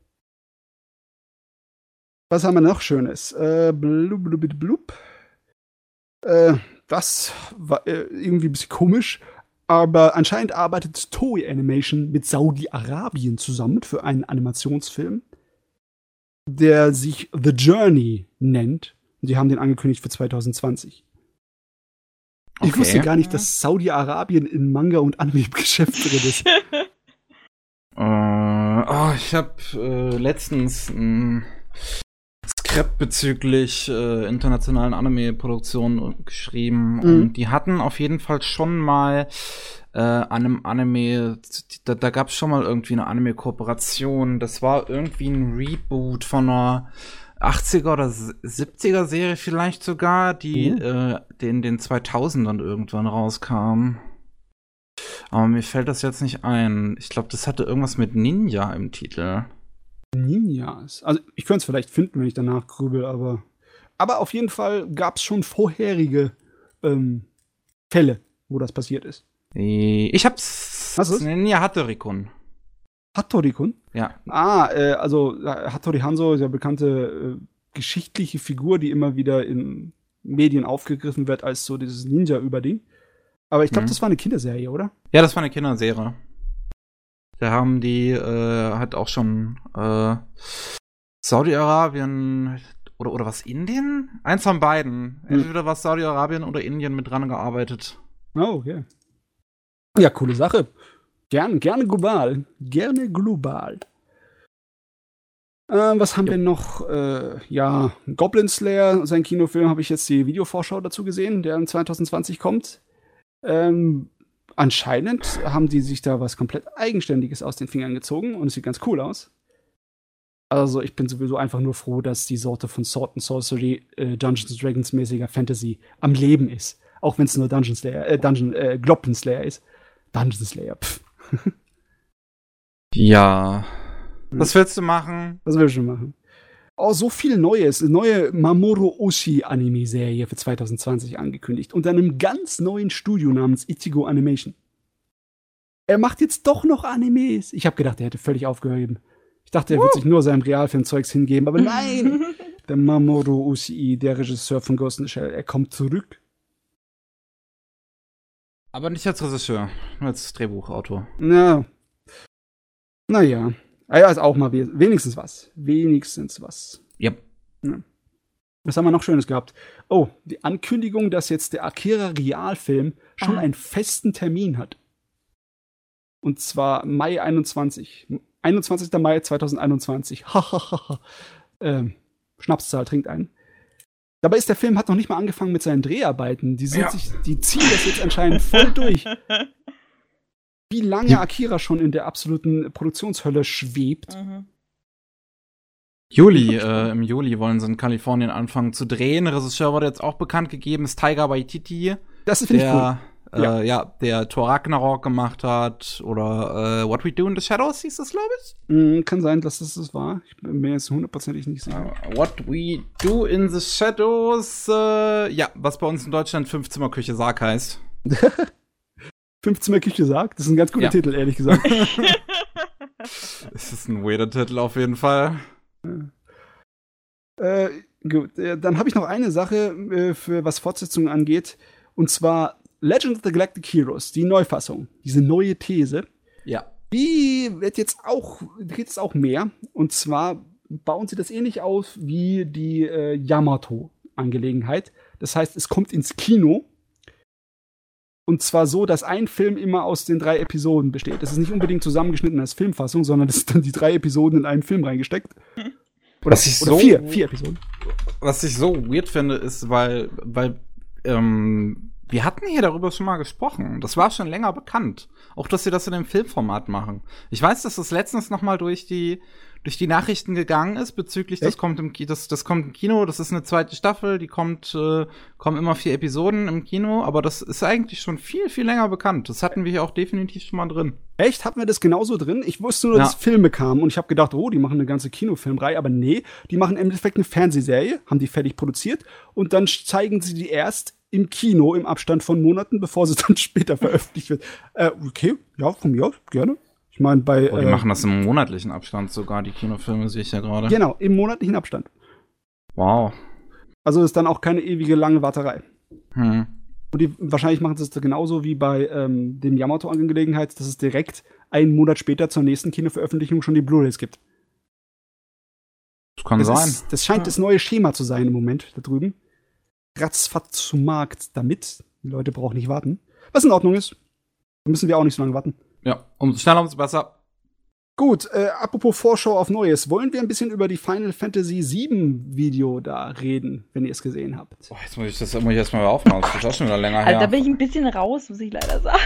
Speaker 3: Was haben wir noch Schönes? Blub. Das war irgendwie ein bisschen komisch, aber anscheinend arbeitet Toei Animation mit Saudi-Arabien zusammen für einen Animationsfilm, der sich The Journey nennt. Und die haben den angekündigt für 2020. Okay. Ich wusste gar nicht, dass Saudi-Arabien in Manga- und Anime-Geschäft drin ist.
Speaker 1: Ich habe letztens ein Skript bezüglich internationalen Anime-Produktionen geschrieben. Und die hatten auf jeden Fall schon mal an einem Anime, da gab es schon mal irgendwie eine Anime-Kooperation. Das war irgendwie ein Reboot von einer 80er oder 70er Serie vielleicht sogar, die in den 2000ern irgendwann rauskam. Aber mir fällt das jetzt nicht ein. Ich glaube, das hatte irgendwas mit Ninja im Titel.
Speaker 3: Ninjas? Also ich könnte es vielleicht finden, wenn ich danach grübel, aber auf jeden Fall gab es schon vorherige Fälle, wo das passiert ist.
Speaker 1: Ich hab's. Was ist? Ninja Hattori-kun.
Speaker 3: Hattori-kun?
Speaker 1: Ja.
Speaker 3: Also Hattori Hanzo ist ja bekannte geschichtliche Figur, die immer wieder in Medien aufgegriffen wird als so dieses Ninja-Überding. Aber ich glaube, das war eine Kinderserie, oder?
Speaker 1: Ja, das war eine Kinderserie. Da haben die halt auch schon Saudi-Arabien oder was, Indien? Eins von beiden. Entweder was Saudi-Arabien oder Indien mit dran gearbeitet.
Speaker 3: Oh, okay. Ja, coole Sache. Gerne global. Gerne global. Was haben wir noch? Goblin Slayer, sein Kinofilm, habe ich jetzt die Videovorschau dazu gesehen, der in 2020 kommt. Anscheinend haben die sich da was komplett Eigenständiges aus den Fingern gezogen und es sieht ganz cool aus. Also ich bin sowieso einfach nur froh, dass die Sorte von Sword and Sorcery Dungeons & Dragons mäßiger Fantasy am Leben ist. Auch wenn es nur Goblin Slayer ist. Dungeon Slayer,
Speaker 1: Ja. Was willst du machen?
Speaker 3: Was willst du machen? Oh, so viel Neues. Eine neue Mamoru Oshii-Anime-Serie für 2020 angekündigt. Unter einem ganz neuen Studio namens Ichigo Animation. Er macht jetzt doch noch Animes. Ich habe gedacht, er hätte völlig aufgehört. Ich dachte, er wird sich nur seinem Realfilm-Zeugs hingeben. Aber nein! Der Mamoru Oshii, der Regisseur von Ghost in the Shell, er kommt zurück.
Speaker 1: Aber nicht als Regisseur, nur als Drehbuchautor.
Speaker 3: Ja. Naja. Also auch mal wenigstens was.
Speaker 1: Yep.
Speaker 3: Ja. Was haben wir noch Schönes gehabt? Oh, die Ankündigung, dass jetzt der Akira-Realfilm schon einen festen Termin hat. Und zwar Mai 21. 21. Mai 2021. Schnapszahl, trinkt einen. Dabei ist der Film hat noch nicht mal angefangen mit seinen Dreharbeiten. Die ziehen das jetzt anscheinend voll durch. Wie lange Akira schon in der absoluten Produktionshölle schwebt.
Speaker 1: Im Juli wollen sie in Kalifornien anfangen zu drehen. Regisseur wurde jetzt auch bekannt gegeben, ist Taika Waititi.
Speaker 3: Das finde ich cool.
Speaker 1: Der Thor Ragnarok gemacht hat oder What We Do in the Shadows hieß das, glaube ich.
Speaker 3: Kann sein, dass das war. Ich bin mir jetzt hundertprozentig nicht sicher.
Speaker 1: What We Do in the Shadows, was bei uns in Deutschland 5-Zimmer-Küche Sarg heißt.
Speaker 3: 5-Zimmer-Küche Sarg? Das ist ein ganz guter Titel, ehrlich gesagt.
Speaker 1: Es ist ein weirder Titel auf jeden Fall.
Speaker 3: Gut, dann habe ich noch eine Sache, für was Fortsetzungen angeht. Und zwar Legend of the Galactic Heroes, die Neufassung, diese neue These.
Speaker 1: Ja.
Speaker 3: Die geht jetzt auch mehr. Und zwar bauen sie das ähnlich aus wie die Yamato-Angelegenheit. Das heißt, es kommt ins Kino. Und zwar so, dass ein Film immer aus den 3 Episoden besteht. Das ist nicht unbedingt zusammengeschnitten als Filmfassung, sondern das sind dann die 3 Episoden in einen Film reingesteckt. Oder 4 Episoden.
Speaker 1: Was ich so weird finde, ist, weil wir hatten hier darüber schon mal gesprochen. Das war schon länger bekannt. Auch, dass sie das in dem Filmformat machen. Ich weiß, dass das letztens noch mal durch die Nachrichten gegangen ist, bezüglich, das kommt im Kino, das ist eine 2. Staffel, die kommen immer 4 Episoden im Kino, aber das ist eigentlich schon viel, viel länger bekannt. Das hatten wir hier auch definitiv schon mal drin.
Speaker 3: Echt? Hatten wir das genauso drin? Ich wusste nur, dass Filme kamen und ich habe gedacht, die machen eine ganze Kinofilmreihe, aber nee, die machen im Endeffekt eine Fernsehserie, haben die fertig produziert und dann zeigen sie die erst im Kino im Abstand von Monaten, bevor sie dann später veröffentlicht wird. Okay, ja, von mir aus, gerne. Ich meine,
Speaker 1: die machen das im monatlichen Abstand sogar, die Kinofilme, sehe ich ja gerade.
Speaker 3: Genau, im monatlichen Abstand.
Speaker 1: Wow.
Speaker 3: Also ist dann auch keine ewige lange Warterei. Und wahrscheinlich machen sie es genauso wie bei dem Yamato-Angelegenheit, dass es direkt einen Monat später zur nächsten Kinoveröffentlichung schon die Blu-rays gibt.
Speaker 1: Das kann sein.
Speaker 3: Das scheint das neue Schema zu sein im Moment da drüben. Ratzfatz zum Markt damit. Die Leute brauchen nicht warten. Was in Ordnung ist. Da müssen wir auch nicht so lange warten.
Speaker 1: Ja, umso schneller, umso besser.
Speaker 3: Gut, apropos Vorschau auf Neues. Wollen wir ein bisschen über die Final Fantasy VII Video da reden, wenn ihr es gesehen habt?
Speaker 1: Boah, jetzt muss ich erstmal aufmachen. Das ist auch schon wieder länger her.
Speaker 2: Also da bin ich ein bisschen raus, muss ich leider sagen.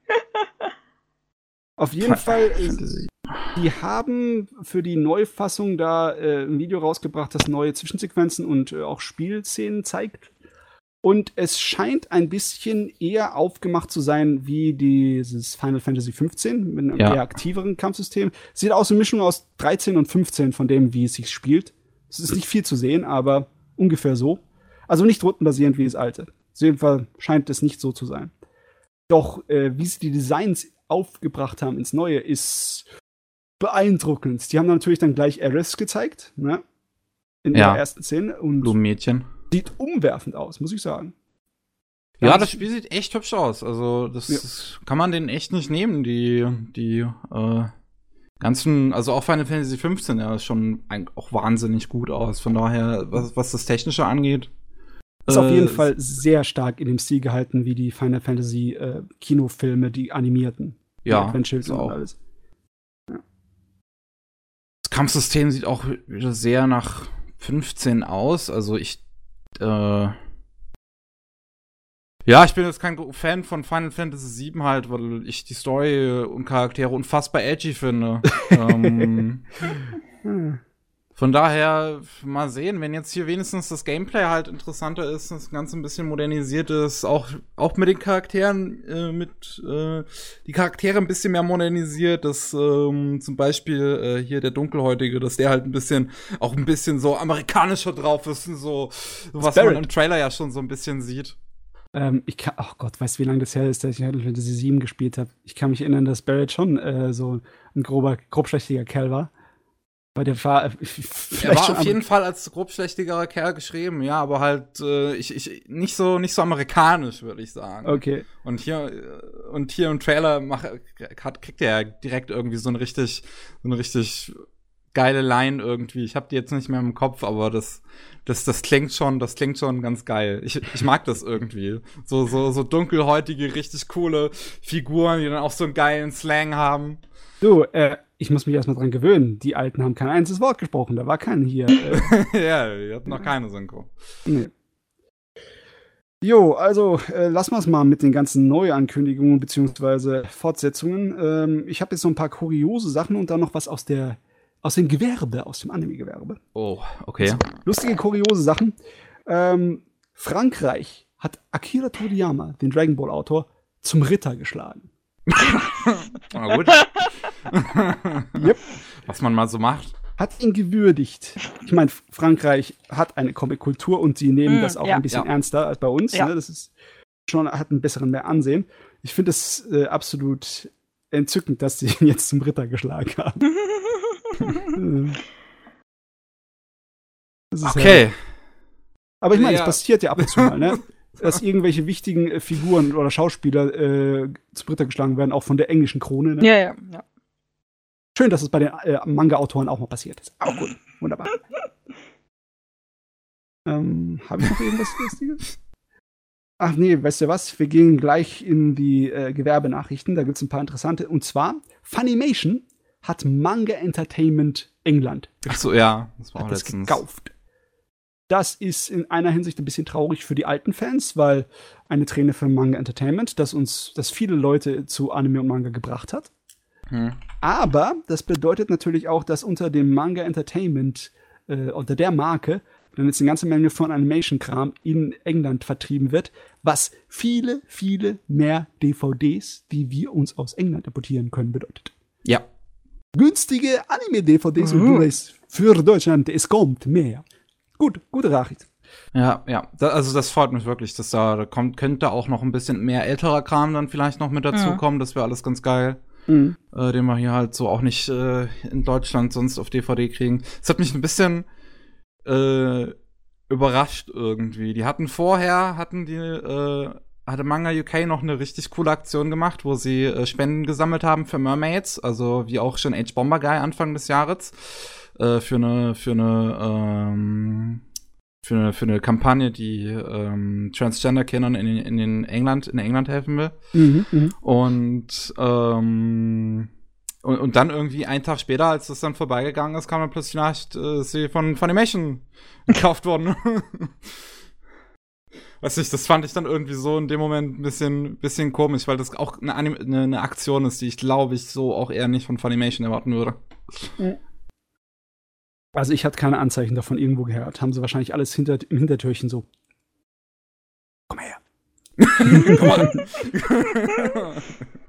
Speaker 3: Auf jeden Fall, die haben für die Neufassung da ein Video rausgebracht, das neue Zwischensequenzen und auch Spielszenen zeigt. Und es scheint ein bisschen eher aufgemacht zu sein wie dieses Final Fantasy 15 mit einem eher aktiveren Kampfsystem. Sieht aus wie eine Mischung aus 13 und 15 von dem, wie es sich spielt. Es ist nicht viel zu sehen, aber ungefähr so. Also nicht rundenbasierend wie das alte. Auf jeden Fall scheint es nicht so zu sein. Doch wie sie die Designs aufgebracht haben ins Neue, ist beeindruckend. Die haben natürlich dann gleich Aerith gezeigt, ne? In der ersten Szene. Und
Speaker 1: Blumenmädchen.
Speaker 3: Sieht umwerfend aus, muss ich sagen.
Speaker 1: Ja, das Spiel sieht echt hübsch aus. Also, das kann man denen echt nicht nehmen. Die ganzen, also auch Final Fantasy 15, ist schon auch wahnsinnig gut aus. Von daher, was das Technische angeht.
Speaker 3: Ist auf jeden Fall sehr stark in dem Stil gehalten, wie die Final Fantasy Kinofilme, die animierten.
Speaker 1: Ja,
Speaker 3: ist auch. Und alles.
Speaker 1: Ja. Das Kampfsystem sieht auch wieder sehr nach 15 aus. Also ich bin jetzt kein Fan von Final Fantasy VII halt, weil ich die Story und Charaktere unfassbar edgy finde. Von daher mal sehen, wenn jetzt hier wenigstens das Gameplay halt interessanter ist, das Ganze ein bisschen modernisiert ist, auch mit den Charakteren, die Charaktere ein bisschen mehr modernisiert, dass zum Beispiel hier der Dunkelhäutige, dass der halt ein bisschen so amerikanischer drauf ist, so was man im Trailer ja schon so ein bisschen sieht.
Speaker 3: Oh Gott, weißt du, wie lange das her ist, dass ich Final Fantasy VII gespielt habe? Ich kann mich erinnern, dass Barrett schon so ein grobschlächtiger Kerl war. Weil der war
Speaker 1: auf jeden Fall als grobschlächtiger Kerl geschrieben, ja, aber halt nicht so amerikanisch, würde ich sagen.
Speaker 3: Okay.
Speaker 1: Und hier im Trailer kriegt er direkt irgendwie so eine richtig geile Line irgendwie. Ich habe die jetzt nicht mehr im Kopf, aber das klingt schon ganz geil. Ich mag das irgendwie. So dunkelhäutige, richtig coole Figuren, die dann auch so einen geilen Slang haben.
Speaker 3: Du, ich muss mich erstmal dran gewöhnen. Die Alten haben kein einziges Wort gesprochen. Da war keiner hier.
Speaker 1: Ja, die hatten noch keine Synchro.
Speaker 3: Nee. Jo, also lassen wir es mal mit den ganzen Neuankündigungen bzw. Fortsetzungen. Ich habe jetzt noch ein paar kuriose Sachen und dann noch was aus dem Gewerbe, aus dem Anime-Gewerbe.
Speaker 1: Oh, okay.
Speaker 3: Also, lustige, kuriose Sachen. Frankreich hat Akira Toriyama, den Dragon Ball-Autor, zum Ritter geschlagen.
Speaker 1: Na gut.
Speaker 3: Yep.
Speaker 1: Was man mal so macht.
Speaker 3: Hat ihn gewürdigt. Ich meine, Frankreich hat eine Comic-Kultur und sie nehmen das auch ein bisschen ernster als bei uns. Ja. Ne? Das ist schon, hat einen besseren mehr Ansehen. Ich finde es absolut entzückend, dass sie ihn jetzt zum Ritter geschlagen haben.
Speaker 1: Okay.
Speaker 3: Aber ich meine, es passiert ja ab und zu mal, ne? Dass irgendwelche wichtigen Figuren oder Schauspieler zum Ritter geschlagen werden, auch von der englischen Krone. Ne?
Speaker 2: Ja.
Speaker 3: Schön, dass es bei den Manga-Autoren auch mal passiert ist. Auch gut, wunderbar. Habe ich noch irgendwas Lustiges? Ach nee, weißt du was? Wir gehen gleich in die Gewerbenachrichten. Da gibt es ein paar interessante. Und zwar, Funimation hat Manga Entertainment England.
Speaker 1: Ach so, ja. Das war auch
Speaker 3: letztens gekauft. Das ist in einer Hinsicht ein bisschen traurig für die alten Fans, weil eine Träne für Manga Entertainment, das viele Leute zu Anime und Manga gebracht hat. Aber das bedeutet natürlich auch, dass unter dem Manga Entertainment, unter der Marke, dann jetzt eine ganze Menge von Animation-Kram in England vertrieben wird, was viele, viele mehr DVDs, die wir uns aus England importieren können, bedeutet.
Speaker 1: Ja.
Speaker 3: Günstige Anime-DVDs und Blu-rays für Deutschland, es kommt mehr. Gute Nachricht.
Speaker 1: Ja. Also das freut mich wirklich, dass könnte auch noch ein bisschen mehr älterer Kram dann vielleicht noch mit dazu kommen. Das wäre alles ganz geil. Den wir hier halt so auch nicht in Deutschland sonst auf DVD kriegen. Es hat mich ein bisschen überrascht irgendwie. Hatte Manga UK noch eine richtig coole Aktion gemacht, wo sie Spenden gesammelt haben für Mermaids, also wie auch schon Age Bomber Guy Anfang des Jahres, für eine Kampagne, die Transgender-Kindern in England helfen will. Und dann irgendwie einen Tag später, als das dann vorbeigegangen ist, kam dann plötzlich die Nachricht, ist sie von Funimation gekauft worden. Weiß nicht, das fand ich dann irgendwie so in dem Moment ein bisschen komisch, weil das auch eine Aktion ist, die ich glaube ich so auch eher nicht von Funimation erwarten würde.
Speaker 3: Also ich hatte keine Anzeichen davon irgendwo gehört. Haben sie wahrscheinlich alles im Hintertürchen so. Komm her. Komm an.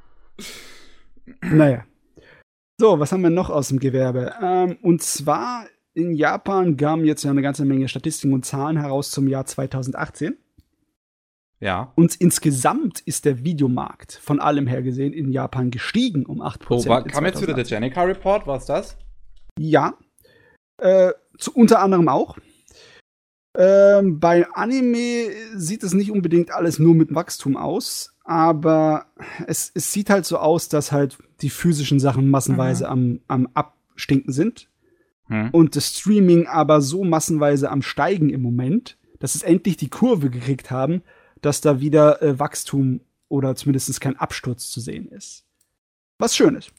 Speaker 3: Naja. So, was haben wir noch aus dem Gewerbe? Und zwar in Japan kamen jetzt ja eine ganze Menge Statistiken und Zahlen heraus zum Jahr 2018.
Speaker 1: Ja.
Speaker 3: Und insgesamt ist der Videomarkt von allem her gesehen in Japan gestiegen um 8%.
Speaker 1: Kam jetzt wieder der Janica Report? War es das?
Speaker 3: Ja. Unter anderem auch. Bei Anime sieht es nicht unbedingt alles nur mit Wachstum aus, aber es sieht halt so aus, dass halt die physischen Sachen massenweise am Abstinken sind und das Streaming aber so massenweise am Steigen im Moment, dass es endlich die Kurve gekriegt haben, dass da wieder Wachstum oder zumindest kein Absturz zu sehen ist. Was schön ist.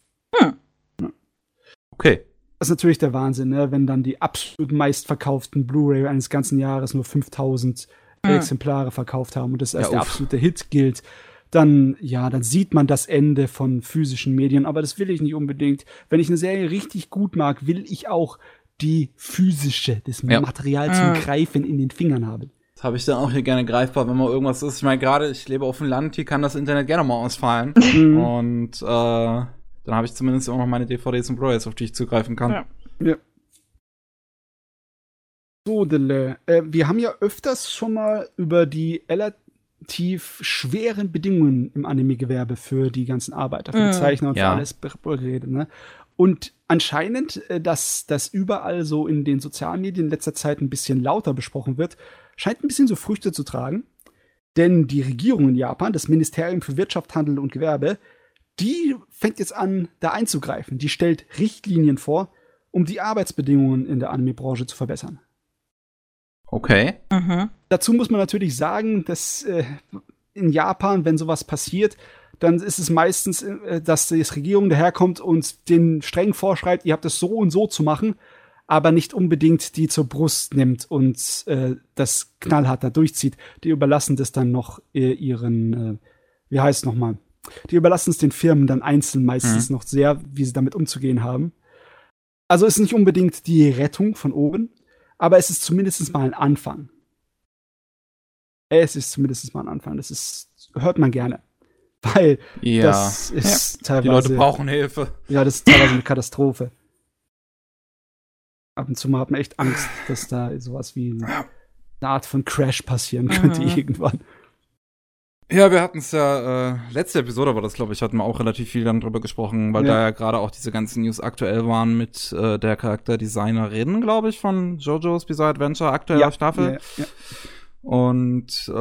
Speaker 1: Okay.
Speaker 3: Das ist natürlich der Wahnsinn, ne? Wenn dann die absolut meistverkauften Blu-ray eines ganzen Jahres nur 5000 Exemplare verkauft haben und das als der absolute Hit gilt, dann sieht man das Ende von physischen Medien, aber das will ich nicht unbedingt. Wenn ich eine Serie richtig gut mag, will ich auch die physische, das Material zum Greifen in den Fingern haben.
Speaker 1: Das habe ich dann auch hier gerne greifbar, wenn mal irgendwas ist. Ich meine, gerade ich lebe auf dem Land, hier kann das Internet gerne mal ausfallen. Und dann habe ich zumindest auch noch meine DVDs und Blu-rays, auf die ich zugreifen kann.
Speaker 3: Ja. So, wir haben ja öfters schon mal über die relativ schweren Bedingungen im Anime-Gewerbe für die ganzen Arbeiter, für die Zeichner und für alles geredet, ne? Und anscheinend, dass das überall so in den Sozialmedien in letzter Zeit ein bisschen lauter besprochen wird, scheint ein bisschen so Früchte zu tragen. Denn die Regierung in Japan, das Ministerium für Wirtschaft, Handel und Gewerbe, die fängt jetzt an, da einzugreifen. Die stellt Richtlinien vor, um die Arbeitsbedingungen in der Anime-Branche zu verbessern.
Speaker 1: Okay.
Speaker 3: Dazu muss man natürlich sagen, dass in Japan, wenn sowas passiert, dann ist es meistens, dass die Regierung daherkommt und den streng vorschreibt, ihr habt es so und so zu machen, aber nicht unbedingt die zur Brust nimmt und das knallhart da durchzieht. Die überlassen das dann noch ihren, wie heißt es nochmal? Die überlassen es den Firmen dann einzeln meistens noch sehr, wie sie damit umzugehen haben. Also ist nicht unbedingt die Rettung von oben, aber es ist zumindest mal ein Anfang. Das hört man gerne. Weil das ist teilweise.
Speaker 1: Die Leute brauchen Hilfe.
Speaker 3: Ja, das ist teilweise eine Katastrophe. Ab und zu mal hat man echt Angst, dass da sowas wie eine Art von Crash passieren könnte irgendwann.
Speaker 1: Ja, wir hatten es ja, letzte Episode war das, glaube ich, hatten wir auch relativ viel dann drüber gesprochen, weil da ja gerade auch diese ganzen News aktuell waren mit der Charakterdesignerin, glaube ich, von JoJo's Bizarre Adventure, aktueller Staffel. Ja. Und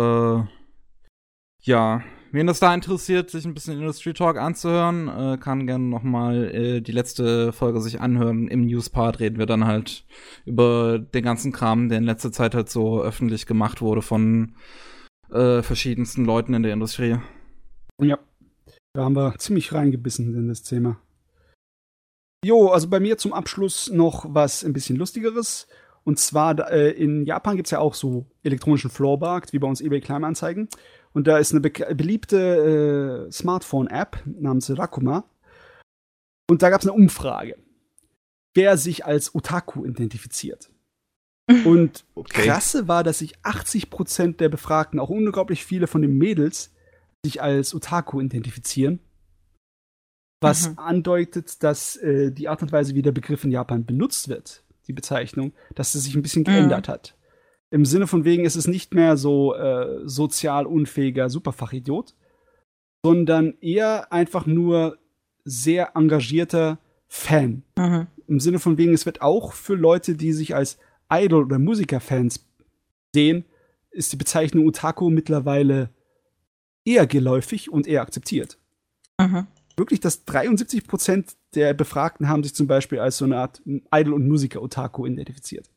Speaker 1: wen das da interessiert, sich ein bisschen Industry Talk anzuhören, kann gerne noch mal die letzte Folge sich anhören. Im News-Part reden wir dann halt über den ganzen Kram, der in letzter Zeit halt so öffentlich gemacht wurde von verschiedensten Leuten in der Industrie.
Speaker 3: Ja, da haben wir ziemlich reingebissen in das Thema. Jo, also bei mir zum Abschluss noch was ein bisschen Lustigeres. Und zwar in Japan gibt es ja auch so elektronischen Flohmarkt, wie bei uns eBay Kleinanzeigen. Und da ist eine beliebte Smartphone-App namens Rakuma. Und da gab es eine Umfrage, wer sich als Otaku identifiziert. Und krasse war, dass sich 80% der Befragten, auch unglaublich viele von den Mädels, sich als Otaku identifizieren. Was andeutet, dass die Art und Weise, wie der Begriff in Japan benutzt wird, die Bezeichnung, dass es sich ein bisschen geändert hat. Im Sinne von wegen, es ist nicht mehr so sozial unfähiger Superfachidiot, sondern eher einfach nur sehr engagierter Fan. Im Sinne von wegen, es wird auch für Leute, die sich als Idol- oder Musikerfans sehen, ist die Bezeichnung Otaku mittlerweile eher geläufig und eher akzeptiert. Wirklich, dass 73% der Befragten haben sich zum Beispiel als so eine Art Idol- und Musiker-Otaku identifiziert.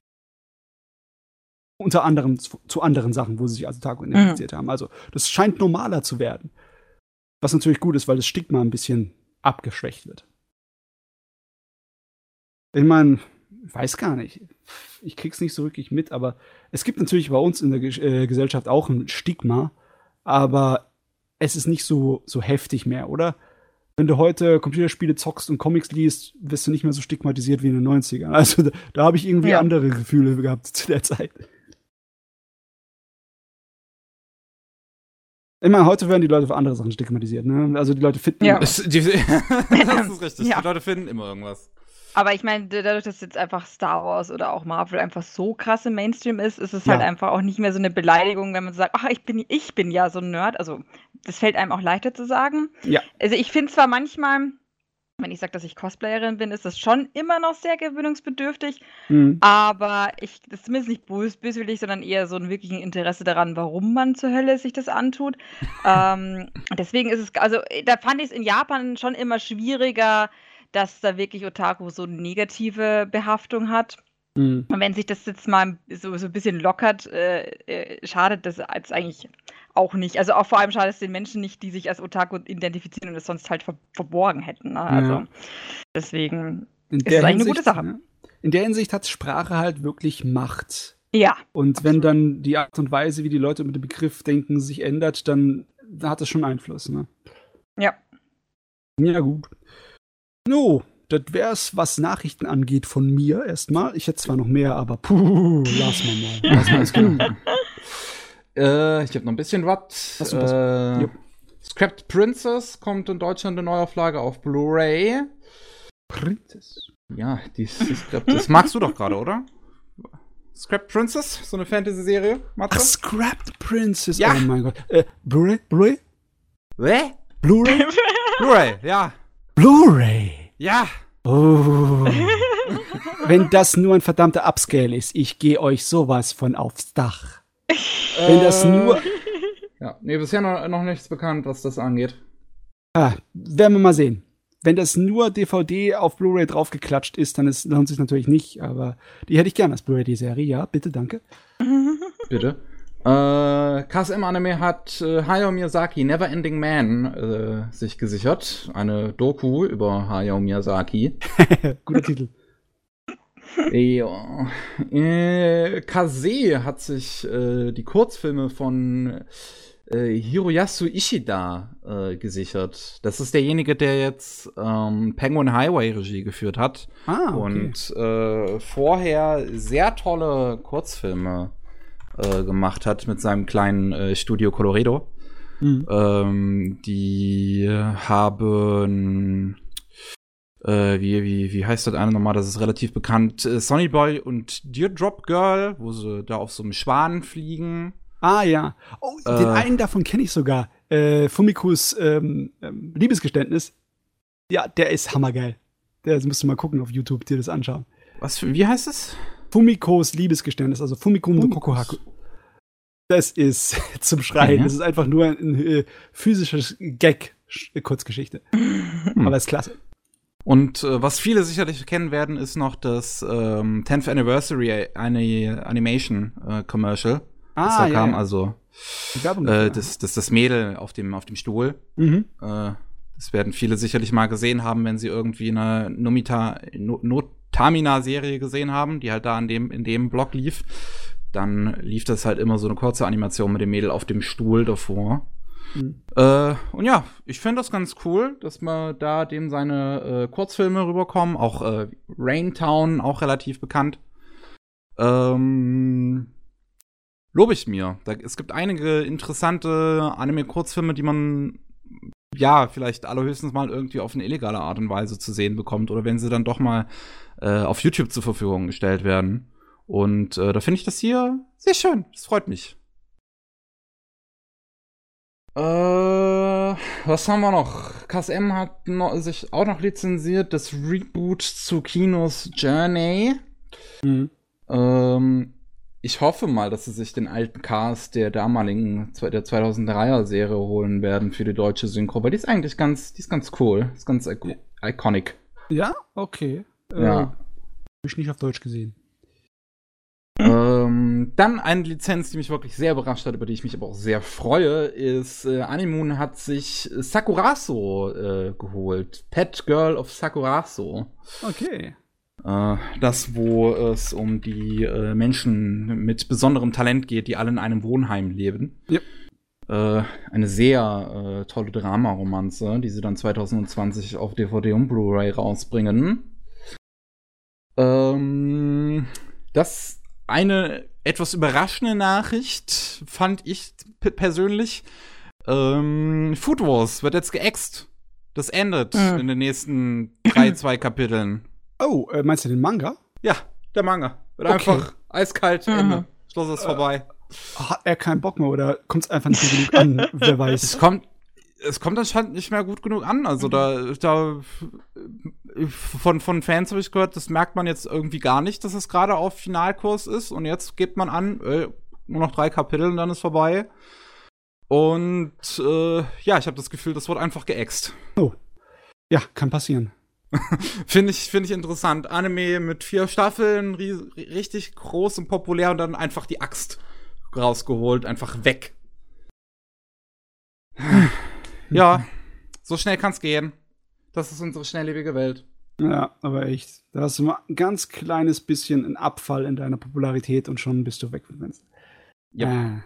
Speaker 3: Unter anderem zu anderen Sachen, wo sie sich als Otaku identifiziert haben. Also, das scheint normaler zu werden. Was natürlich gut ist, weil das Stigma ein bisschen abgeschwächt wird. Ich meine, weiß gar nicht. Ich krieg's nicht so wirklich mit, aber es gibt natürlich bei uns in der Gesellschaft auch ein Stigma, aber es ist nicht so heftig mehr, oder? Wenn du heute Computerspiele zockst und Comics liest, wirst du nicht mehr so stigmatisiert wie in den 90ern. Also da habe ich irgendwie andere Gefühle gehabt zu der Zeit. Ich meine, heute werden die Leute für andere Sachen stigmatisiert, ne? Also die Leute finden
Speaker 1: das ist richtig. Die Leute finden immer irgendwas.
Speaker 2: Aber ich meine, dadurch, dass jetzt einfach Star Wars oder auch Marvel einfach so krass im Mainstream ist es halt einfach auch nicht mehr so eine Beleidigung, wenn man sagt, ach, ich bin ja so ein Nerd. Also, das fällt einem auch leichter zu sagen.
Speaker 3: Ja.
Speaker 2: Also, ich finde zwar manchmal, wenn ich sage, dass ich Cosplayerin bin, ist das schon immer noch sehr gewöhnungsbedürftig. Aber das ist zumindest nicht böswillig, sondern eher so ein wirkliches Interesse daran, warum man zur Hölle sich das antut. Deswegen ist es, also, da fand ich es in Japan schon immer schwieriger, dass da wirklich Otaku so eine negative Behaftung hat. Und wenn sich das jetzt mal so ein bisschen lockert, schadet das jetzt eigentlich auch nicht. Also auch vor allem schadet es den Menschen nicht, die sich als Otaku identifizieren und es sonst halt verborgen hätten. Ne? Also deswegen ist es eigentlich eine gute Sache.
Speaker 3: Ne? In der Hinsicht hat Sprache halt wirklich Macht.
Speaker 2: Ja.
Speaker 3: Und wenn dann die Art und Weise, wie die Leute mit dem Begriff denken, sich ändert, dann hat das schon Einfluss. Ne?
Speaker 2: Ja.
Speaker 3: Ja, gut. No, das wär's, was Nachrichten angeht von mir erstmal. Ich hätte zwar noch mehr, aber lass mal ist genug.
Speaker 1: Ich habe noch ein bisschen was. Scrapped Princess kommt in Deutschland eine Neuauflage auf Blu-ray.
Speaker 3: Princess?
Speaker 1: Ja, das magst du doch gerade, oder? Scrapped Princess, so eine Fantasy-Serie,
Speaker 3: Matze? Scrapped Princess,
Speaker 1: ja.
Speaker 3: Oh mein Gott. Blu-ray?
Speaker 1: Blu-ray?
Speaker 3: Blu-ray,
Speaker 1: ja.
Speaker 3: Blu-ray?
Speaker 1: Ja.
Speaker 3: Oh. Wenn das nur ein verdammter Upscale ist, ich gehe euch sowas von aufs Dach. Wenn das nur...
Speaker 1: Ja, nee, bisher noch nichts bekannt, was das angeht.
Speaker 3: Werden wir mal sehen. Wenn das nur DVD auf Blu-ray draufgeklatscht ist, dann lohnt sich natürlich nicht, aber die hätte ich gerne als Blu-ray, die Serie. Ja, bitte, danke.
Speaker 1: Bitte. KSM Anime hat Hayao Miyazaki Neverending Man sich gesichert. Eine Doku über Hayao Miyazaki.
Speaker 3: Guter Titel.
Speaker 1: Ja. Kase hat sich die Kurzfilme von Hiroyasu Ishida gesichert. Das ist derjenige, der jetzt Penguin Highway Regie geführt hat.
Speaker 3: Okay.
Speaker 1: Und vorher sehr tolle Kurzfilme gemacht hat mit seinem kleinen Studio Coloredo. Die haben wie heißt das eine nochmal? Das ist relativ bekannt. Sonny Boy und Teardrop Girl, wo sie da auf so einem Schwan fliegen.
Speaker 3: Ah, ja. Oh, den einen davon kenne ich sogar. Fumikos Liebesgeständnis. Ja, der ist hammergeil. Das musst du mal gucken auf YouTube, dir das anschauen.
Speaker 1: Wie heißt es?
Speaker 3: Fumikos Liebesgeständnis, also Fumiko no Kokohaku. Das ist zum Schreien. Das ist einfach nur ein physisches Gag-Kurzgeschichte. Aber ist klasse.
Speaker 1: Und was viele sicherlich kennen werden, ist noch das 10th Anniversary Animation Commercial. Das da kam, also das Mädel auf dem Stuhl. Das werden viele sicherlich mal gesehen haben, wenn sie irgendwie eine Notamina-Serie gesehen haben, die halt da in dem Blog lief. Dann lief das halt immer so eine kurze Animation mit dem Mädel auf dem Stuhl davor. Und ja, ich finde das ganz cool, dass man da dem seine Kurzfilme rüberkommen. Auch Raintown, auch relativ bekannt. Lobe ich mir. Es gibt einige interessante Anime-Kurzfilme, die man ja vielleicht allerhöchstens mal irgendwie auf eine illegale Art und Weise zu sehen bekommt. Oder wenn sie dann doch mal auf YouTube zur Verfügung gestellt werden. Und da finde ich das hier sehr schön. Das freut mich. Was haben wir noch? KSM hat sich auch noch lizenziert, das Reboot zu Kinos Journey. Ich hoffe mal, dass sie sich den alten Cast der damaligen, der 2003er-Serie holen werden für die deutsche Synchro, weil die ist eigentlich ganz cool. Die ist ganz iconic.
Speaker 3: Ja? Okay.
Speaker 1: Ja.
Speaker 3: Hab ich nicht auf Deutsch gesehen.
Speaker 1: Dann eine Lizenz, die mich wirklich sehr überrascht hat, über die ich mich aber auch sehr freue, ist Animoon hat sich Sakurazo geholt. Pet Girl of Sakurazo.
Speaker 3: Okay.
Speaker 1: Das, wo es um die Menschen mit besonderem Talent geht, die alle in einem Wohnheim leben.
Speaker 3: Yep.
Speaker 1: Eine sehr tolle Drama-Romanze, die sie dann 2020 auf DVD und Blu-ray rausbringen. Das eine etwas überraschende Nachricht fand ich persönlich. Food Wars wird jetzt geäxt. Das endet in den nächsten 2 Kapiteln.
Speaker 3: Oh, meinst du den Manga?
Speaker 1: Ja, der Manga. Wird einfach eiskalt Ende. Schluss ist vorbei.
Speaker 3: Hat er keinen Bock mehr oder kommt es einfach nicht genug an? Wer weiß.
Speaker 1: Es kommt anscheinend nicht mehr gut genug an. Also da von Fans habe ich gehört, das merkt man jetzt irgendwie gar nicht, dass es gerade auf Finalkurs ist. Und jetzt gibt man an, nur noch 3 Kapitel und dann ist vorbei. Und ja, ich habe das Gefühl, das wird einfach geäxt.
Speaker 3: Oh. Ja, kann passieren.
Speaker 1: Finde ich interessant. Anime mit 4 Staffeln, richtig groß und populär und dann einfach die Axt rausgeholt, einfach weg. Ja, so schnell kann's gehen. Das ist unsere schnelllebige Welt.
Speaker 3: Ja, aber echt. Da hast du mal ein ganz kleines bisschen einen Abfall in deiner Popularität und schon bist du weg vom Fenster.
Speaker 1: Ja.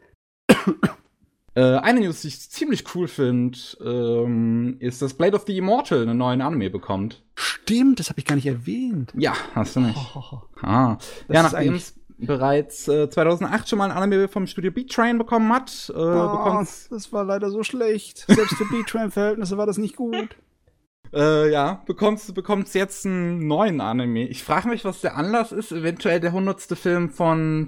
Speaker 1: Eine News, die ich ziemlich cool finde, ist, dass Blade of the Immortal einen neuen Anime bekommt.
Speaker 3: Stimmt, das habe ich gar nicht erwähnt.
Speaker 1: Ja, hast du nicht. Ja, nachdem es bereits 2008 schon mal ein Anime vom Studio B-Train bekommen hat,
Speaker 3: das war leider so schlecht. Selbst für B-Train-Verhältnisse war das nicht gut.
Speaker 1: Bekommst jetzt einen neuen Anime. Ich frage mich, was der Anlass ist. Eventuell der 100. Film von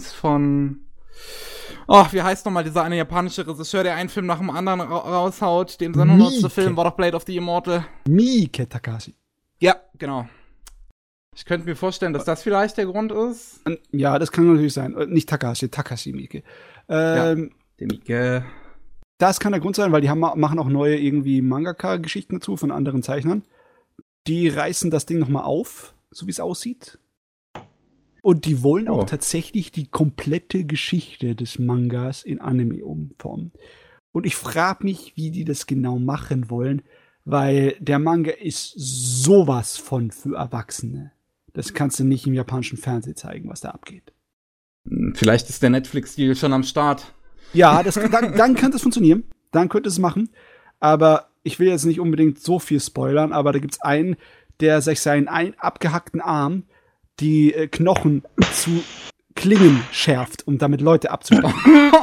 Speaker 1: wie heißt nochmal dieser eine japanische Regisseur, der einen Film nach dem anderen raushaut? Dem sein 100. Film war doch Blade of the Immortal.
Speaker 3: Miike Takahashi.
Speaker 1: Ja, genau. Ich könnte mir vorstellen, dass das vielleicht der Grund ist.
Speaker 3: Ja, das kann natürlich sein. Nicht Takashi Miike.
Speaker 1: Der Miike.
Speaker 3: Das kann der Grund sein, weil die machen auch neue irgendwie Mangaka-Geschichten dazu von anderen Zeichnern. Die reißen das Ding nochmal auf, so wie es aussieht. Und die wollen auch tatsächlich die komplette Geschichte des Mangas in Anime umformen. Und ich frage mich, wie die das genau machen wollen, weil der Manga ist sowas von für Erwachsene. Das kannst du nicht im japanischen Fernsehen zeigen, was da abgeht.
Speaker 1: Vielleicht ist der Netflix-Deal schon am Start.
Speaker 3: Ja, dann könnte es funktionieren. Dann könnte es machen. Aber ich will jetzt nicht unbedingt so viel spoilern, aber da gibt's einen, der sich seinen abgehackten Arm die Knochen zu Klingen schärft, um damit Leute abzuschlagen.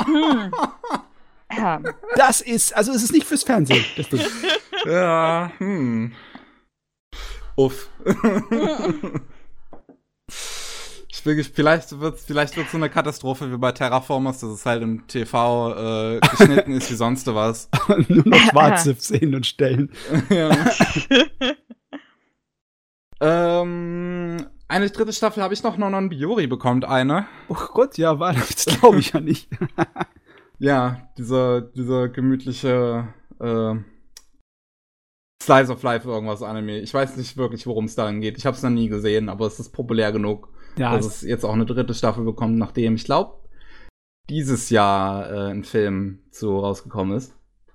Speaker 3: Das ist, also es ist nicht fürs Fernsehen, das Ding.
Speaker 1: Ja, Uff. Vielleicht wird's so eine Katastrophe wie bei Terraformers, dass es halt im TV geschnitten ist wie sonst was.
Speaker 3: Nur noch schwarze Szenen und Stellen.
Speaker 1: Ja. Eine dritte Staffel habe ich noch. Non Biori bekommt eine.
Speaker 3: Oh Gott, ja, war das glaube ich ja nicht.
Speaker 1: Ja, dieser gemütliche Slice of Life irgendwas Anime. Ich weiß nicht wirklich, worum es darin geht. Ich habe es noch nie gesehen, aber es ist populär genug, dass es jetzt auch eine dritte Staffel bekommt, nachdem, ich glaube, dieses Jahr ein Film rausgekommen ist.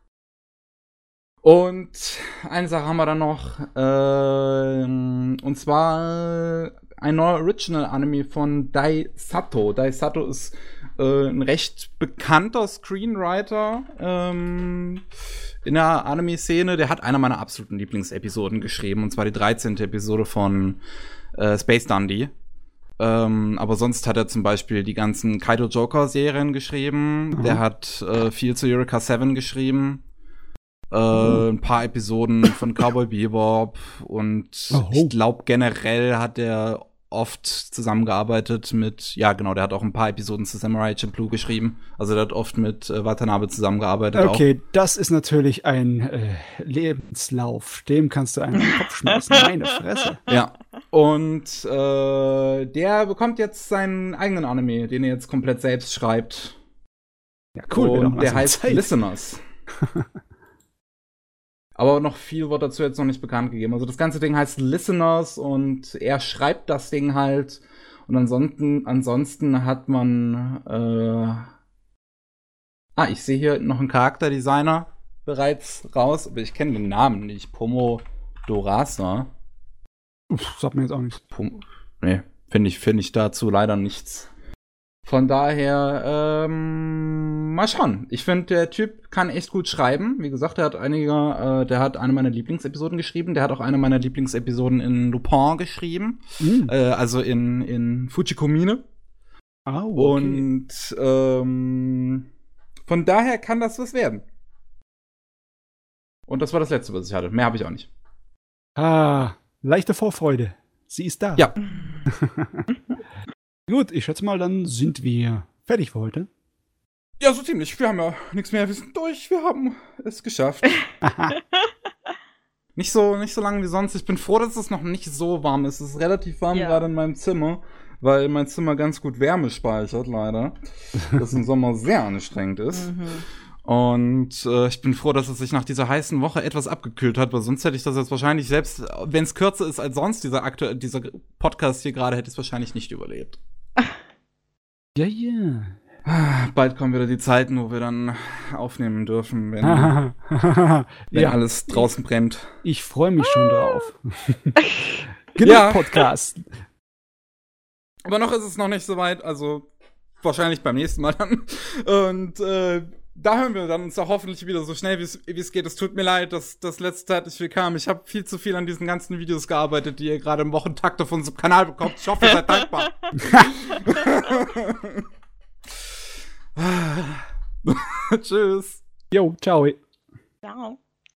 Speaker 1: Und eine Sache haben wir dann noch, und zwar ein neuer Original-Anime von Dai Sato. Dai Sato ist ein recht bekannter Screenwriter in der Anime-Szene. Der hat eine meiner absoluten Lieblingsepisoden geschrieben, und zwar die 13. Episode von Space Dundee. Aber sonst hat er zum Beispiel die ganzen Kaido Joker-Serien geschrieben. Der hat viel zu Eureka 7 geschrieben. Ein paar Episoden von Cowboy Bebop und ich glaube generell hat er oft zusammengearbeitet mit, ja genau, der hat auch ein paar Episoden zu Samurai Champloo geschrieben, also der hat oft mit Watanabe zusammengearbeitet.
Speaker 3: Okay, das ist natürlich ein Lebenslauf, dem kannst du einen Kopf schmeißen, meine Fresse.
Speaker 1: Ja, und der bekommt jetzt seinen eigenen Anime, den er jetzt komplett selbst schreibt.
Speaker 3: Ja, cool.
Speaker 1: Und der heißt Listeners. Aber noch viel wird dazu jetzt noch nicht bekannt gegeben. Also das ganze Ding heißt Listeners und er schreibt das Ding halt. Und ansonsten hat man ich sehe hier noch einen Charakterdesigner bereits raus, aber ich kenne den Namen nicht. Pomodorasa.
Speaker 3: Sagt mir jetzt auch nichts.
Speaker 1: Nee, finde ich dazu leider nichts. Von daher, mal schauen. Ich finde, der Typ kann echt gut schreiben. Wie gesagt, der hat eine meiner Lieblingsepisoden geschrieben. Der hat auch eine meiner Lieblingsepisoden in Lupin geschrieben. Also in Fujikomine.
Speaker 3: Oh, okay.
Speaker 1: Und von daher kann das was werden. Und das war das Letzte, was ich hatte. Mehr habe ich auch nicht.
Speaker 3: Leichte Vorfreude. Sie ist da.
Speaker 1: Ja.
Speaker 3: Gut, ich schätze mal, dann sind wir fertig für heute.
Speaker 1: Ja, so ziemlich. Wir haben ja nichts mehr. Wir sind durch. Wir haben es geschafft. Nicht so lange wie sonst. Ich bin froh, dass es noch nicht so warm ist. Es ist relativ warm gerade in meinem Zimmer, weil mein Zimmer ganz gut Wärme speichert, leider. Das im Sommer sehr anstrengend ist. Und ich bin froh, dass es sich nach dieser heißen Woche etwas abgekühlt hat, weil sonst hätte ich das jetzt wahrscheinlich, selbst wenn es kürzer ist als sonst, dieser Podcast hier gerade, hätte ich es wahrscheinlich nicht überlebt.
Speaker 3: Ja.
Speaker 1: Bald kommen wieder die Zeiten, wo wir dann aufnehmen dürfen, wenn alles draußen brennt.
Speaker 3: Ich freue mich schon drauf. Genug Podcast.
Speaker 1: Aber noch ist es noch nicht so weit, also wahrscheinlich beim nächsten Mal dann. Und da hören wir dann uns auch hoffentlich wieder so schnell, wie es geht. Es tut mir leid, dass das letzte Zeit nicht viel kam. Ich habe viel zu viel an diesen ganzen Videos gearbeitet, die ihr gerade im Wochentakt auf unserem Kanal bekommt. Ich hoffe, ihr seid dankbar. Tschüss.
Speaker 3: Jo, ciao.
Speaker 2: Ciao.